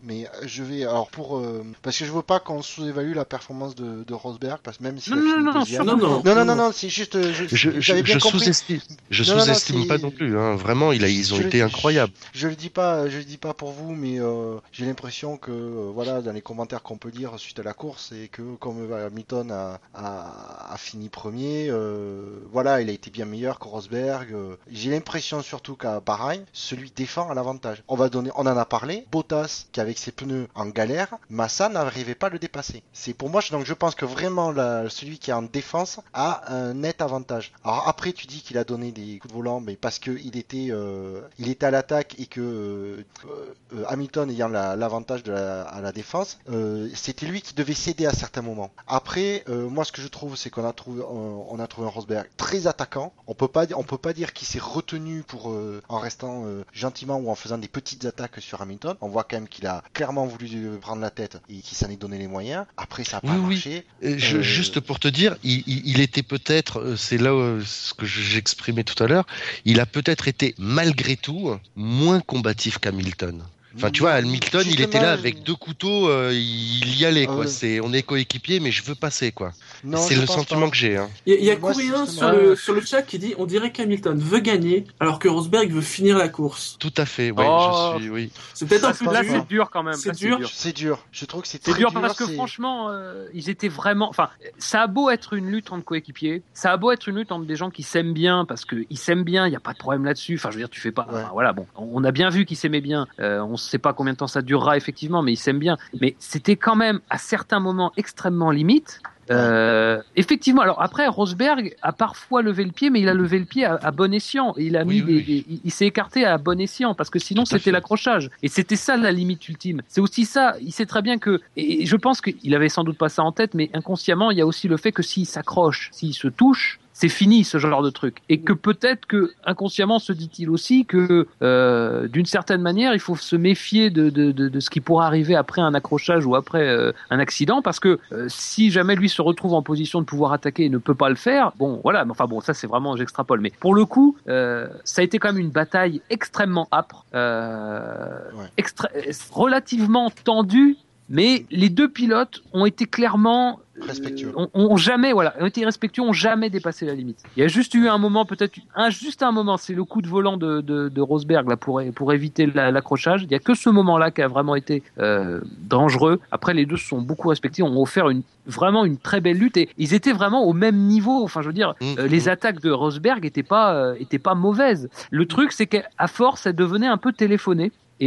S6: mais je vais alors pour euh, parce que je veux pas qu'on sous-évalue la performance de, de Rosberg, parce que même si
S5: Non,
S6: il a
S5: non,
S6: fini
S5: non,
S6: deuxième-
S2: non, non,
S6: non, non, non, non, c'est juste, euh, je,
S7: Je, je,
S6: j'avais bien
S7: je
S6: compris.
S7: sous-estime, je
S6: Non, non, non,
S7: sous-estime
S6: c'est-
S7: pas non plus. Hein. Vraiment, il a, ils ont
S6: Je-
S7: été
S6: je-
S7: incroyables.
S6: Je le dis pas, je le dis pas pour vous, mais euh, j'ai l'impression que euh, voilà, dans les commentaires qu'on peut lire suite à la course, et que comme Hamilton a, a, a fini premier, euh, voilà, il a été bien meilleur que Rosberg. euh. J'ai l'impression surtout qu'à Bahreïn, celui défend à l'avantage. On va donner, on en a parlé. Bottas, qui avec ses pneus en galère, Massa n'arrivait pas à le dépasser. C'est pour moi, je- donc je pense que vraiment la, celui qui est en défense a un net avantage. Alors après, tu dis qu'il a donné des coups de volant, mais parce que il était, euh, il était à l'attaque et que euh, euh, Hamilton ayant la- l'avantage de la, à la défense, euh, c'était lui qui devait céder à certains moments. Après, euh, moi, ce que je trouve, c'est qu'on a trouvé, on, on a trouvé un Rosberg très attaquant. On peut pas, on peut pas dire qu'il s'est retenu pour euh, en restant euh, gentiment ou en faisant des petites attaques sur Hamilton. On voit quand même qu'il a clairement voulu euh, prendre la tête et qu'il s'en est donné les moyens. Après, ça a pas
S7: Oui, oui.
S6: marché.
S7: Euh, je-
S6: Euh,
S7: Juste pour te dire, il, il- il était peut-être, euh, c'est là euh, ce que j'exprimais tout à l'heure, il a peut-être été malgré tout moins combatif qu'Hamilton. Enfin, tu vois, Hamilton, il était là avec deux couteaux, euh, il y allait,
S6: Ah
S7: quoi.
S6: ouais.
S7: C'est, on est coéquipiers, mais je veux passer, quoi.
S6: Non,
S7: c'est
S6: je
S7: le
S6: pense
S7: sentiment
S6: pas.
S7: que j'ai. Hein.
S2: Il y a, il y a
S6: Moi,
S2: Courrier
S6: c'est
S2: sur
S6: justement-
S2: le, sur le chat qui dit on dirait qu'Hamilton veut gagner alors que Rosberg veut finir la course.
S7: Tout à fait, ouais,
S5: Oh.
S7: je suis, oui.
S2: C'est peut-être un
S5: Là,
S2: peu
S5: là,
S2: dur.
S5: c'est dur quand même.
S2: C'est
S5: Là,
S2: dur.
S6: C'est dur. Je trouve que c'est
S5: C'est
S6: très
S5: dur
S6: dur.
S5: parce que
S6: c'est-
S5: franchement, euh, ils étaient vraiment. Enfin, ça a beau être une lutte entre coéquipiers, ça a beau être une lutte entre des gens qui s'aiment bien parce que ils s'aiment bien, il y a pas de problème là-dessus. Enfin, je veux dire, tu fais pas.
S6: Ouais.
S5: Enfin, voilà, bon, on a bien vu qu'ils s'aimaient bien. Euh, on sait pas combien de temps ça durera effectivement, mais ils s'aiment bien. Mais c'était quand même à certains moments extrêmement limite. Euh, effectivement, alors après Rosberg a parfois levé le pied, mais il a levé le pied à, à bon escient. Il a
S7: Oui,
S5: mis
S7: oui,
S5: des,
S7: oui.
S5: des- il, il s'est écarté à bon escient parce que sinon
S7: Tout à
S5: c'était
S7: fait.
S5: l'accrochage. Et c'était ça la limite ultime. C'est aussi ça. Il sait très bien que, et je pense qu'il avait sans doute pas ça en tête, mais inconsciemment il y a aussi le fait que s'il s'accroche, s'il se touche, c'est fini ce genre de truc, et que peut-être que inconsciemment se dit-il aussi que euh, d'une certaine manière il faut se méfier de, de, de, de ce qui pourrait arriver après un accrochage ou après euh, un accident, parce que euh, si jamais lui se retrouve en position de pouvoir attaquer et ne peut pas le faire, bon voilà, mais enfin bon, ça c'est vraiment, j'extrapole, mais pour le coup euh, ça a été quand même une bataille extrêmement âpre, euh,
S6: Ouais.
S5: extra- relativement tendue, mais les deux pilotes ont été clairement
S6: Respectueux.
S5: euh, ont, ont jamais, voilà, ont été respectueux, ont jamais dépassé la limite. Il y a juste eu un moment, peut-être un, juste un moment, c'est le coup de volant de, de, de Rosberg là pour pour éviter la- l'accrochage. Il y a que ce moment-là qui a vraiment été euh, dangereux. Après, les deux se sont beaucoup respectés, ont offert une vraiment une très belle lutte, et ils étaient vraiment au même niveau. Enfin, je veux dire,
S7: Mmh,
S5: euh, les
S7: mmh.
S5: attaques de Rosberg étaient pas euh, étaient pas mauvaises. Le truc, c'est qu'à force, elle devenait un peu téléphonée.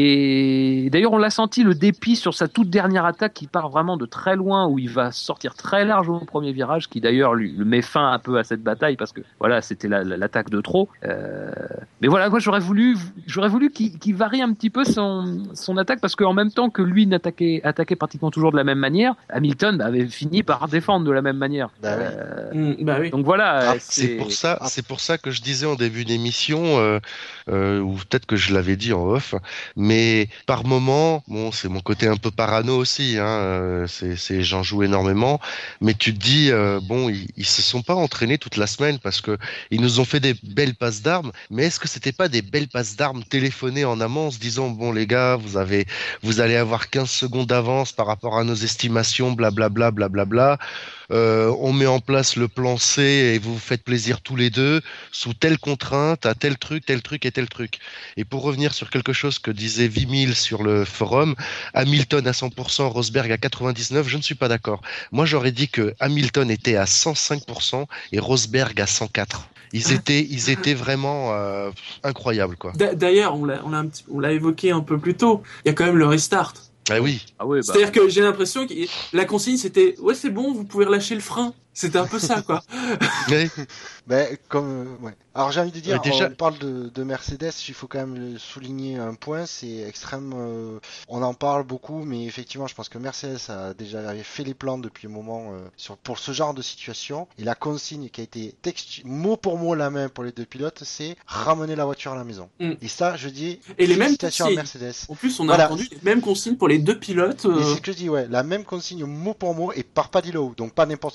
S5: Et d'ailleurs, on l'a senti, le dépit sur sa toute dernière attaque qui part vraiment de très loin, où il va sortir très large au premier virage, qui d'ailleurs lui le met fin un peu à cette bataille parce que voilà, c'était la- la- l'attaque de trop. Euh, mais voilà, moi j'aurais voulu, j'aurais voulu qu'il qu'il varie un petit peu son, son attaque, parce qu'en même temps que lui n'attaquait attaquait pratiquement toujours de la même manière, Hamilton bah, avait fini par défendre de la même manière.
S6: Bah oui.
S5: Euh,
S2: Mm, bah oui.
S5: donc voilà,
S6: Ah,
S7: C'est pour ça,
S6: Ah.
S7: c'est pour ça que je disais en début d'émission, euh, euh, ou peut-être que je l'avais dit en off, mais par moment, bon, c'est mon côté un peu parano aussi, hein, euh, c'est, c'est, j'en joue énormément, mais tu te dis, euh, bon, ils, ils se sont pas entraînés toute la semaine parce que ils nous ont fait des belles passes d'armes, mais est-ce que c'était pas des belles passes d'armes téléphonées en amont en se disant, bon les gars, vous avez, vous allez avoir quinze secondes d'avance par rapport à nos estimations, blablabla, blablabla. Euh, on met en place le plan C et vous vous faites plaisir tous les deux sous telle contrainte, à tel truc, tel truc et tel truc. Et pour revenir sur quelque chose que disait Vimil sur le forum, Hamilton à cent pour cent, Rosberg à quatre-vingt-dix-neuf, je ne suis pas d'accord. Moi, j'aurais dit que Hamilton était à cent cinq pour cent et Rosberg à cent quatre. Ils étaient, ils étaient vraiment euh, incroyables, quoi.
S2: D'a- D'ailleurs, on l'a, on l'a un petit- on l'a évoqué un peu plus tôt. Il y a quand même le restart.
S7: Ah oui.
S5: ah ouais, bah,
S2: C'est-à-dire que j'ai l'impression que la consigne c'était ouais c'est bon, vous pouvez relâcher le frein. C'était un peu ça quoi.
S7: Ouais.
S6: Ben, comme, euh, ouais. Alors j'ai envie de dire,
S7: Ouais, déjà-
S6: on parle de, de Mercedes, il faut quand même le souligner un point, c'est extrême, euh, on en parle beaucoup, mais effectivement je pense que Mercedes a déjà fait les plans depuis un moment euh, sur, pour ce genre de situation, et la consigne qui a été textu- mot pour mot la même pour les deux pilotes, c'est ramener la voiture à la maison.
S2: Mm.
S6: Et ça, je dis,
S2: Et les mêmes
S6: félicitations à
S2: consignes.
S6: Mercedes.
S2: En plus, on a
S6: Voilà.
S2: entendu les mêmes consignes pour les deux pilotes. euh,
S6: Et c'est ce que je dis, ouais, la même consigne mot pour mot et par Paddy Lowe, donc pas n'importe qui dans les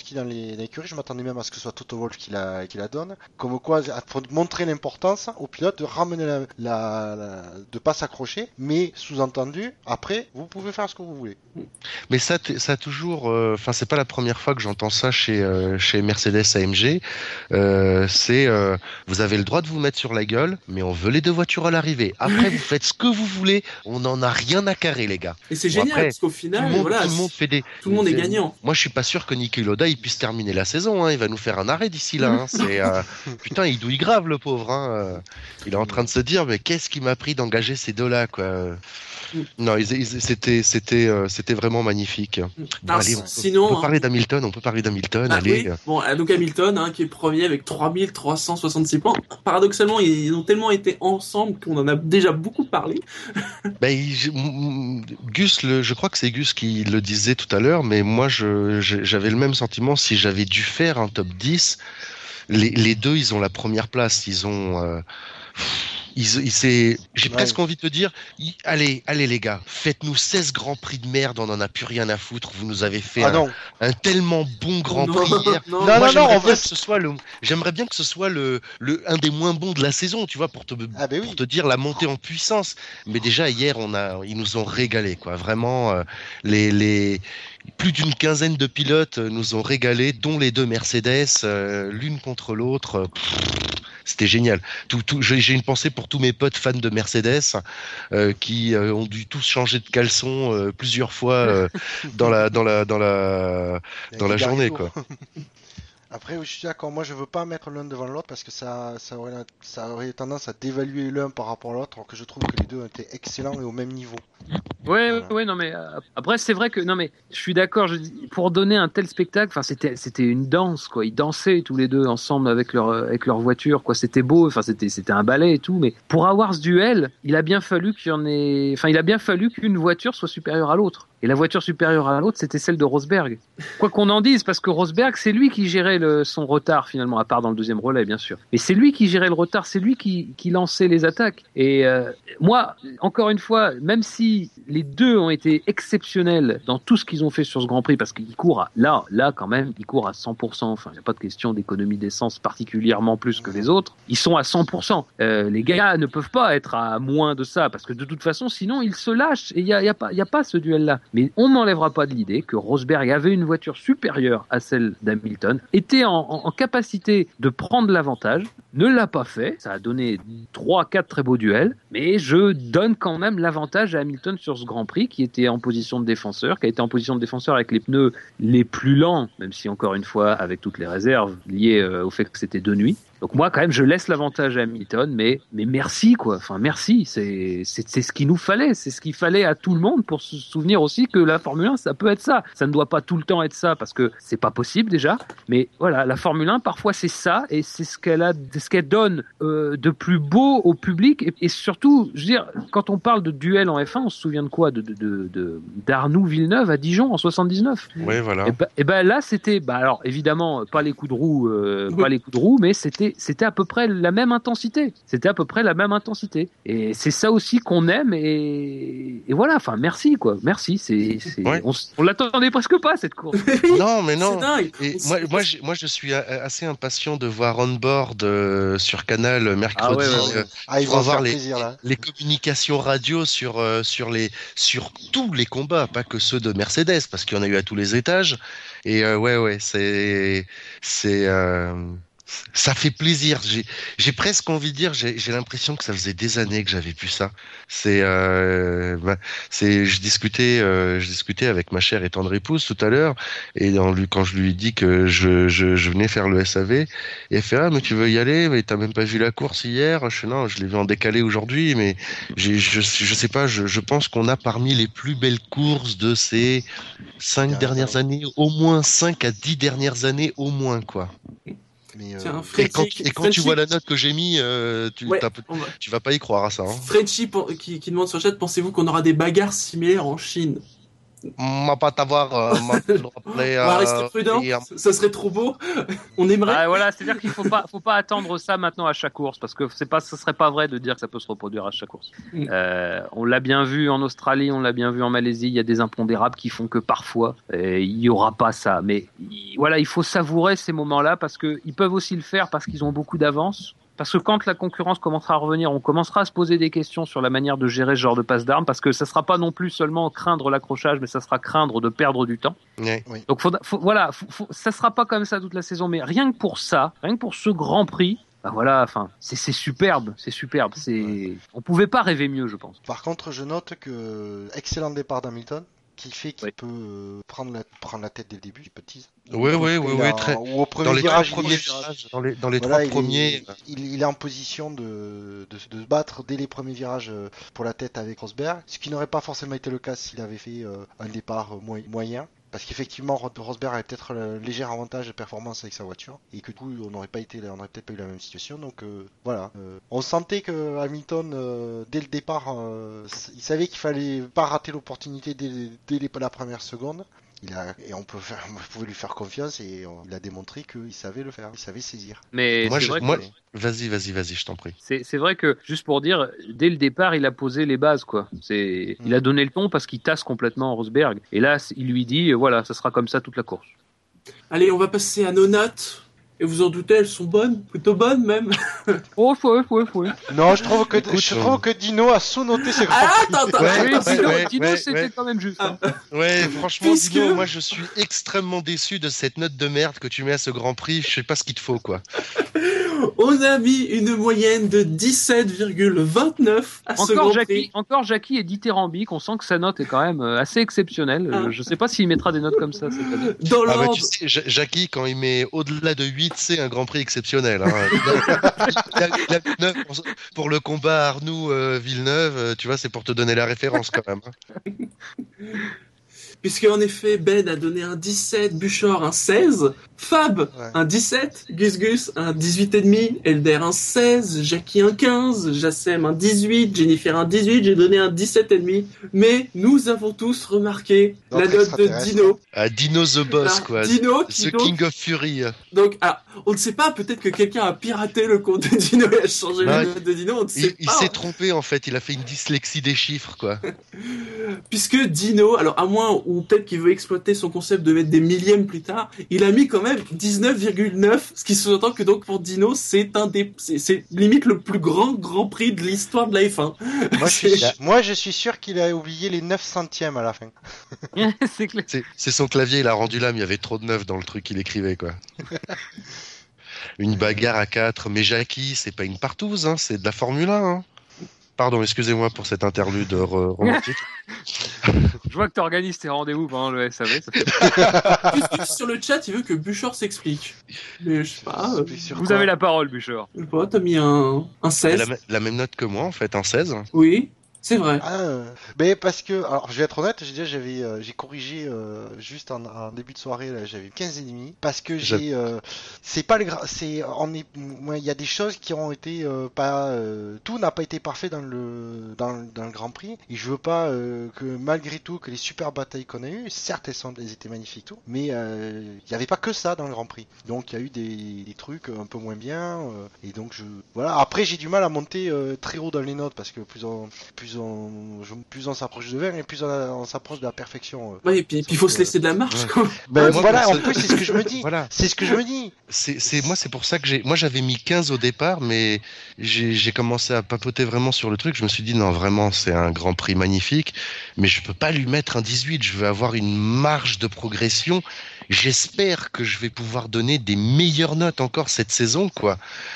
S6: l'écurie. Je m'attendais même à ce que ce soit Toto Wolff qui la, qui la donne. Comme quoi, il faut montrer l'importance aux pilotes de ramener la, la, la de pas s'accrocher, mais sous-entendu, après, vous pouvez faire ce que vous voulez.
S7: Mais ça, ça a toujours, enfin, euh, c'est pas la première fois que j'entends ça chez euh, chez Mercedes A M G. Euh, c'est, euh, vous avez le droit de vous mettre sur la gueule, mais on veut les deux voitures à l'arrivée. Après, vous faites ce que vous voulez. On n'en a rien à carrer, les gars.
S2: Et c'est
S7: bon,
S2: génial
S7: après,
S2: parce qu'au final,
S7: tout le monde,
S2: voilà,
S7: tout le monde fait des.
S2: Tout le monde est gagnant.
S7: Moi, je suis pas sûr que Niki Lauda il puisse terminer la saison. Hein. Il va nous faire un arrêt d'ici là. Hein. C'est euh... putain, il douille grave le pauvre. Hein. Il est en train de se dire, mais qu'est-ce qui m'a pris d'engager ces deux-là, quoi. Non, ils, ils, c'était, c'était, euh, c'était vraiment magnifique. Bon,
S2: Alors,
S7: allez, on,
S2: sinon,
S7: on peut
S2: hein...
S7: parler d'Hamilton, on peut parler d'Hamilton.
S2: Ah,
S7: allez.
S2: Oui. Bon, donc Hamilton, hein, qui est premier avec trois mille trois cent soixante-six points. Paradoxalement, ils ont tellement été ensemble qu'on en a déjà beaucoup parlé.
S7: Ben, il, Gus, le, je crois que c'est Gus qui le disait tout à l'heure, mais moi, je, j'avais le même sentiment. Si j'avais dû faire un top dix, les, les deux, ils ont la première place. Ils ont. Euh, Ils, ils, c'est, j'ai ouais. presque envie de te dire, ils, allez, allez les gars, faites-nous seize grands prix de merde, on en a plus rien à foutre. Vous nous avez fait
S6: ah
S7: un, un tellement bon grand
S6: non,
S7: prix hier.
S6: Non,
S7: Moi,
S6: non,
S7: j'aimerais
S6: non,
S7: bien
S6: veut...
S7: que ce soit le, j'aimerais bien que ce soit le, le, un des moins bons de la saison, tu vois, pour te,
S6: ah ben oui.
S7: pour te dire la montée en puissance. Mais déjà hier, on a, ils nous ont régalé, quoi. Vraiment, euh, les, les, plus d'une quinzaine de pilotes nous ont régalé, dont les deux Mercedes, euh, l'une contre l'autre. Pff, C'était génial. Tout, tout, j'ai une pensée pour tous mes potes fans de Mercedes euh, qui euh, ont dû tous changer de caleçon euh, plusieurs fois euh, dans la dans la dans la dans la journée, quoi.
S6: Après, je suis d'accord. Moi, je veux pas mettre l'un devant l'autre parce que ça, ça aurait, ça aurait tendance à dévaluer l'un par rapport à l'autre, alors que je trouve que les deux étaient excellents et au même niveau.
S5: Ouais, voilà. ouais, non mais euh, après c'est vrai que non mais je suis d'accord. Je, pour donner un tel spectacle, enfin c'était c'était une danse quoi. Ils dansaient tous les deux ensemble avec leur avec leur voiture quoi. C'était beau. Enfin c'était c'était un ballet et tout. Mais pour avoir ce duel, il a bien fallu qu'il y en ait. Enfin il a bien fallu qu'une voiture soit supérieure à l'autre. Et la voiture supérieure à l'autre, c'était celle de Rosberg. Quoi qu'on en dise, parce que Rosberg, c'est lui qui gérait le, son retard finalement, à part dans le deuxième relais, bien sûr. Mais c'est lui qui gérait le retard, c'est lui qui, qui lançait les attaques. Et euh, moi, encore une fois, même si les deux ont été exceptionnels dans tout ce qu'ils ont fait sur ce Grand Prix, parce qu'ils courent à, là, là quand même, ils courent à cent pour cent. Enfin, il n'y a pas de question d'économie d'essence particulièrement plus que les autres. Ils sont à cent pour cent. Euh, les gars ne peuvent pas être à moins de ça, parce que de toute façon, sinon, ils se lâchent. Et il n'y a, y a, pas, y a pas ce duel-là. Mais on n'enlèvera pas de l'idée que Rosberg avait une voiture supérieure à celle d'Hamilton, était en, en, en capacité de prendre l'avantage, ne l'a pas fait, ça a donné trois quatre très beaux duels, mais je donne quand même l'avantage à Hamilton sur ce Grand Prix, qui était en position de défenseur, qui a été en position de défenseur avec les pneus les plus lents, même si encore une fois avec toutes les réserves liées euh, au fait que c'était de nuit. Donc moi, quand même, je laisse l'avantage à Hamilton, mais, mais merci, quoi. Enfin, merci. C'est, c'est, c'est ce qu'il nous fallait. C'est ce qu'il fallait à tout le monde pour se souvenir aussi que la Formule un, ça peut être ça. Ça ne doit pas tout le temps être ça parce que c'est pas possible déjà. Mais voilà, la Formule un, parfois, c'est ça et c'est ce qu'elle a, ce qu'elle donne euh, de plus beau au public. Et, et surtout, je veux dire, quand on parle de duel en F un, on se souvient de quoi? De, de, de, de d'Arnoux Villeneuve à Dijon en soixante-dix-neuf.
S7: Ouais, voilà.
S5: Et ben, et ben là, c'était, bah alors évidemment, pas les coups de roue, euh, oui. pas les coups de roue, mais c'était c'était à peu près la même intensité. C'était à peu près la même intensité. Et c'est ça aussi qu'on aime. Et, et voilà. Enfin, merci quoi. Merci. C'est, c'est... Ouais. On, on l'attendait presque pas cette course.
S7: Non, mais non. Et moi, moi, je, moi, je suis assez impatient de voir On Board euh, sur Canal mercredi. Ah ouais, ouais, ouais. Euh,
S6: ah, ils
S7: vont
S6: vont
S7: avoir
S6: faire
S7: les,
S6: plaisir, là.
S7: les communications radio sur euh, sur les sur tous les combats, pas que ceux de Mercedes, parce qu'il y en a eu à tous les étages. Et euh, ouais, ouais, c'est c'est euh... ça fait plaisir. J'ai, j'ai presque envie de dire, j'ai, j'ai l'impression que ça faisait des années que j'avais plus ça. C'est, euh, bah, c'est, je discutais, euh, je discutais avec ma chère et tendre épouse tout à l'heure, et dans lui, quand je lui ai dit que je, je, je venais faire le S A V, et elle fait ah mais tu veux y aller, mais t'as même pas vu la course hier. Je fais non, je l'ai vu en décalé aujourd'hui, mais j'ai, je, je sais pas, je, je pense qu'on a parmi les plus belles courses de ces cinq dernières années, au moins cinq à dix dernières années, au moins quoi. Mais euh... Tiens, et quand, et quand tu vois la note que j'ai mis, euh, tu, ouais, va... tu vas pas y croire à ça. Hein.
S2: Fredchi qui, qui demande sur le chat, pensez-vous qu'on aura des bagarres similaires en Chine?
S7: On va pas t'avoir. Euh,
S2: On va rester prudent. Et, euh... Ça serait trop beau. On aimerait.
S5: Ah, voilà, c'est-à-dire qu'il faut pas, faut pas attendre ça maintenant à chaque course, parce que c'est pas, ce serait pas vrai de dire que ça peut se reproduire à chaque course. Mm. Euh, on l'a bien vu en Australie, on l'a bien vu en Malaisie. Il y a des impondérables qui font que parfois euh, il y aura pas ça. Mais il, voilà, il faut savourer ces moments-là parce que ils peuvent aussi le faire parce qu'ils ont beaucoup d'avance. Parce que quand la concurrence commencera à revenir, on commencera à se poser des questions sur la manière de gérer ce genre de passe d'armes, parce que ça sera pas non plus seulement craindre l'accrochage, mais ça sera craindre de perdre du temps.
S7: Oui, oui.
S5: Donc faut, faut, voilà, faut, faut, ça sera pas comme ça toute la saison, mais rien que pour ça, rien que pour ce Grand Prix, bah voilà, enfin, c'est, c'est superbe, c'est superbe. C'est, ouais. On pouvait pas rêver mieux, je pense.
S6: Par contre, je note que excellent départ d'Hamilton. Qui fait qu'il
S5: oui.
S6: peut euh, prendre, la, prendre la tête dès le début, petit.
S7: Oui, oui, oui, oui, très.
S6: Ou au premier
S7: dans les
S6: virage,
S7: trois premiers
S6: il est,
S7: virages, dans les, dans les
S6: voilà,
S7: trois
S6: il
S7: premiers.
S6: Est, il, il est en position de, de, de se battre dès les premiers virages pour la tête avec Rosberg, ce qui n'aurait pas forcément été le cas s'il avait fait euh, un départ moyen. Parce qu'effectivement, Rosberg avait peut-être un léger avantage de performance avec sa voiture et que du coup, on n'aurait pas été, on n'aurait peut-être pas eu la même situation. Donc euh, voilà, euh, on sentait que Hamilton, euh, dès le départ, euh, il savait qu'il fallait pas rater l'opportunité dès, dès les, la première seconde. Il a, et on peut faire, on pouvait lui faire confiance et on, il a démontré qu'il savait le faire, il savait saisir.
S5: Mais
S7: moi,
S5: c'est
S7: je,
S5: vrai
S7: moi,
S5: que...
S7: vas-y, vas-y, vas-y, je t'en prie.
S5: C'est, c'est vrai que, juste pour dire, dès le départ, il a posé les bases, quoi. C'est, mmh. Il a donné le ton parce qu'il tasse complètement Rosberg. Et là, il lui dit, voilà, ça sera comme ça toute la course.
S2: Allez, on va passer à nos notes. Et vous en doutez, elles sont bonnes, plutôt bonnes même.
S5: Oh, ouais, ouais, ouais.
S6: Non, je trouve que, Écoute, je trouve que Dino a sous-noté ses grands
S2: ah, attends, attends,
S7: ouais,
S5: oui,
S7: ouais,
S5: Dino,
S7: ouais,
S5: Dino
S7: ouais,
S5: c'était
S7: ouais.
S5: quand même juste. Hein.
S7: Ouais, franchement,
S2: Puisque...
S7: Dino, moi je suis extrêmement déçu de cette note de merde que tu mets à ce Grand Prix. Je sais pas ce qu'il te faut, quoi.
S2: On a mis une moyenne de dix-sept virgule vingt-neuf à
S5: encore
S2: ce Grand
S5: Jackie,
S2: Prix.
S5: Encore Jackie est dithyrambique, on sent que sa note est quand même assez exceptionnelle. Ah. Je sais pas s'il mettra des notes comme ça cette année.
S2: Dans
S7: ah
S2: l'ordre...
S7: bah, tu sais, J- Jackie, quand il met au-delà de huit, c'est un Grand Prix exceptionnel. Hein. il, a, il a neuf pour, pour le combat Arnoux-Villeneuve, euh, tu vois, c'est pour te donner la référence quand même. Hein.
S2: Puisque en effet, Ben a donné un dix-sept, Buchor un seize, Fab ouais. un dix-sept, Gus Gus un dix-huit virgule cinq, Elder un seize, Jackie un quinze, Jassem un dix-huit, Jennifer un dix-huit, j'ai donné un dix-sept virgule cinq. Mais nous avons tous remarqué
S6: Notre
S2: la note de Dino.
S7: Ah, Dino the Boss,
S2: ah,
S7: quoi.
S2: Dino,
S7: The
S2: Dino.
S7: King of Fury.
S2: Donc, alors, on ne sait pas, peut-être que quelqu'un a piraté le compte de Dino et a changé
S7: bah,
S2: la note de Dino, on ne sait
S7: il,
S2: pas.
S7: Il s'est trompé, en fait, il a fait une dyslexie des chiffres, quoi.
S2: Puisque Dino, alors à moins, ou peut-être qu'il veut exploiter son concept de mettre des millièmes plus tard, il a mis quand même dix-neuf virgule neuf, ce qui sous-entend que donc pour Dino, c'est un des, c'est, c'est limite le plus grand Grand Prix de l'histoire de la F un.
S6: Moi, je suis, moi, je suis sûr qu'il a oublié les neuf centièmes à la fin.
S5: c'est clair.
S7: C'est, c'est son clavier, il a rendu l'âme, il y avait trop de neuf dans le truc qu'il écrivait, quoi. Une bagarre à quatre, mais Jackie, c'est pas une partouze, hein, c'est de la Formule un, hein. Pardon, excusez-moi pour cette interlude romantique.
S5: Je vois que tu organises tes rendez-vous pendant le S A V. Ça fait...
S2: Puisque sur le chat, il veut que Buchor s'explique. Mais je sais pas. Euh,
S5: Vous quoi. Avez la parole, Buchor.
S2: Je sais pas, t'as mis un, un seize.
S7: La, la même note que moi, en fait, un seize.
S2: Oui. C'est vrai.
S6: Ah, mais parce que, alors je vais être honnête, j'ai déjà j'avais euh, j'ai corrigé euh, juste en, en début de soirée là, j'avais quinze et demi parce que j'ai euh, c'est pas le gra- c'est on est moi il y a des choses qui ont été euh, pas euh, tout n'a pas été parfait dans le dans, dans le Grand Prix et je veux pas euh, que malgré tout que les super batailles qu'on a eues, certes elles sont elles étaient magnifiques tout, mais il euh, y avait pas que ça dans le Grand Prix. Donc il y a eu des, des trucs un peu moins bien euh, et donc je voilà, après j'ai du mal à monter euh, très haut dans les notes parce que plus on plus on, plus on s'approche de vingt et plus on, on s'approche de la perfection.
S2: Ouais, et puis il faut euh, se laisser de la marge. Ouais.
S6: Ben moi, voilà, en plus c'est ce que je me dis. Voilà. C'est ce que je me dis.
S7: C'est, c'est moi, c'est pour ça que j'ai, moi j'avais mis quinze au départ, mais j'ai, j'ai commencé à papoter vraiment sur le truc. Je me suis dit non, vraiment, c'est un Grand Prix magnifique, mais je peux pas lui mettre un dix-huit. Je veux avoir une marge de progression. J'espère que je vais pouvoir donner des meilleures notes encore cette saison, quoi.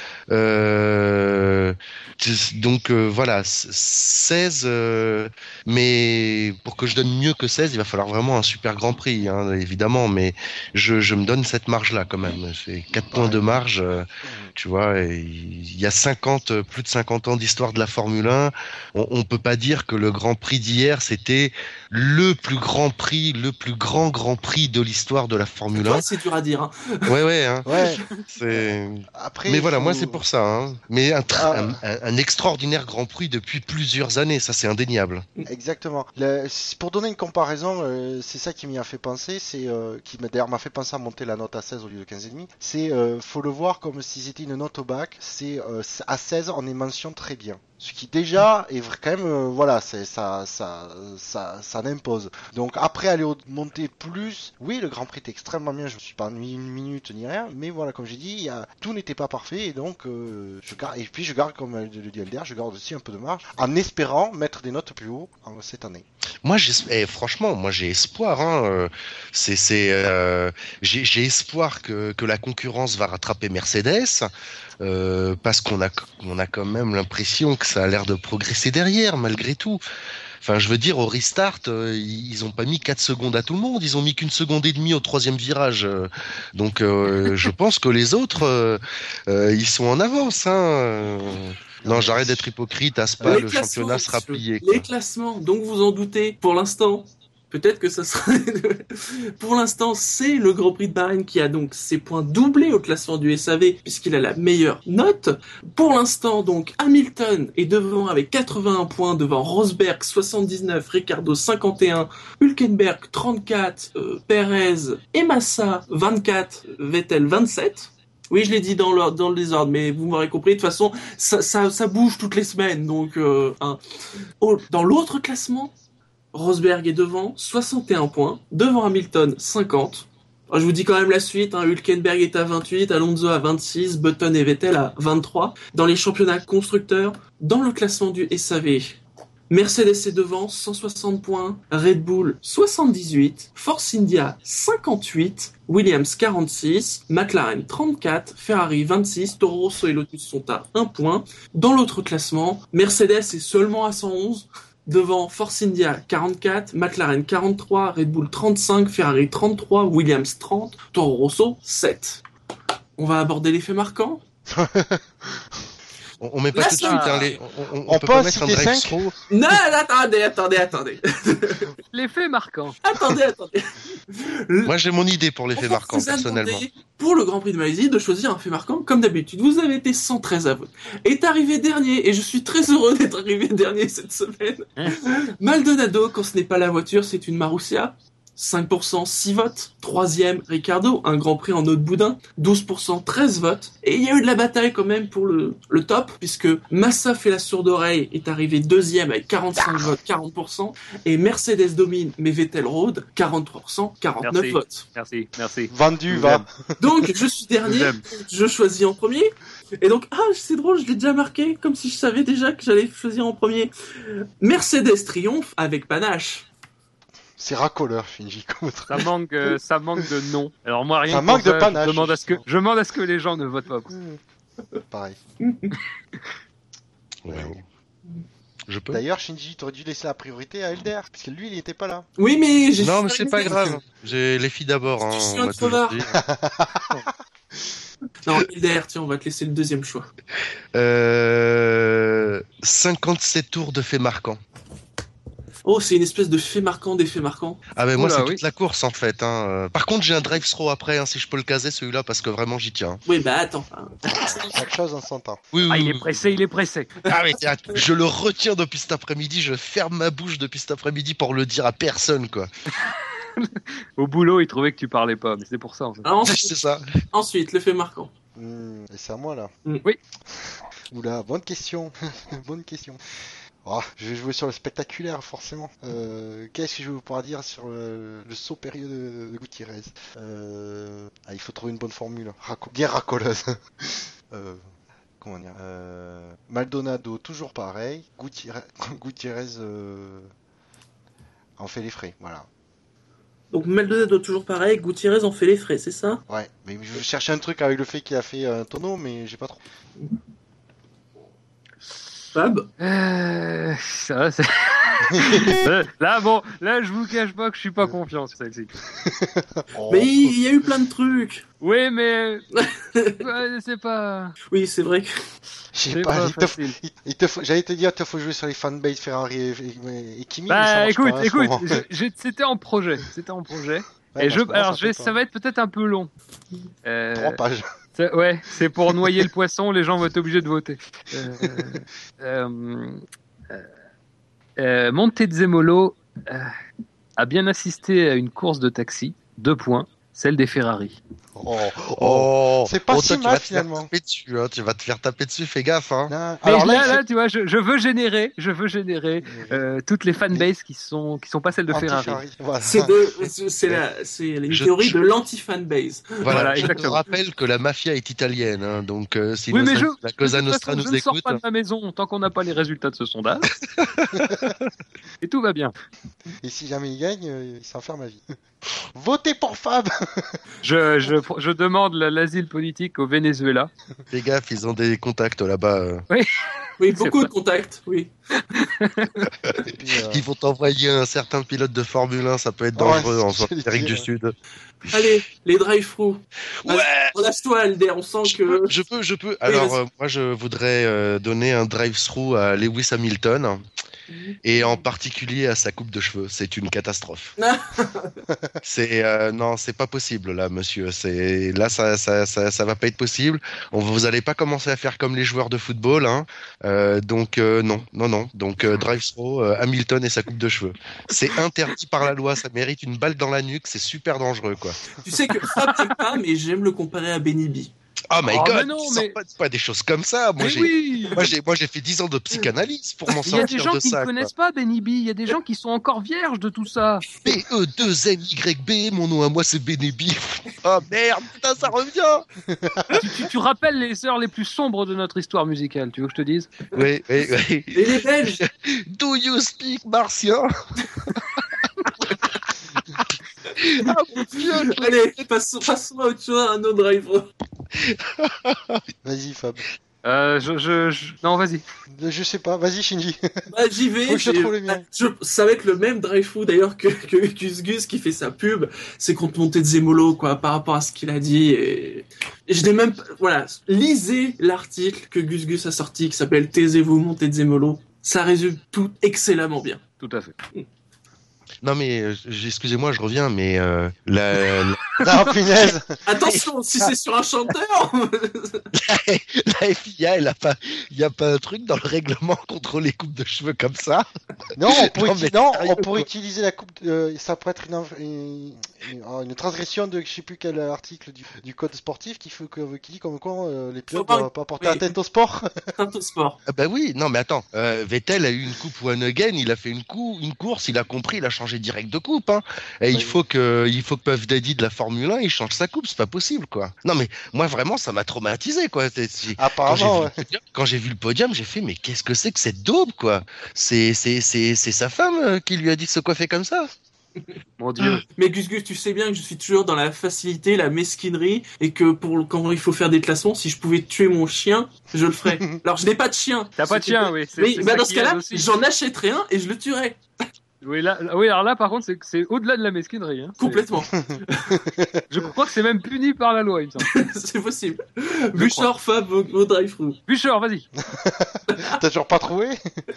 S7: Euh, donc euh, voilà, seize, euh, mais pour que je donne mieux que seize, il va falloir vraiment un super Grand Prix, hein, évidemment, mais je, je me donne cette marge-là quand même. C'est quatre points de marge, euh, Tu vois, et il y a cinquante, plus de cinquante ans d'histoire de la Formule un. On, on peut pas dire que le Grand Prix d'hier, c'était le plus grand prix, le plus grand Grand Prix de l'histoire de la Formule un.
S2: Ouais, c'est dur à dire. Hein.
S7: Ouais, ouais, hein.
S6: Ouais.
S7: C'est...
S6: Après,
S7: Mais voilà,
S6: faut-
S7: moi c'est pour ça. Hein. Mais un, tr-
S6: Ah.
S7: un, un- un extraordinaire Grand Prix depuis plusieurs années, ça c'est indéniable.
S6: Exactement. Le- c'est- pour donner une comparaison, euh, c'est ça qui m'y a fait penser, c'est euh, qui m'a d'ailleurs m'a fait penser à monter la note à seize au lieu de quinze virgule cinq. C'est euh, faut le voir comme si c'était une note au bac. C'est euh, à seize, on est mention très bien. Ce qui déjà est vrai- quand même euh, voilà, c'est ça ça ça ça n'impose. Donc après aller au, monter plus, oui, le Grand Prix est extrêmement bien, je me suis pas ennuyé une minute ni rien, mais voilà, comme j'ai dit, il y a, tout n'était pas parfait et donc euh, je garde et puis je garde comme le dit L D R, je garde aussi un peu de marge en espérant mettre des notes plus haut en, cette année.
S7: Moi, j'ai, eh, franchement, moi j'ai espoir. Hein. euh, C'est, c'est, euh, j'ai, j'ai espoir que, que la concurrence va rattraper Mercedes. Euh, parce qu'on a, on a quand même l'impression que ça a l'air de progresser derrière, malgré tout. Enfin, je veux dire, au restart, euh, ils ont pas mis quatre secondes à tout le monde, ils ont mis qu'une seconde et demie au troisième virage. euh. Donc, euh, je pense que les autres, euh, euh, ils sont en avance. Hein. euh. Non, j'arrête d'être hypocrite. À Spa,
S2: Les
S7: le
S2: classements,
S7: championnat sera
S2: monsieur.
S7: plié. Quoi.
S2: Les classements, donc vous en doutez, pour l'instant, peut-être que ça sera... pour l'instant, c'est le Grand Prix de Bahreïn qui a donc ses points doublés au classement du S A V, puisqu'il a la meilleure note. Pour l'instant, donc, Hamilton est devant avec quatre-vingt-un points, devant Rosberg soixante-dix-neuf, Ricciardo cinquante et un, Hülkenberg trente-quatre, euh, Perez et Massa vingt-quatre, Vettel vingt-sept. Oui, je l'ai dit dans le, dans le désordre, mais vous m'aurez compris. De toute façon, ça, ça, ça bouge toutes les semaines. Donc, euh, hein. Oh, dans l'autre classement, Rosberg est devant, soixante et un points. Devant Hamilton, cinquante. Alors, je vous dis quand même la suite. Hein. Hülkenberg est à vingt-huit, Alonso à vingt-six, Button et Vettel à vingt-trois. Dans les championnats constructeurs, dans le classement du S A V, Mercedes est devant, cent soixante points, Red Bull soixante-dix-huit, Force India cinquante-huit, Williams quarante-six, McLaren trente-quatre, Ferrari vingt-six, Toro Rosso et Lotus sont à un point. Dans l'autre classement, Mercedes est seulement à cent onze, devant Force India quarante-quatre, McLaren quarante-trois, Red Bull trente-cinq, Ferrari trente-trois, Williams trente, Toro Rosso sept. On va aborder les faits marquants.
S7: On, on met pas
S2: Là,
S7: tout de
S2: ça-
S7: suite. Hein, les, on, on,
S6: On
S7: peut
S6: peut
S7: pas
S6: en
S7: mettre un
S6: citer
S7: drive
S6: cinq?
S7: through.
S2: Non, attendez, attendez, attendez.
S5: L'effet marquant.
S2: attendez, attendez.
S7: Moi, j'ai mon idée pour les
S2: On
S7: faits
S2: va
S7: marquants,
S2: vous
S7: personnellement.
S2: demander, pour le Grand Prix de Malaisie, de choisir un fait marquant comme d'habitude. Vous avez été cent treize à voter. Est arrivé dernier, et je suis très heureux d'être arrivé dernier cette semaine. Maldonado, quand ce n'est pas la voiture, c'est une Marussia. cinq pour cent, six votes. Troisième, Ricardo, un Grand Prix en eau de boudin. douze pour cent, treize votes. Et il y a eu de la bataille quand même pour le, le top, puisque Massa fait la sourde oreille, est arrivé deuxième avec quarante-cinq votes, quarante pour cent. Et Mercedes domine, mais Vettel rôde, quarante-trois pour cent, quarante-neuf
S5: Merci.
S2: votes.
S5: Merci, merci.
S6: Vendu,
S5: Je
S6: va.
S5: vous
S2: Donc, je suis dernier,
S5: J'aime.
S2: je choisis en premier. Et donc, ah, c'est drôle, je l'ai déjà marqué, comme si je savais déjà que j'allais choisir en premier. Mercedes triomphe avec panache.
S6: C'est racoleur, Finji. Comme
S5: Ça manque, euh, ça manque de nom. Alors moi, rien
S6: Ça
S5: que
S6: manque
S5: pour
S6: de
S5: ça,
S6: panache,
S5: Je demande à ce que,
S6: justement.
S5: je demande à ce que les gens ne votent pas.
S6: Pareil.
S7: Ouais. Je peux.
S6: D'ailleurs, Shinji, t'aurais dû laisser la priorité à Elder, parce que lui, il était pas là.
S2: Oui, mais j'ai...
S7: Non, mais c'est pas grave. J'ai les filles d'abord. Hein,
S2: Je suis
S7: on
S2: un
S7: va toujours
S2: crevard.
S7: dire.
S2: Non, Hilder, tiens, on va te laisser le deuxième choix.
S7: Euh, cinquante-sept tours de faits marquants.
S2: Oh, c'est une espèce de fait marquant des faits marquants.
S7: Ah ben moi
S5: Oula,
S7: c'est
S5: oui.
S7: toute la course en fait. Hein. Euh, Par contre j'ai un drive throw après hein, si je peux le caser celui-là parce que vraiment j'y tiens.
S2: Oui, bah attends. hein.
S6: Chaque chose en son temps.
S7: Oui, oui,
S5: Ah, il
S7: oui,
S5: est
S7: oui.
S5: pressé, il est pressé.
S7: Ah mais tiens, je le retiens depuis cet après-midi, je ferme ma bouche depuis cet après-midi pour le dire à personne quoi.
S5: Au boulot, il trouvait que tu parlais pas, mais c'est pour ça en fait.
S2: Alors, ensuite,
S7: C'est ça.
S2: ensuite, le fait marquant.
S6: Hmm, et c'est à moi là.
S2: Mm.
S5: Oui.
S6: Oula, bonne question. Bonne question. Oh, je vais jouer sur le spectaculaire forcément. Euh, Qu'est-ce que je vais pouvoir dire sur le, le saut périlleux de, de Gutiérrez euh, ah, il faut trouver une bonne formule. Raco bien racoleuse. euh, comment dire euh, Maldonado, toujours pareil. Gutiérrez, Gutiérrez euh, en fait les frais. Voilà.
S2: Donc Maldonado toujours pareil, Gutiérrez en fait les frais, c'est ça?
S6: Ouais, mais je cherchais un truc avec le fait qu'il a fait un tonneau, mais j'ai pas trop.
S2: Fab?
S5: Euh, ça, c'est... Euh, Là, bon, là, je vous cache pas que je suis pas confiant sur celle-ci.
S6: Oh.
S2: Mais il y a eu plein de trucs.
S5: Oui, mais ouais, c'est pas.
S2: Oui, c'est vrai que...
S6: Je sais
S5: C'est
S6: pas,
S5: pas
S6: il te,
S5: facile.
S6: il- il te faut- j'allais te dire, il faut jouer sur les fanbase Ferrari et, et, et Kimi, mais ça
S5: Bah,
S6: marche
S5: écoute,
S6: pas, hein, en ce
S5: écoute,
S6: moment.
S5: je- j'ai- c'était en projet, c'était en projet.
S6: Ouais,
S5: Et
S6: en
S5: je,
S6: ce moment,
S5: alors,
S6: ça
S5: je vais,
S6: fait
S5: ça
S6: pas.
S5: va être peut-être un peu long. Euh,
S6: Trois pages.
S5: c'est- ouais, c'est pour noyer le poisson, les gens vont être obligés de voter. Euh, euh, euh, euh, Montezemolo euh, a bien assisté à une course de taxi, deux points, celle des Ferrari.
S6: Oh, oh.
S7: Oh,
S6: C'est pas
S7: oh,
S6: si
S7: toi, tu
S6: mal,
S7: vas te faire
S6: finalement.
S7: taper dessus, hein, tu vas te faire taper dessus, fais gaffe. Hein.
S6: Non,
S5: Mais
S6: alors
S5: là,
S6: là, il
S5: là,
S6: fait
S5: tu vois, je, je veux générer, je veux générer euh, toutes les fanbases qui sont qui sont pas celles de Ferrari.
S6: anti-Ferrari. Voilà.
S2: C'est de, c'est la, c'est une
S7: Je-
S2: théorie
S7: je-
S2: de l'anti-fanbase.
S7: Voilà,
S5: Voilà,
S7: je te
S5: exactement.
S7: rappelle que la mafia est italienne, hein, donc euh, si
S5: Oui, mais
S7: Nostra-
S5: je,
S7: la
S5: de
S7: Cosa
S5: toute
S7: Nostra
S5: façon, je
S7: nous
S5: ne sors
S7: écoute.
S5: pas de ma maison tant qu'on n'a pas les résultats de ce sondage. Et tout va bien.
S6: Et si jamais il gagne, euh, il s'enferme à vie. Votez pour Fab.
S5: Je, je, je demande la- l'asile politique au Venezuela.
S7: Fais gaffe, ils ont des contacts là-bas. euh.
S2: Oui, beaucoup de contacts, oui.
S6: Et puis, euh,
S7: Ils vont t'envoyer un certain pilote de Formule un, ça peut être
S6: Ouais,
S7: dangereux en
S6: c'est ce que j'allais
S7: Amérique du
S6: dire.
S7: Sud.
S2: Allez, les drive-through.
S7: Ouais,
S2: Relâche-toi, Alder, on sent
S7: je
S2: que...
S7: peux, je peux. je peux. Alors,
S2: vas-y.
S7: euh, moi, je voudrais euh, donner un drive-through à Lewis Hamilton, et en particulier à sa coupe de cheveux. C'est une catastrophe. C'est euh, non, c'est pas possible là, monsieur. C'est là, ça, ça, ça, ça va pas être possible. On, vous allez pas commencer à faire comme les joueurs de football, hein. Euh, donc euh, non, non, non. Donc euh, drive-through, euh, Hamilton et sa coupe de cheveux. C'est interdit par la loi. Ça mérite une balle dans la nuque. C'est super dangereux, quoi.
S2: Tu sais que Fab, j'aime pas, mais j'aime le comparer à Benny B.
S7: Oh my
S5: Oh, mais
S7: god,
S5: non,
S7: tu sors
S5: mais-
S7: pas, pas des choses comme ça. Moi,
S5: Mais
S7: j'ai,
S5: oui.
S7: moi, j'ai, moi, j'ai fait dix ans de psychanalyse pour m'en
S5: Il y a
S7: sortir
S5: des gens
S7: de
S5: qui
S7: ça.
S5: ne
S7: quoi.
S5: connaissent pas Benny B. Il y a des gens qui sont encore vierges de tout ça.
S7: B E deux N Y B, mon nom à moi c'est Benebi. Oh merde, putain, ça revient.
S5: tu, tu, tu rappelles les heures les plus sombres de notre histoire musicale. Tu veux que je te dise?
S7: Oui, oui, oui.
S2: Et les Belges.
S7: Do you speak martien? Ah mon dieu,
S2: Allez, passons, passons à autre chose, à un autre drive-through.
S6: Vas-y, Fab.
S5: Euh, je, je, je- Non, vas-y.
S6: Je sais pas, vas-y, Shinji.
S2: Bah, j'y vais.
S6: Faut que je
S2: j'ai-
S6: trouve le mien.
S2: je- ça va être le même drive-through d'ailleurs que, que Gus Gus qui fait sa pub. C'est contre Montezemolo, quoi, par rapport à ce qu'il a dit. Et, et je n'ai même pas, voilà. Lisez l'article que Gus Gus a sorti qui s'appelle Taisez-vous Montezemolo. Ça résume tout excellemment bien.
S5: Tout à fait.
S7: Non mais, euh, j- excusez-moi, je reviens, mais euh, la, la,
S6: Ah, punaise.
S2: Attention, si c'est sur un chanteur.
S7: la F I A, elle a pas, il y a pas un truc dans le règlement contre les coupes de cheveux comme ça.
S6: Non, on pourrait,
S7: Non,
S6: uti-
S7: mais
S6: non,
S7: sérieux,
S6: on pourrait
S7: quoi.
S6: utiliser la coupe. euh, ça pourrait être une, inf- une, une- une transgression de je sais plus quel article du, du code sportif qui, fait, que- qui dit comme quoi euh, les pilotes
S2: Faut pas-
S6: doivent pas porter
S2: oui.
S6: atteinte au sport.
S2: Un peu sport.
S7: Ah bah oui, non mais attends, euh, Vettel a eu une coupe one again, il a fait une, coup, une course, il a compris, il a changé direct de coupe. Hein. Et il
S6: Oui.
S7: faut que, il faut que Puff Daddy de la Formule un, il change sa coupe, c'est pas possible quoi. Non mais moi vraiment, ça m'a traumatisé quoi. C'est- c'est- Quand j'ai,
S6: Apparemment,
S7: vu
S6: ouais.
S7: le podium, quand j'ai vu le podium, j'ai fait mais qu'est-ce que c'est que cette daube quoi? C'est c'est c'est c'est sa femme euh, qui lui a dit de se coiffer comme ça.
S5: Mon Dieu.
S2: Mais Gus Gus, tu sais bien que je suis toujours dans la facilité, la mesquinerie, et que pour quand il faut faire des classements, si je pouvais tuer mon chien, je le ferais. Alors je n'ai pas de chien.
S5: T'as pas de chien, oui. C'est-
S2: Oui,
S5: c'est
S2: bah
S5: ça
S2: dans
S5: qui
S2: ce cas-là,
S5: aide aussi.
S2: j'en achèterais un et je le tuerais.
S5: Oui, là, oui, alors là, par contre, c'est, c'est au-delà de la mesquinerie. Hein. C'est-
S2: Complètement.
S5: Je crois que c'est même puni par la loi, il me semble.
S2: C'est possible. Bouchard, Fab, au, au drive-through.
S5: Bûcheur, vas-y.
S6: T'as toujours pas trouvé?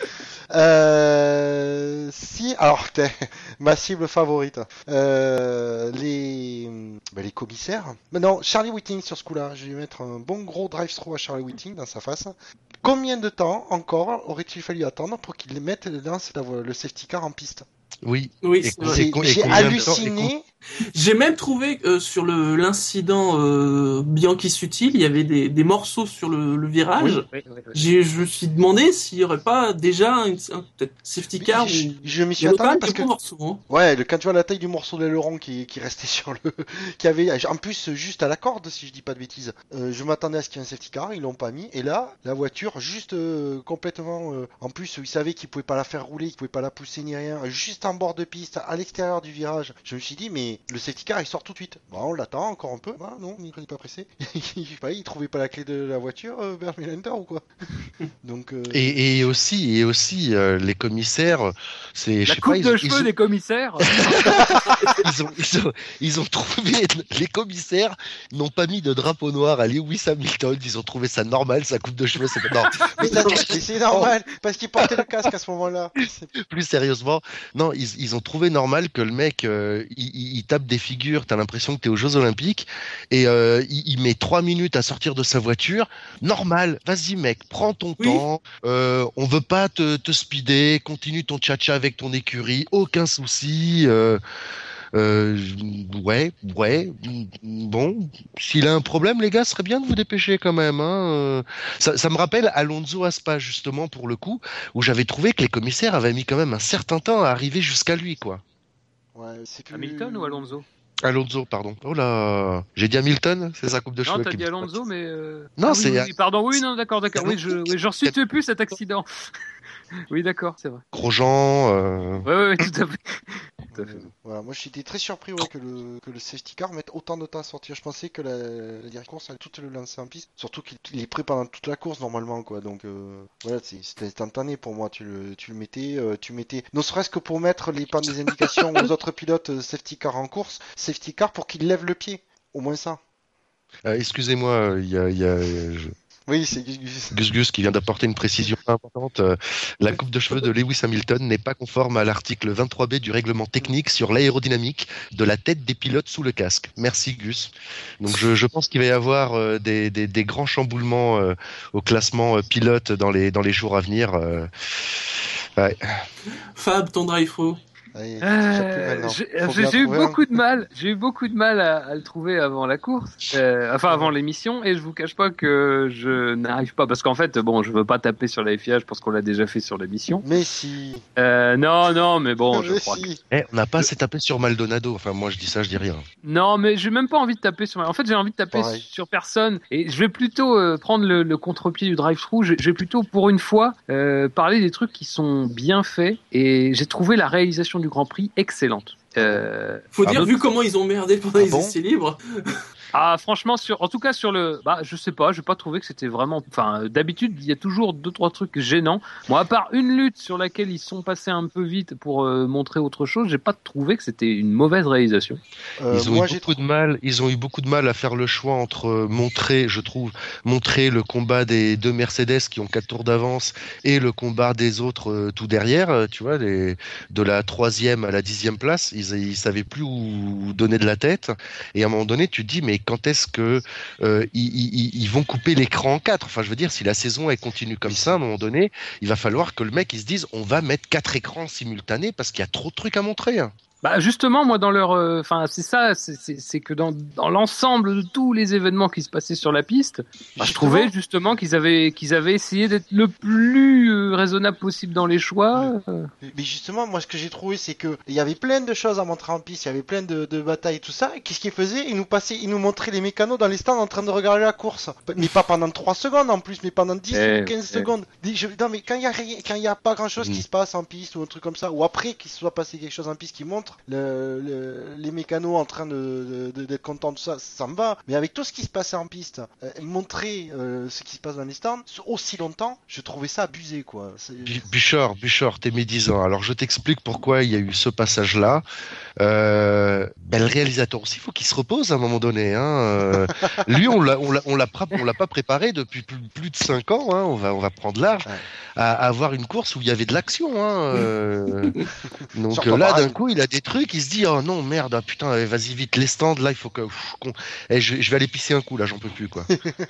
S6: euh, si, alors, t'es ma cible favorite. Euh, les, bah, les commissaires. Mais non, Charlie Whiting sur ce coup-là. Je vais mettre un bon gros drive-through à Charlie Whiting dans sa face. Combien de temps encore aurait-il fallu attendre pour qu'il mette lance la vo- le safety car en piste?
S7: Oui.
S2: Oui,
S7: Et
S2: c'est
S7: con-
S2: vrai.
S6: J'ai
S7: et con- et
S6: j'ai
S7: combien de temps- et
S6: halluciné.
S2: J'ai même trouvé euh, sur le l'incident euh, Bianchi Sutil, il y avait des, des morceaux sur le, le virage. J'ai, je me suis demandé s'il y aurait pas déjà une, un peut-être safety car.
S6: Je,
S2: ou...
S6: je m'y
S2: Il
S6: suis
S2: y avait quand
S6: attendu
S2: même
S6: parce
S2: des
S6: que
S2: bons morceaux. Hein.
S6: ouais, le, quand tu vois la taille du morceau d'aileron qui, qui restait sur le, qui avait en plus juste à la corde si je dis pas de bêtises. Euh, je m'attendais à ce qu'il y ait un safety car, ils l'ont pas mis et là la voiture juste euh, complètement. Euh, en plus ils savaient qu'ils pouvaient pas la faire rouler, qu'ils pouvaient pas la pousser ni rien, juste en bord de piste, à l'extérieur du virage. Je me suis dit mais mais le safety car il sort tout de suite. Bon, on l'attend encore un peu. Ah non, il n'est pas pressé. Je sais pas, il trouvait pas la clé de la voiture, euh, Bernie Hunter ou quoi. Donc. Euh...
S7: Et, et aussi, et aussi euh, les commissaires, c'est.
S5: La
S7: je sais
S5: coupe
S7: pas,
S5: de
S7: ils,
S5: cheveux
S7: ils,
S5: des commissaires.
S7: ils, ont, ils, ont, ils ont trouvé les commissaires n'ont pas mis de drapeau noir à Lewis Hamilton. Ils ont trouvé ça normal, sa coupe de cheveux. C'est non.
S6: Mais, ça, mais c'est normal parce qu'il portait le casque à ce moment-là.
S7: Plus sérieusement, non, ils, ils ont trouvé normal que le mec euh, il, il tape des figures. T'as l'impression que t'es aux Jeux Olympiques et euh, il, il met trois minutes à sortir de sa voiture. Normal, vas-y mec, prends ton
S2: Oui.
S7: temps. Euh, on veut pas te, te speeder. Continue ton tcha-tcha avec ton écurie, aucun souci. Euh, Euh, ouais, ouais, bon, s'il a un problème, les gars, ce serait bien de vous dépêcher quand même. Hein. Ça, ça me rappelle Alonso à Spa, justement, pour le coup, où j'avais trouvé que les commissaires avaient mis quand même un certain temps à arriver jusqu'à lui, quoi.
S6: Ouais, c'est plus...
S5: Hamilton ou Alonso?
S7: Alonso, pardon. Oh là, j'ai dit Hamilton, c'est sa coupe de cheveux.
S5: Non, t'as
S7: qui
S5: dit
S7: me-
S5: Alonso, mais. Euh...
S7: Non,
S5: ah,
S7: c'est-
S5: Oui, oui, pardon, oui, non, d'accord, d'accord.
S7: c'est
S5: Oui, je, oui, je resitue plus cet accident. Oui, d'accord, c'est vrai.
S7: Grosjean. Euh...
S5: Ouais, ouais, ouais, tout à fait. Tout à fait.
S6: Euh, voilà, moi j'étais très surpris ouais, que, le, que le safety car mette autant de temps à sortir. Je pensais que la, la direction course allait tout le lancer en piste, surtout qu'il il est prêt pendant toute la course normalement quoi. Donc euh, voilà, c'est- c'était instantané pour moi. Tu le, tu le mettais, euh, tu mettais, ne serait-ce que pour mettre les pannes des indications aux autres pilotes euh, safety car en course, safety car pour qu'ils lèvent le pied, au moins ça.
S7: Euh, excusez-moi, il y a, il y a je-
S6: Oui, c'est Gus Gus.
S7: Gus Gus qui vient d'apporter une précision importante. Euh, La coupe de cheveux de Lewis Hamilton n'est pas conforme à l'article vingt-trois B du règlement technique sur l'aérodynamique de la tête des pilotes sous le casque. Merci Gus. Donc je, je pense qu'il va y avoir euh, des, des, des grands chamboulements euh, au classement euh, pilote dans les, dans les jours à venir. euh. Ouais.
S2: Fab, ton drive-through.
S6: Allez,
S5: Euh,
S6: tire plus maintenant.
S5: j'ai
S6: Faut
S5: j'ai-
S6: bien
S5: j'ai eu
S6: trouver un.
S5: beaucoup de mal, j'ai eu beaucoup de mal à, à le trouver avant la course, euh, enfin avant l'émission, et je vous cache pas que je n'arrive pas, parce qu'en fait, bon, je veux pas taper sur la F I A, je pense qu'on l'a déjà fait sur l'émission.
S6: Mais si.
S5: Euh, non, non, mais bon, je
S6: Mais
S5: crois. Que...
S6: si.
S7: Eh, on n'a pas assez tapé sur Maldonado. Enfin, moi je dis ça, je dis rien.
S5: Non, mais j'ai même pas envie de taper sur. En fait, j'ai envie de taper
S6: Pareil.
S5: sur personne, et je vais plutôt euh, prendre le, le contre-pied du drive-through. Je, je vais plutôt, pour une fois, euh, parler des trucs qui sont bien faits, et j'ai trouvé la réalisation du Grand Prix excellente. Euh,
S2: Faut
S5: ah,
S2: dire,
S5: d'autres-
S2: vu comment ils ont merdé pendant
S6: Ah
S2: les
S6: bon
S2: essais libres.
S5: Ah, franchement, sur, en tout cas sur le, bah, je sais pas, j'ai pas trouvé que c'était vraiment, enfin, euh, d'habitude, il y a toujours deux, trois trucs gênants. Moi, à part une lutte sur laquelle ils sont passés un peu vite pour euh, montrer autre chose, j'ai pas trouvé que c'était une mauvaise réalisation.
S6: Euh,
S7: Ils ont
S6: moi
S7: eu
S6: j'ai
S7: beaucoup de mal. Ils ont eu beaucoup de mal à faire le choix entre euh, montrer, je trouve, montrer le combat des deux Mercedes qui ont quatre tours d'avance et le combat des autres euh, tout derrière. euh, Tu vois, les, de la troisième à la dixième place, ils, ils savaient plus où donner de la tête. Et à un moment donné, tu te dis, mais quand est-ce que euh, ils, ils, ils vont couper l'écran en quatre? Enfin, je veux dire, si la saison elle continue comme ça, à un moment donné, il va falloir que le mec il se dise, on va mettre quatre écrans simultanés parce qu'il y a trop de trucs à montrer. Hein.
S5: Bah justement, moi dans leur, enfin c'est ça, c'est- c'est c'est que dans dans l'ensemble de tous les événements qui se passaient sur la piste, bah, je trouvais justement qu'ils avaient qu'ils avaient essayé d'être le plus euh, raisonnable possible dans les choix. euh.
S6: Mais justement, moi, ce que j'ai trouvé, c'est que il y avait plein de choses à montrer en piste, il y avait plein de, de batailles et tout ça. Et qu'est-ce qu'ils faisaient? Ils nous passaient, ils nous montraient les mécanos dans les stands en train de regarder la course. Mais pas pendant trois secondes en plus, mais pendant dix
S5: Eh,
S6: ou quinze
S5: eh.
S6: secondes. Dis- je- non, mais quand il y a rien, quand il y a pas grand chose qui
S7: Mm.
S6: se passe en piste ou un truc comme ça, ou après qu'il se soit passé quelque chose en piste qui montre le, le- les mécanos en train de, de- d'être contents de ça, ça me va. Mais avec tout ce qui se passait en piste, euh, montrer euh, ce qui se passe dans les stands aussi longtemps, je trouvais ça abusé, quoi. C'est-
S7: Bu- Buchor, Buchor, t'es médisant. Alors je t'explique pourquoi il y a eu ce passage-là. Euh, ben, le réalisateur aussi, il faut qu'il se repose à un moment donné. Hein. Euh, lui, on l'a, on l'a, on l'a, pra- on l'a pas préparé depuis plus, plus de cinq ans. Hein. On va, on va prendre l'âge
S6: Ouais.
S7: à, à avoir une course où il y avait de l'action. Hein. Euh, donc
S6: Surtout
S7: euh, là,
S6: pas-
S7: d'un coup, il a des trucs. Il se dit, oh non, merde, ah, putain, allez, vas-y vite, les stands. Là, il faut que, pff, qu'on- eh, je, je vais aller pisser un coup. Là, j'en peux plus, quoi.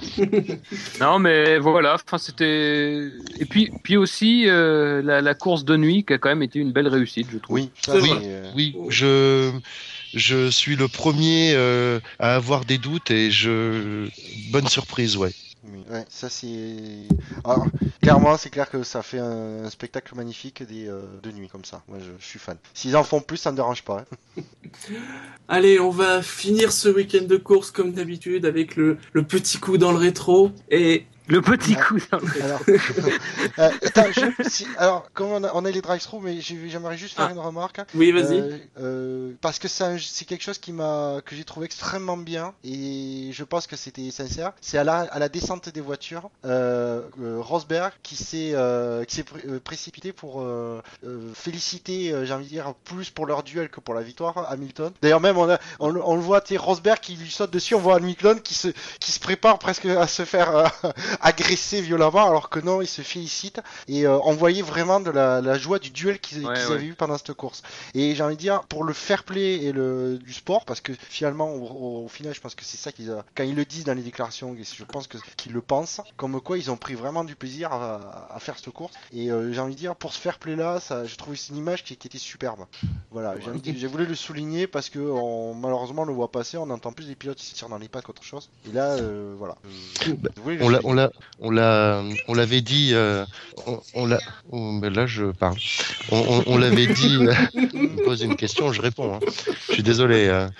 S5: Non mais voilà, enfin c'était et puis puis aussi euh, la, la course de nuit qui a quand même été une belle réussite, je trouve.
S6: Oui, ça,
S2: C'est
S6: c'est,
S2: vrai.
S6: euh,
S7: Oui, je, je suis le premier euh, à avoir des doutes et je, bonne surprise, ouais.
S6: oui, ouais, ça c'est. Alors, clairement, c'est clair que ça fait un, un spectacle magnifique des, euh, de nuit comme ça. Moi, je, je suis fan. S'ils en font plus, ça me dérange pas. Hein.
S2: Allez, on va finir ce week-end de course comme d'habitude avec le, le petit coup dans le rétro. Et
S5: Le petit coup dans le
S6: Alors, euh, attends, je- si- alors, comme on a, on a les drive-through, mais j'ai- j'aimerais juste faire
S2: Ah.
S6: une remarque.
S2: Oui, vas-y.
S6: Euh, euh, parce que c'est un- c'est quelque chose qui m'a que j'ai trouvé extrêmement bien et je pense que c'était sincère. C'est à la, à la descente des voitures, euh, euh, Rosberg qui s'est euh, qui s'est pré- euh, précipité pour euh, euh, féliciter, euh, j'ai envie de dire, plus pour leur duel que pour la victoire, Hamilton. D'ailleurs même on, a, on, le- on le voit, tu sais, Rosberg qui lui saute dessus, on voit Hamilton qui se qui se prépare presque à se faire euh, agresser violemment, alors que non, il se félicite et euh, on voyait vraiment de la, la joie du duel qu'ils
S5: Ouais,
S6: qu'ils
S5: ouais.
S6: avaient eu pendant cette course. Et j'ai envie de dire, pour le fair play et le du sport, parce que finalement, au, au- au final, je pense que c'est ça qu'ils a, quand ils le disent dans les déclarations, je pense que qu'ils le pensent, comme quoi ils ont pris vraiment du plaisir à, à faire cette course. Et euh, j'ai envie de dire, pour ce fair play là, ça, je trouve que c'est une image qui, qui était superbe. Voilà, j'ai envie de- j'ai voulu le souligner parce que on, malheureusement on le voit passer, on entend plus des pilotes qui se tirent dans les pattes qu'autre chose. Et là, euh, voilà. Je- je voulais le
S7: On l'a,
S6: souligner.
S7: on l'a, on l'a, on l'avait dit. euh, on, on l'a. Oh, mais là, je parle. On, on, on l'avait dit. euh, on me pose une question, je réponds. Hein. Je suis désolé. hein.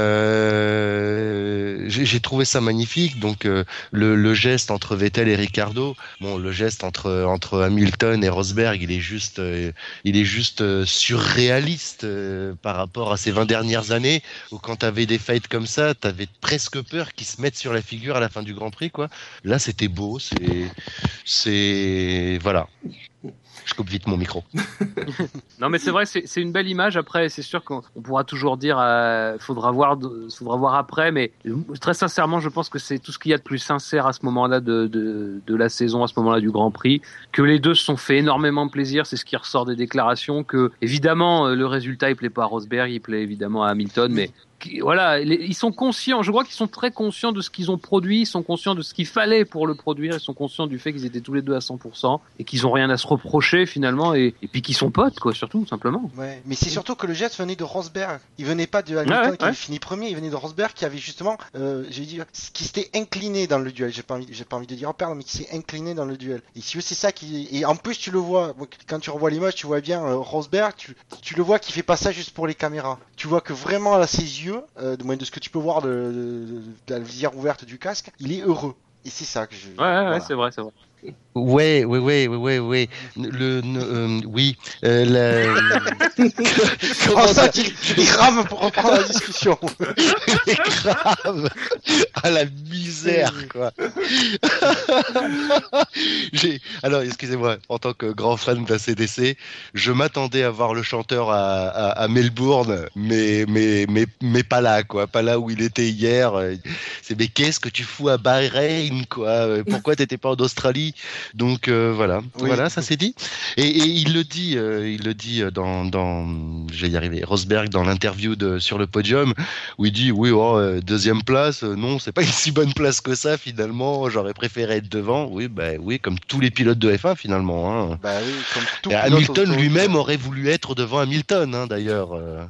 S7: Euh, j'ai, j'ai trouvé ça magnifique. Donc euh, le, le geste entre Vettel et Ricardo. Bon, le geste entre entre Hamilton et Rosberg, il est juste, euh, il est juste euh, surréaliste euh, par rapport à ces vingt dernières années où quand t'avais des fights comme ça, t'avais presque peur qu'ils se mettent sur la figure à la fin du Grand Prix, quoi. Là, c'était beau, c'est, c'est, voilà. Je coupe vite mon micro.
S5: Non, mais c'est vrai, c'est c'est une belle image. Après, c'est sûr qu'on on pourra toujours dire, euh, faudra voir, de- faudra voir après. Mais euh, très sincèrement, je pense que c'est tout ce qu'il y a de plus sincère à ce moment-là de, de, de la saison, à ce moment-là du Grand Prix. Que les deux se sont fait énormément plaisir, c'est ce qui ressort des déclarations. Que évidemment, euh, le résultat, il plaît pas à Rosberg, il plaît évidemment à Hamilton, mais qui- voilà, les- ils sont conscients. Je crois qu'ils sont très conscients de ce qu'ils ont produit, ils sont conscients de ce qu'il fallait pour le produire, ils sont conscients du fait qu'ils étaient tous les deux à cent pour cent et qu'ils ont rien à se reprocher finalement, et, et puis qu'ils sont potes, quoi, surtout, simplement.
S6: Ouais, mais c'est surtout que le geste venait de Rosberg. Il venait pas de Hamilton
S5: Ouais, ouais,
S6: qui avait
S5: ouais.
S6: fini premier, il venait de Rosberg qui avait justement, euh, j'ai dit, qui s'était incliné dans le duel. J'ai pas envie, j'ai pas envie de dire en perdre, mais qui s'est incliné dans le duel. Et si c'est ça qui, et en plus tu le vois, quand tu revois l'image, tu vois bien euh, Rosberg, tu, tu le vois qui fait pas ça juste pour les caméras. Tu vois que vraiment à ses yeux, euh, de moins de ce que tu peux voir de, de, de- de la visière ouverte du casque, il est heureux. Et c'est ça que je.
S5: Ouais, ouais, ouais,
S6: voilà.
S5: c'est vrai, c'est vrai.
S7: Ouais, ouais, ouais, ouais, ouais, ouais. Le, ne- euh, oui, euh, la...
S6: Comment ça, tu, tu rames pour reprendre la discussion.
S7: grave à la misère, quoi. J'ai, alors, excusez-moi, en tant que grand fan d'A C D C, je m'attendais à voir le chanteur à, à, à Melbourne, mais, mais, mais, mais pas là, quoi, pas là où il était hier. C'est, mais qu'est-ce que tu fous à Bahreïn, quoi? Pourquoi t'étais pas en Australie? Donc euh, voilà,
S6: Oui.
S7: voilà, ça c'est dit. Et, et il le dit, euh, il le dit dans, dans, je vais y arriver, Rosberg dans l'interview de sur le podium où il dit oui, oh, euh, deuxième place, euh, non, c'est pas une si bonne place que ça finalement. J'aurais préféré être devant. Oui, bah oui, comme tous les pilotes de F un finalement. Hein.
S6: Bah oui, comme tout
S7: Et
S6: pilote
S7: Hamilton
S6: auto-
S7: lui-même aurait voulu être devant Hamilton, hein, d'ailleurs. euh.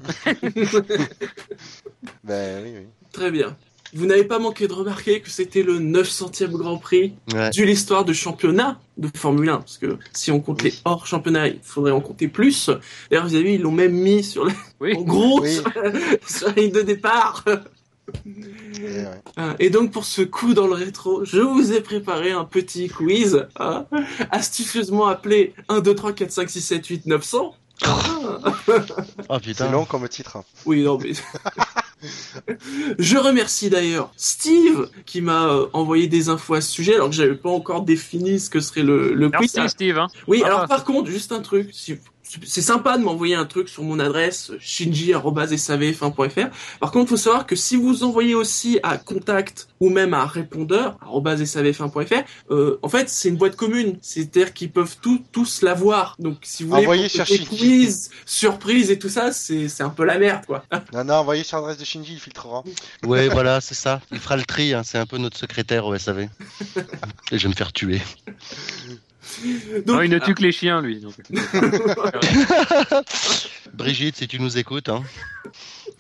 S6: Bah oui, oui.
S2: Très bien. Vous n'avez pas manqué de remarquer que c'était le neuf centième Grand Prix
S7: Ouais.
S2: de l'histoire de championnat de Formule un. Parce que si on compte les hors championnats, il faudrait en compter plus. D'ailleurs, vous avez vu, ils l'ont même mis sur la...
S5: Oui.
S2: en gros
S6: Oui.
S2: sur, la... sur la ligne de départ.
S6: Et, ouais.
S2: Ah, Et donc, pour ce coup dans le rétro, je vous ai préparé un petit quiz, hein, astucieusement appelé un, deux, trois, quatre, cinq, six, sept, huit, neuf cents.
S7: Oh putain.
S6: C'est long comme titre.
S2: Oui, non, mais... Je remercie d'ailleurs Steve qui m'a euh, envoyé des infos à ce sujet alors que j'avais pas encore défini ce que serait le, le quiz.
S5: Merci, Steve. Hein.
S2: Oui,
S5: Ah,
S2: alors
S5: ah,
S2: par contre, juste un truc, si- c'est sympa de m'envoyer un truc sur mon adresse shinji arobase s a v f un point f r. Par contre, faut savoir que si vous envoyez aussi à contact ou même à répondeur arobase s a v f un point f r, euh, en fait, c'est une boîte commune, c'est-à-dire qu'ils peuvent tout, tous l'avoir. Donc si vous voulez
S6: Envoyez
S2: pour
S6: sur
S2: des
S6: Shinji.
S2: quiz, surprises et tout ça, c'est c'est un peu la merde quoi.
S6: Non, non, envoyez sur l'adresse de Shinji, il filtrera.
S7: Ouais, voilà, c'est ça. Il fera le tri. Hein. C'est un peu notre secrétaire au S A V. Et je vais me faire tuer.
S2: Donc,
S5: Non, il ne tue que les chiens, lui. Donc.
S7: Brigitte, si tu nous écoutes, hein.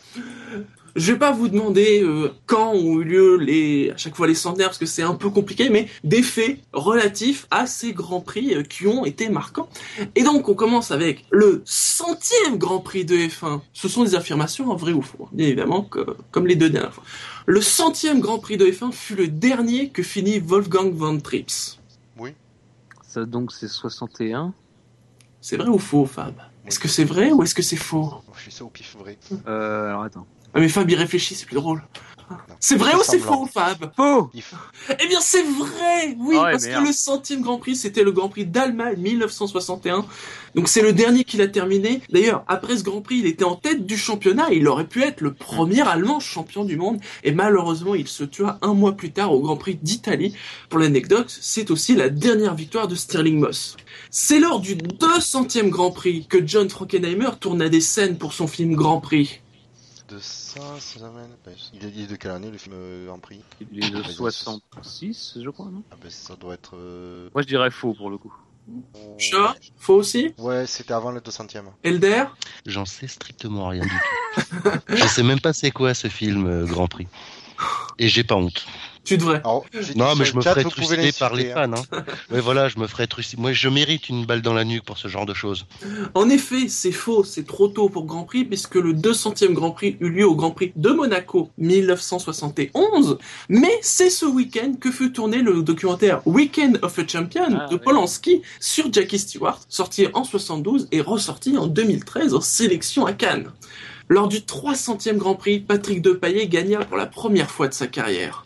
S2: Je vais pas vous demander euh, quand ont eu lieu les, à chaque fois les centenaires, parce que c'est un peu compliqué, mais des faits relatifs à ces Grands Prix euh, qui ont été marquants. Et donc, on commence avec le centième Grand Prix de F un. Ce sont des affirmations en vrai ou faux, bien évidemment, que, comme les deux dernières fois. Le centième Grand Prix de F un fut le dernier que finit Wolfgang von Trips.
S6: Oui.
S5: Ça, donc, c'est soixante et un.
S2: C'est vrai ou faux, Fab? Est-ce que c'est vrai ou est-ce que c'est faux?
S6: Je fais ça au pif vrai.
S5: Euh, alors, attends.
S2: Ah mais Fab, il réfléchit, c'est plus drôle. C'est vrai ou c'est faux, Fab?
S5: Faux!
S6: Il f-
S2: Eh bien, c'est vrai! Oui,
S5: Ah ouais,
S2: parce
S5: merde.
S2: que le centième Grand Prix, c'était le Grand Prix d'Allemagne mille neuf cent soixante et un. Donc, c'est le dernier qu'il a terminé. D'ailleurs, après ce Grand Prix, il était en tête du championnat et il aurait pu être le premier Allemand champion du monde. Et malheureusement, il se tua un mois plus tard au Grand Prix d'Italie. Pour l'anecdote, c'est aussi la dernière victoire de Stirling Moss. C'est lors du deux centième Grand Prix que John Frankenheimer tourna des scènes pour son film Grand Prix.
S6: De ça, ça m'amène. Il est il est de quelle année le film euh, Grand Prix?
S5: Il est de soixante-six, je crois, non?
S6: Ah ben ça doit être. euh,
S5: Moi, je dirais faux pour le coup.
S2: Chat, faux aussi?
S6: Ouais, c'était avant le deux centième.
S2: Elder?
S7: J'en sais strictement rien du tout. Je sais même pas c'est quoi ce film euh, Grand Prix. Et j'ai pas honte.
S2: Tu devrais.
S6: Alors, j'ai dit
S7: Non, mais
S6: sur
S7: je me
S6: le chat,
S7: ferais
S6: vous pouvez
S7: trucider par les
S6: l'insulter, hein.
S7: fans. Hein. Mais voilà, je me ferais trucider. Moi, je mérite une balle dans la nuque pour ce genre de choses.
S2: En effet, c'est faux, c'est trop tôt pour Grand Prix, puisque le deux centième Grand Prix eut lieu au Grand Prix de Monaco mille neuf cent soixante et onze, mais c'est ce week-end que fut tourné le documentaire Weekend of a Champion
S5: Ah,
S2: de
S5: oui.
S2: Polanski sur Jackie Stewart, sorti en soixante-douze et ressorti en deux mille treize en sélection à Cannes. Lors du trois centième Grand Prix, Patrick Depailler gagna pour la première fois de sa carrière.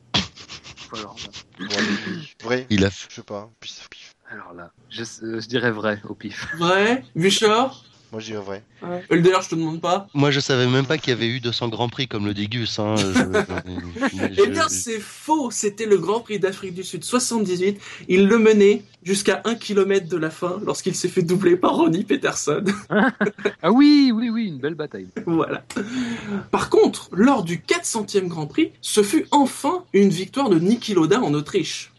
S5: Alors là,
S6: Ouais, oui. Vrai.
S7: Il a
S6: Je sais pas. Pif, pif.
S5: alors là je, euh, je dirais vrai au pif.
S2: Vrai? Vuchard?
S6: Moi je dirais vrai.
S2: Ouais. Elder, je te demande pas.
S7: Moi, je savais même pas qu'il y avait eu deux cents Grands Prix comme le Dégus. Hein. Je- je-
S2: Eh bien, c'est faux. C'était le Grand Prix d'Afrique du Sud soixante-dix-huit. Il le menait jusqu'à un kilomètre de la fin lorsqu'il s'est fait doubler par Ronnie Peterson.
S5: Ah oui, oui, oui, une belle bataille.
S2: Voilà. Par contre, lors du quatre centième Grand Prix, ce fut enfin une victoire de Niki Lauda en Autriche.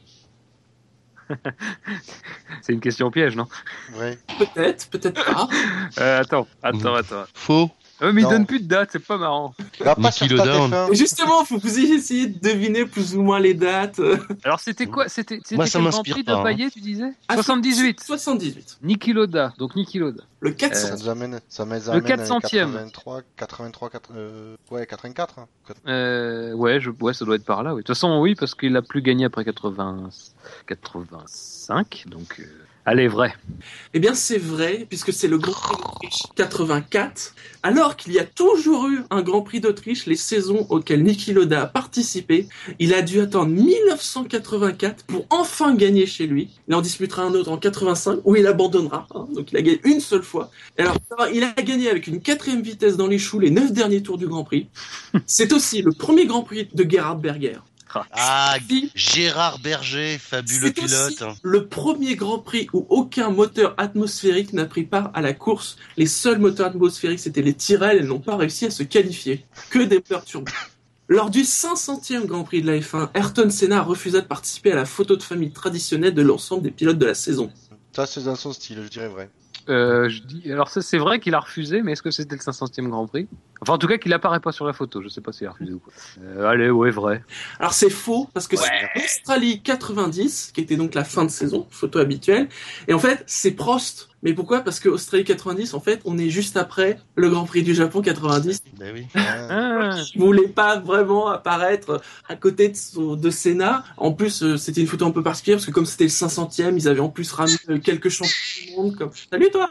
S5: C'est une question piège, non?
S6: Vrai.
S2: Peut-être, peut-être pas.
S5: euh, Attends, attends, attends.
S7: Faux.
S5: Euh, mais il
S6: Non.
S5: donne plus de date, c'est pas marrant.
S6: Là, pas
S7: Niki
S6: sur
S7: Lauda, on-
S6: Stat F un.
S2: Et justement, faut que vous essayiez de deviner plus ou moins les dates.
S5: Alors c'était quoi? C'était c'était
S7: Moi, ça
S5: quel Grand
S7: m'inspire
S5: Prix
S7: pas,
S5: de
S7: hein.
S5: Payet, tu disais?
S2: Ah,
S5: soixante-dix-huit.
S2: soixante-dix-huit.
S5: Niki Lauda, donc Niki Lauda.
S2: Le quatre
S6: Ça
S2: centième.
S6: nous amène, ça nous
S5: Le
S6: amène
S5: quatre
S6: à
S5: centième.
S6: quatre-vingt-trois, quatre-vingt-trois, quatre- euh, ouais, quatre-vingt-quatre. hein.
S5: Euh, ouais, je, ouais, ça doit être par là. Oui. De toute façon, oui, parce qu'il a plus gagné après quatre-vingts, quatre-vingt-cinq, donc. Euh... Allez, vrai.
S2: Eh bien, c'est vrai, puisque c'est le Grand Prix d'Autriche quatre-vingt-quatre, alors qu'il y a toujours eu un Grand Prix d'Autriche, les saisons auxquelles Niki Lauda a participé. Il a dû attendre mille neuf cent quatre-vingt-quatre pour enfin gagner chez lui. Il en disputera un autre en quatre-vingt-cinq, où il abandonnera. Hein, donc il a gagné une seule fois. Et alors, il a gagné avec une quatrième vitesse dans les choux les neuf derniers tours du Grand Prix. C'est aussi le premier Grand Prix de Gerhard Berger.
S7: Ah,
S2: Si,
S7: Gérard Berger, fabuleux
S2: c'est aussi
S7: pilote.
S2: le premier Grand Prix où aucun moteur atmosphérique n'a pris part à la course. Les seuls moteurs atmosphériques, c'était les Tyrrell, et n'ont pas réussi à se qualifier. Que des moteurs turbo. Lors du cinq centième Grand Prix de la F un, Ayrton Senna refusa de participer à la photo de famille traditionnelle de l'ensemble des pilotes de la saison.
S6: Ça, c'est dans son style, je dirais vrai.
S5: Euh, je dis, alors ça, c'est vrai qu'il a refusé, mais est-ce que c'était le cinq centième Grand Prix? Enfin, en tout cas, qu'il apparaît pas sur la photo. Je sais pas s'il a refusé ou pas. Euh, allez, ouais, vrai.
S2: Alors c'est faux, parce que c'est l'Australie quatre-vingt-dix, qui était donc la fin de saison, photo habituelle, et en fait, c'est Prost. Mais pourquoi? Parce que Australie quatre-vingt-dix, en fait, on est juste après le Grand Prix du Japon quatre-vingt-dix.
S7: Ben oui.
S6: Ah,
S5: Ah,
S2: Il voulait pas vraiment apparaître à côté de, son- de Senna. En plus, euh, c'était une photo un peu particulière, parce que comme c'était le cinq centième, ils avaient en plus ramené euh, quelques champions du monde, comme « Salut toi !»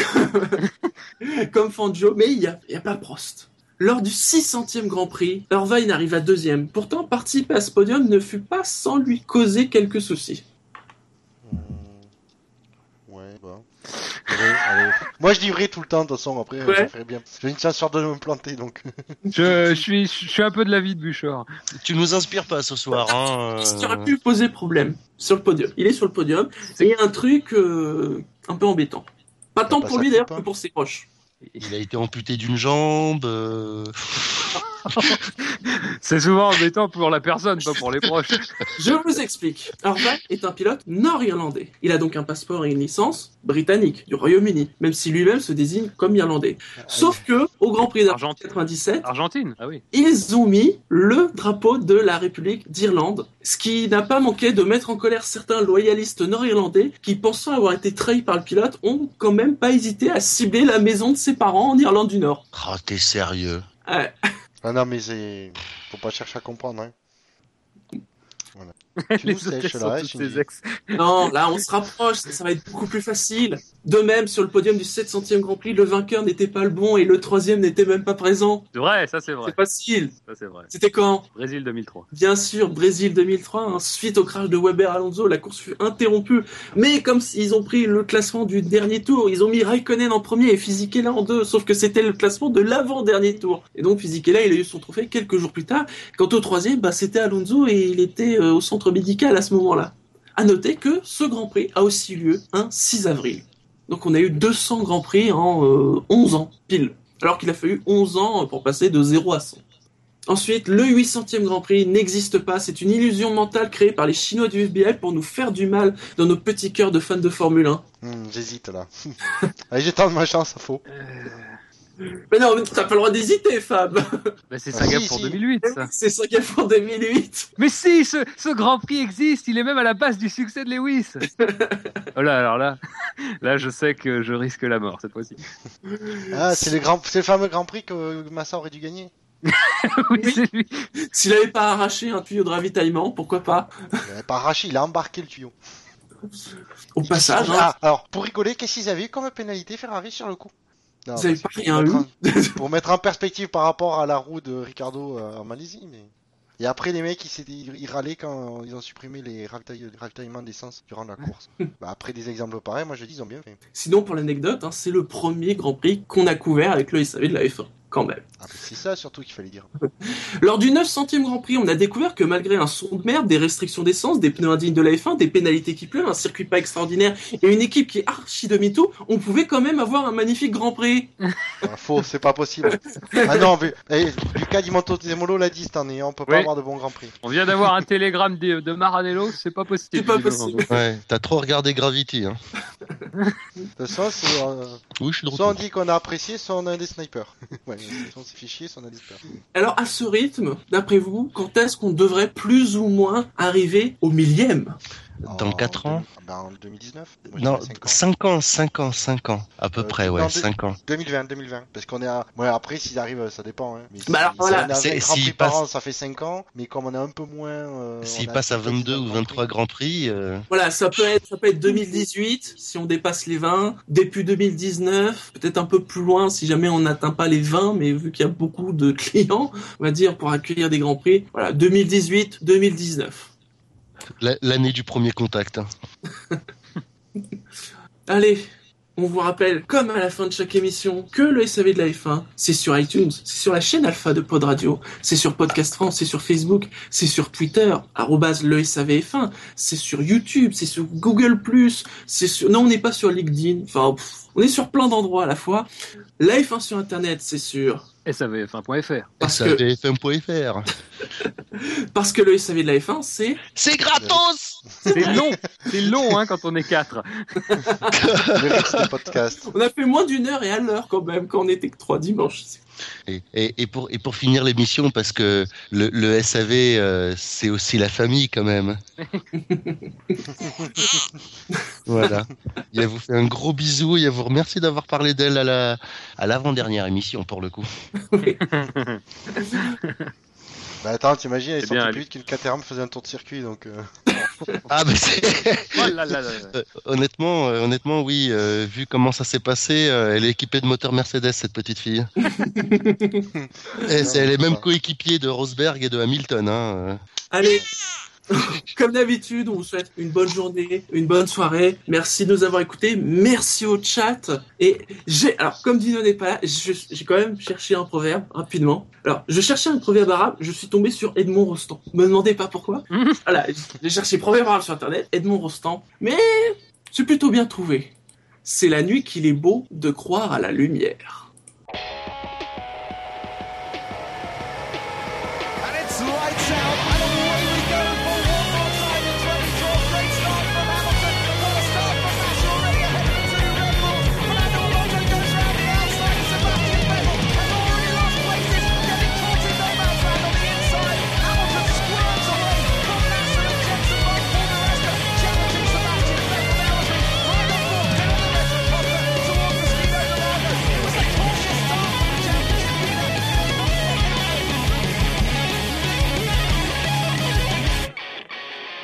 S2: comme, comme Fangio, mais il y a, il y a pas Prost. Lors du six centième Grand Prix, Irvine arriva deuxième. Pourtant, participer à ce podium ne fut pas sans lui causer quelques soucis.
S6: hum, ouais, bah. Vrai, allez. Moi, je dis vrai tout le temps, de toute façon, après,
S2: Ouais.
S6: ça ferait bien. J'ai une chance sur deux de me planter, donc.
S5: je, je suis, je suis un peu de l'avis de Bouchard.
S7: Tu nous inspires pas ce soir. Hein,
S2: Ce qui
S7: euh,
S2: aurait pu poser problème sur le podium. Il est sur le podium, et il y a un truc euh, un peu embêtant. Pas tant
S6: pas
S2: pour
S6: sa
S2: lui d'ailleurs
S6: coupe,
S2: que
S6: hein.
S2: pour ses proches.
S7: Il a été amputé d'une jambe. euh,
S5: C'est souvent embêtant pour la personne, pas pour les proches.
S2: Je vous explique. Orbach est un pilote nord-irlandais. Il a donc un passeport et une licence britannique, du Royaume-Uni, même si lui-même se désigne comme irlandais. Sauf que, au Grand Prix d'Argentine quatre-vingt-dix-sept,
S5: Argentine, ah oui.
S2: ils ont mis le drapeau de la République d'Irlande, ce qui n'a pas manqué de mettre en colère certains loyalistes nord-irlandais qui, pensant avoir été trahis par le pilote, ont quand même pas hésité à cibler la maison de ses parents en Irlande du Nord.
S7: Oh, t'es sérieux?
S2: Ouais.
S6: Ah non, mais c'est. Faut pas chercher à comprendre, hein. Voilà. Tu
S5: Les
S6: nous sèches,
S5: hôtesses
S6: là,
S5: sont
S6: tu
S5: toutes
S6: me
S5: ses
S6: dis.
S5: ex.
S2: Non, là, on se rapproche, ça va être beaucoup plus facile. De même, sur le podium du sept centième Grand Prix, le vainqueur n'était pas le bon et le troisième n'était même pas présent.
S5: C'est vrai, ça c'est vrai.
S2: C'est facile.
S5: Ça c'est vrai.
S2: C'était quand?
S5: Brésil deux mille trois.
S2: Bien sûr, Brésil deux mille trois, hein, suite au crash de Weber-Alonso, la course fut interrompue. Mais comme ils ont pris le classement du dernier tour, ils ont mis Raikkonen en premier et Fisichella en deux, sauf que c'était le classement de l'avant-dernier tour. Et donc Fisichella, il a eu son trophée quelques jours plus tard. Quant au troisième, bah, c'était Alonso et il était euh, au centre médical à ce moment-là. À noter que ce Grand Prix a aussi lieu un six avril. Donc on a eu deux cents Grands Prix en euh, onze ans, pile. Alors qu'il a fallu onze ans pour passer de zéro à cent. Ensuite, le huit centième Grand Prix n'existe pas. C'est une illusion mentale créée par les Chinois du F B I pour nous faire du mal dans nos petits cœurs de fans de Formule un.
S6: Hum, j'hésite là. Allez, j'ai tant de ma chance, ça faut.
S2: Mais non, mais t'as pas le droit d'hésiter, Fab.
S5: Bah, c'est
S6: Ah,
S5: Saga
S6: si,
S5: pour
S6: si.
S5: deux mille huit, ça.
S2: C'est ça qu'il faut en deux mille huit.
S5: Mais si, ce, ce Grand Prix existe, il est même à la base du succès de Lewis. Oh là, alors là, là, je sais que je risque la mort cette fois-ci.
S6: Ah, c'est le, grand... c'est le fameux Grand Prix que Massa aurait dû gagner.
S5: Oui, c'est lui.
S2: S'il avait pas arraché un tuyau de ravitaillement, pourquoi pas.
S6: Il avait pas arraché, il a embarqué le tuyau.
S2: Au passage, hein,
S6: Ah, alors, pour rigoler, qu'est-ce qu'ils avaient eu comme pénalité Ferrari sur le coup? Non,
S2: vous avez
S6: parce
S2: pas
S6: que
S2: rien
S6: pour
S2: eu.
S6: mettre en- Pour mettre en perspective par rapport à la roue de Ricardo euh, en Malaisie, mais... Et après, les mecs, ils, s'étaient- ils râlaient quand ils ont supprimé les ravitaille- les ravitaillements d'essence durant la course. Bah, après des exemples pareils, moi je dis, ils ont bien fait.
S2: Sinon, pour l'anecdote, hein, c'est le premier Grand Prix qu'on a couvert avec le S A V de la F un, quand même.
S6: Ah, bah, c'est ça surtout qu'il fallait dire.
S2: Lors du neuf centième Grand Prix, on a découvert que malgré un son de merde, des restrictions d'essence, des pneus indignes de la F un, des pénalités qui pleuvent, un circuit pas extraordinaire et une équipe qui est archi demi-tout, on pouvait quand même avoir un magnifique Grand Prix.
S6: Ah, faux, c'est pas possible. Ah non, mais eh, Lucas Di Montezemolo l'a dit cette année, on peut pas
S5: Oui.
S6: avoir de bons Grands Prix.
S5: On vient d'avoir un télégramme de, de Maranello, c'est pas possible.
S2: C'est pas
S5: visiblement.
S2: possible.
S7: Ouais, t'as trop regardé Gravity, hein.
S6: De toute façon, c'est, euh,
S7: Oui, je suis de
S6: soit on
S7: retour.
S6: dit qu'on a apprécié, soit on a des snipers. Ouais, soit on s'est fait chier, soit on a des snipers.
S2: Alors, à ce rythme, d'après vous, quand est-ce qu'on devrait plus ou moins arriver au millième?
S7: Dans
S6: En
S7: quatre
S6: deux-
S7: ans
S6: ah ben, en deux mille dix-neuf Moi, je
S7: Non,
S6: dirais cinq ans.
S7: cinq ans, cinq ans, cinq ans. À peu
S6: Euh,
S7: près,
S6: non,
S7: ouais,
S6: deux-
S7: cinq ans.
S6: deux mille vingt, deux mille vingt. Parce qu'on est à... Ouais, après, s'ils arrivent, ça dépend. Hein. Mais
S2: Bah alors,
S6: si-
S2: voilà.
S6: si on
S7: C'est-
S6: a un Grand
S7: s'ils
S6: Prix par
S7: passent-
S6: an, ça fait cinq ans. Mais comme on est un peu moins... Euh,
S7: S'il
S6: on a
S7: passe à
S6: peut-être
S7: vingt-deux ou
S6: Grands
S7: vingt-trois
S6: Prix.
S7: Grands Prix, euh,
S2: Voilà, ça peut être, ça peut être deux mille dix-huit, si on dépasse les vingt, début deux mille dix-neuf, peut-être un peu plus loin si jamais on n'atteint pas les vingt, mais vu qu'il y a beaucoup de clients, on va dire, pour accueillir des grands prix, voilà, deux mille dix-huit, deux mille dix-neuf.
S7: la- l'année du premier contact. hein.
S2: Allez, on vous rappelle, comme à la fin de chaque émission, que le S A V de la F un, c'est sur iTunes, c'est sur la chaîne Alpha de Pod Radio, c'est sur Podcast France, c'est sur Facebook, c'est sur Twitter, arrobase le S A V F un, c'est sur YouTube, c'est sur Google plus, c'est sur... Non, on n'est pas sur LinkedIn, enfin, pff, on est sur plein d'endroits à la fois. La F un sur Internet, c'est sûr.
S5: S A V F un point F R.
S2: Parce
S7: S A V F M point F R.
S2: Parce que le S A V de la F un, c'est...
S7: C'est gratos.
S5: C'est long, c'est long hein, quand on est quatre.
S6: Le rythme du podcast.
S2: On a fait moins d'une heure et à l'heure quand même, quand on était que trois dimanches.
S7: Et, et, et pour, et pour finir l'émission, parce que le, le S A V, euh, c'est aussi la famille quand même. Voilà. Il a vous fait un gros bisou et vous remercie d'avoir parlé d'elle à la, à l'avant-dernière émission pour le coup.
S6: Bah attends, t'imagines, elle est
S5: C'est
S6: sortie
S5: bien,
S6: plus vite qu'une Caterham faisait un tour de circuit, donc... Euh...
S7: Ah mais c'est...
S5: Oh là là là là.
S7: Euh, honnêtement, euh, honnêtement, oui. euh, vu comment ça s'est passé, euh, elle est équipée de moteur Mercedes, cette petite fille. Et c'est, elle est même coéquipier de Rosberg et de Hamilton. Hein. euh.
S2: Allez, comme d'habitude, on vous souhaite une bonne journée, une bonne soirée. Merci de nous avoir écoutés. Merci au chat. Et j'ai, alors, comme Dino n'est pas là, je- j'ai quand même cherché un proverbe rapidement. Alors, je cherchais un proverbe arabe, je suis tombé sur Edmond Rostand. Me demandez pas pourquoi. Voilà, j'ai cherché proverbe arabe sur internet, Edmond Rostand. Mais c'est plutôt bien trouvé. C'est la nuit qu'il est beau de croire à la lumière.
S8: lights out.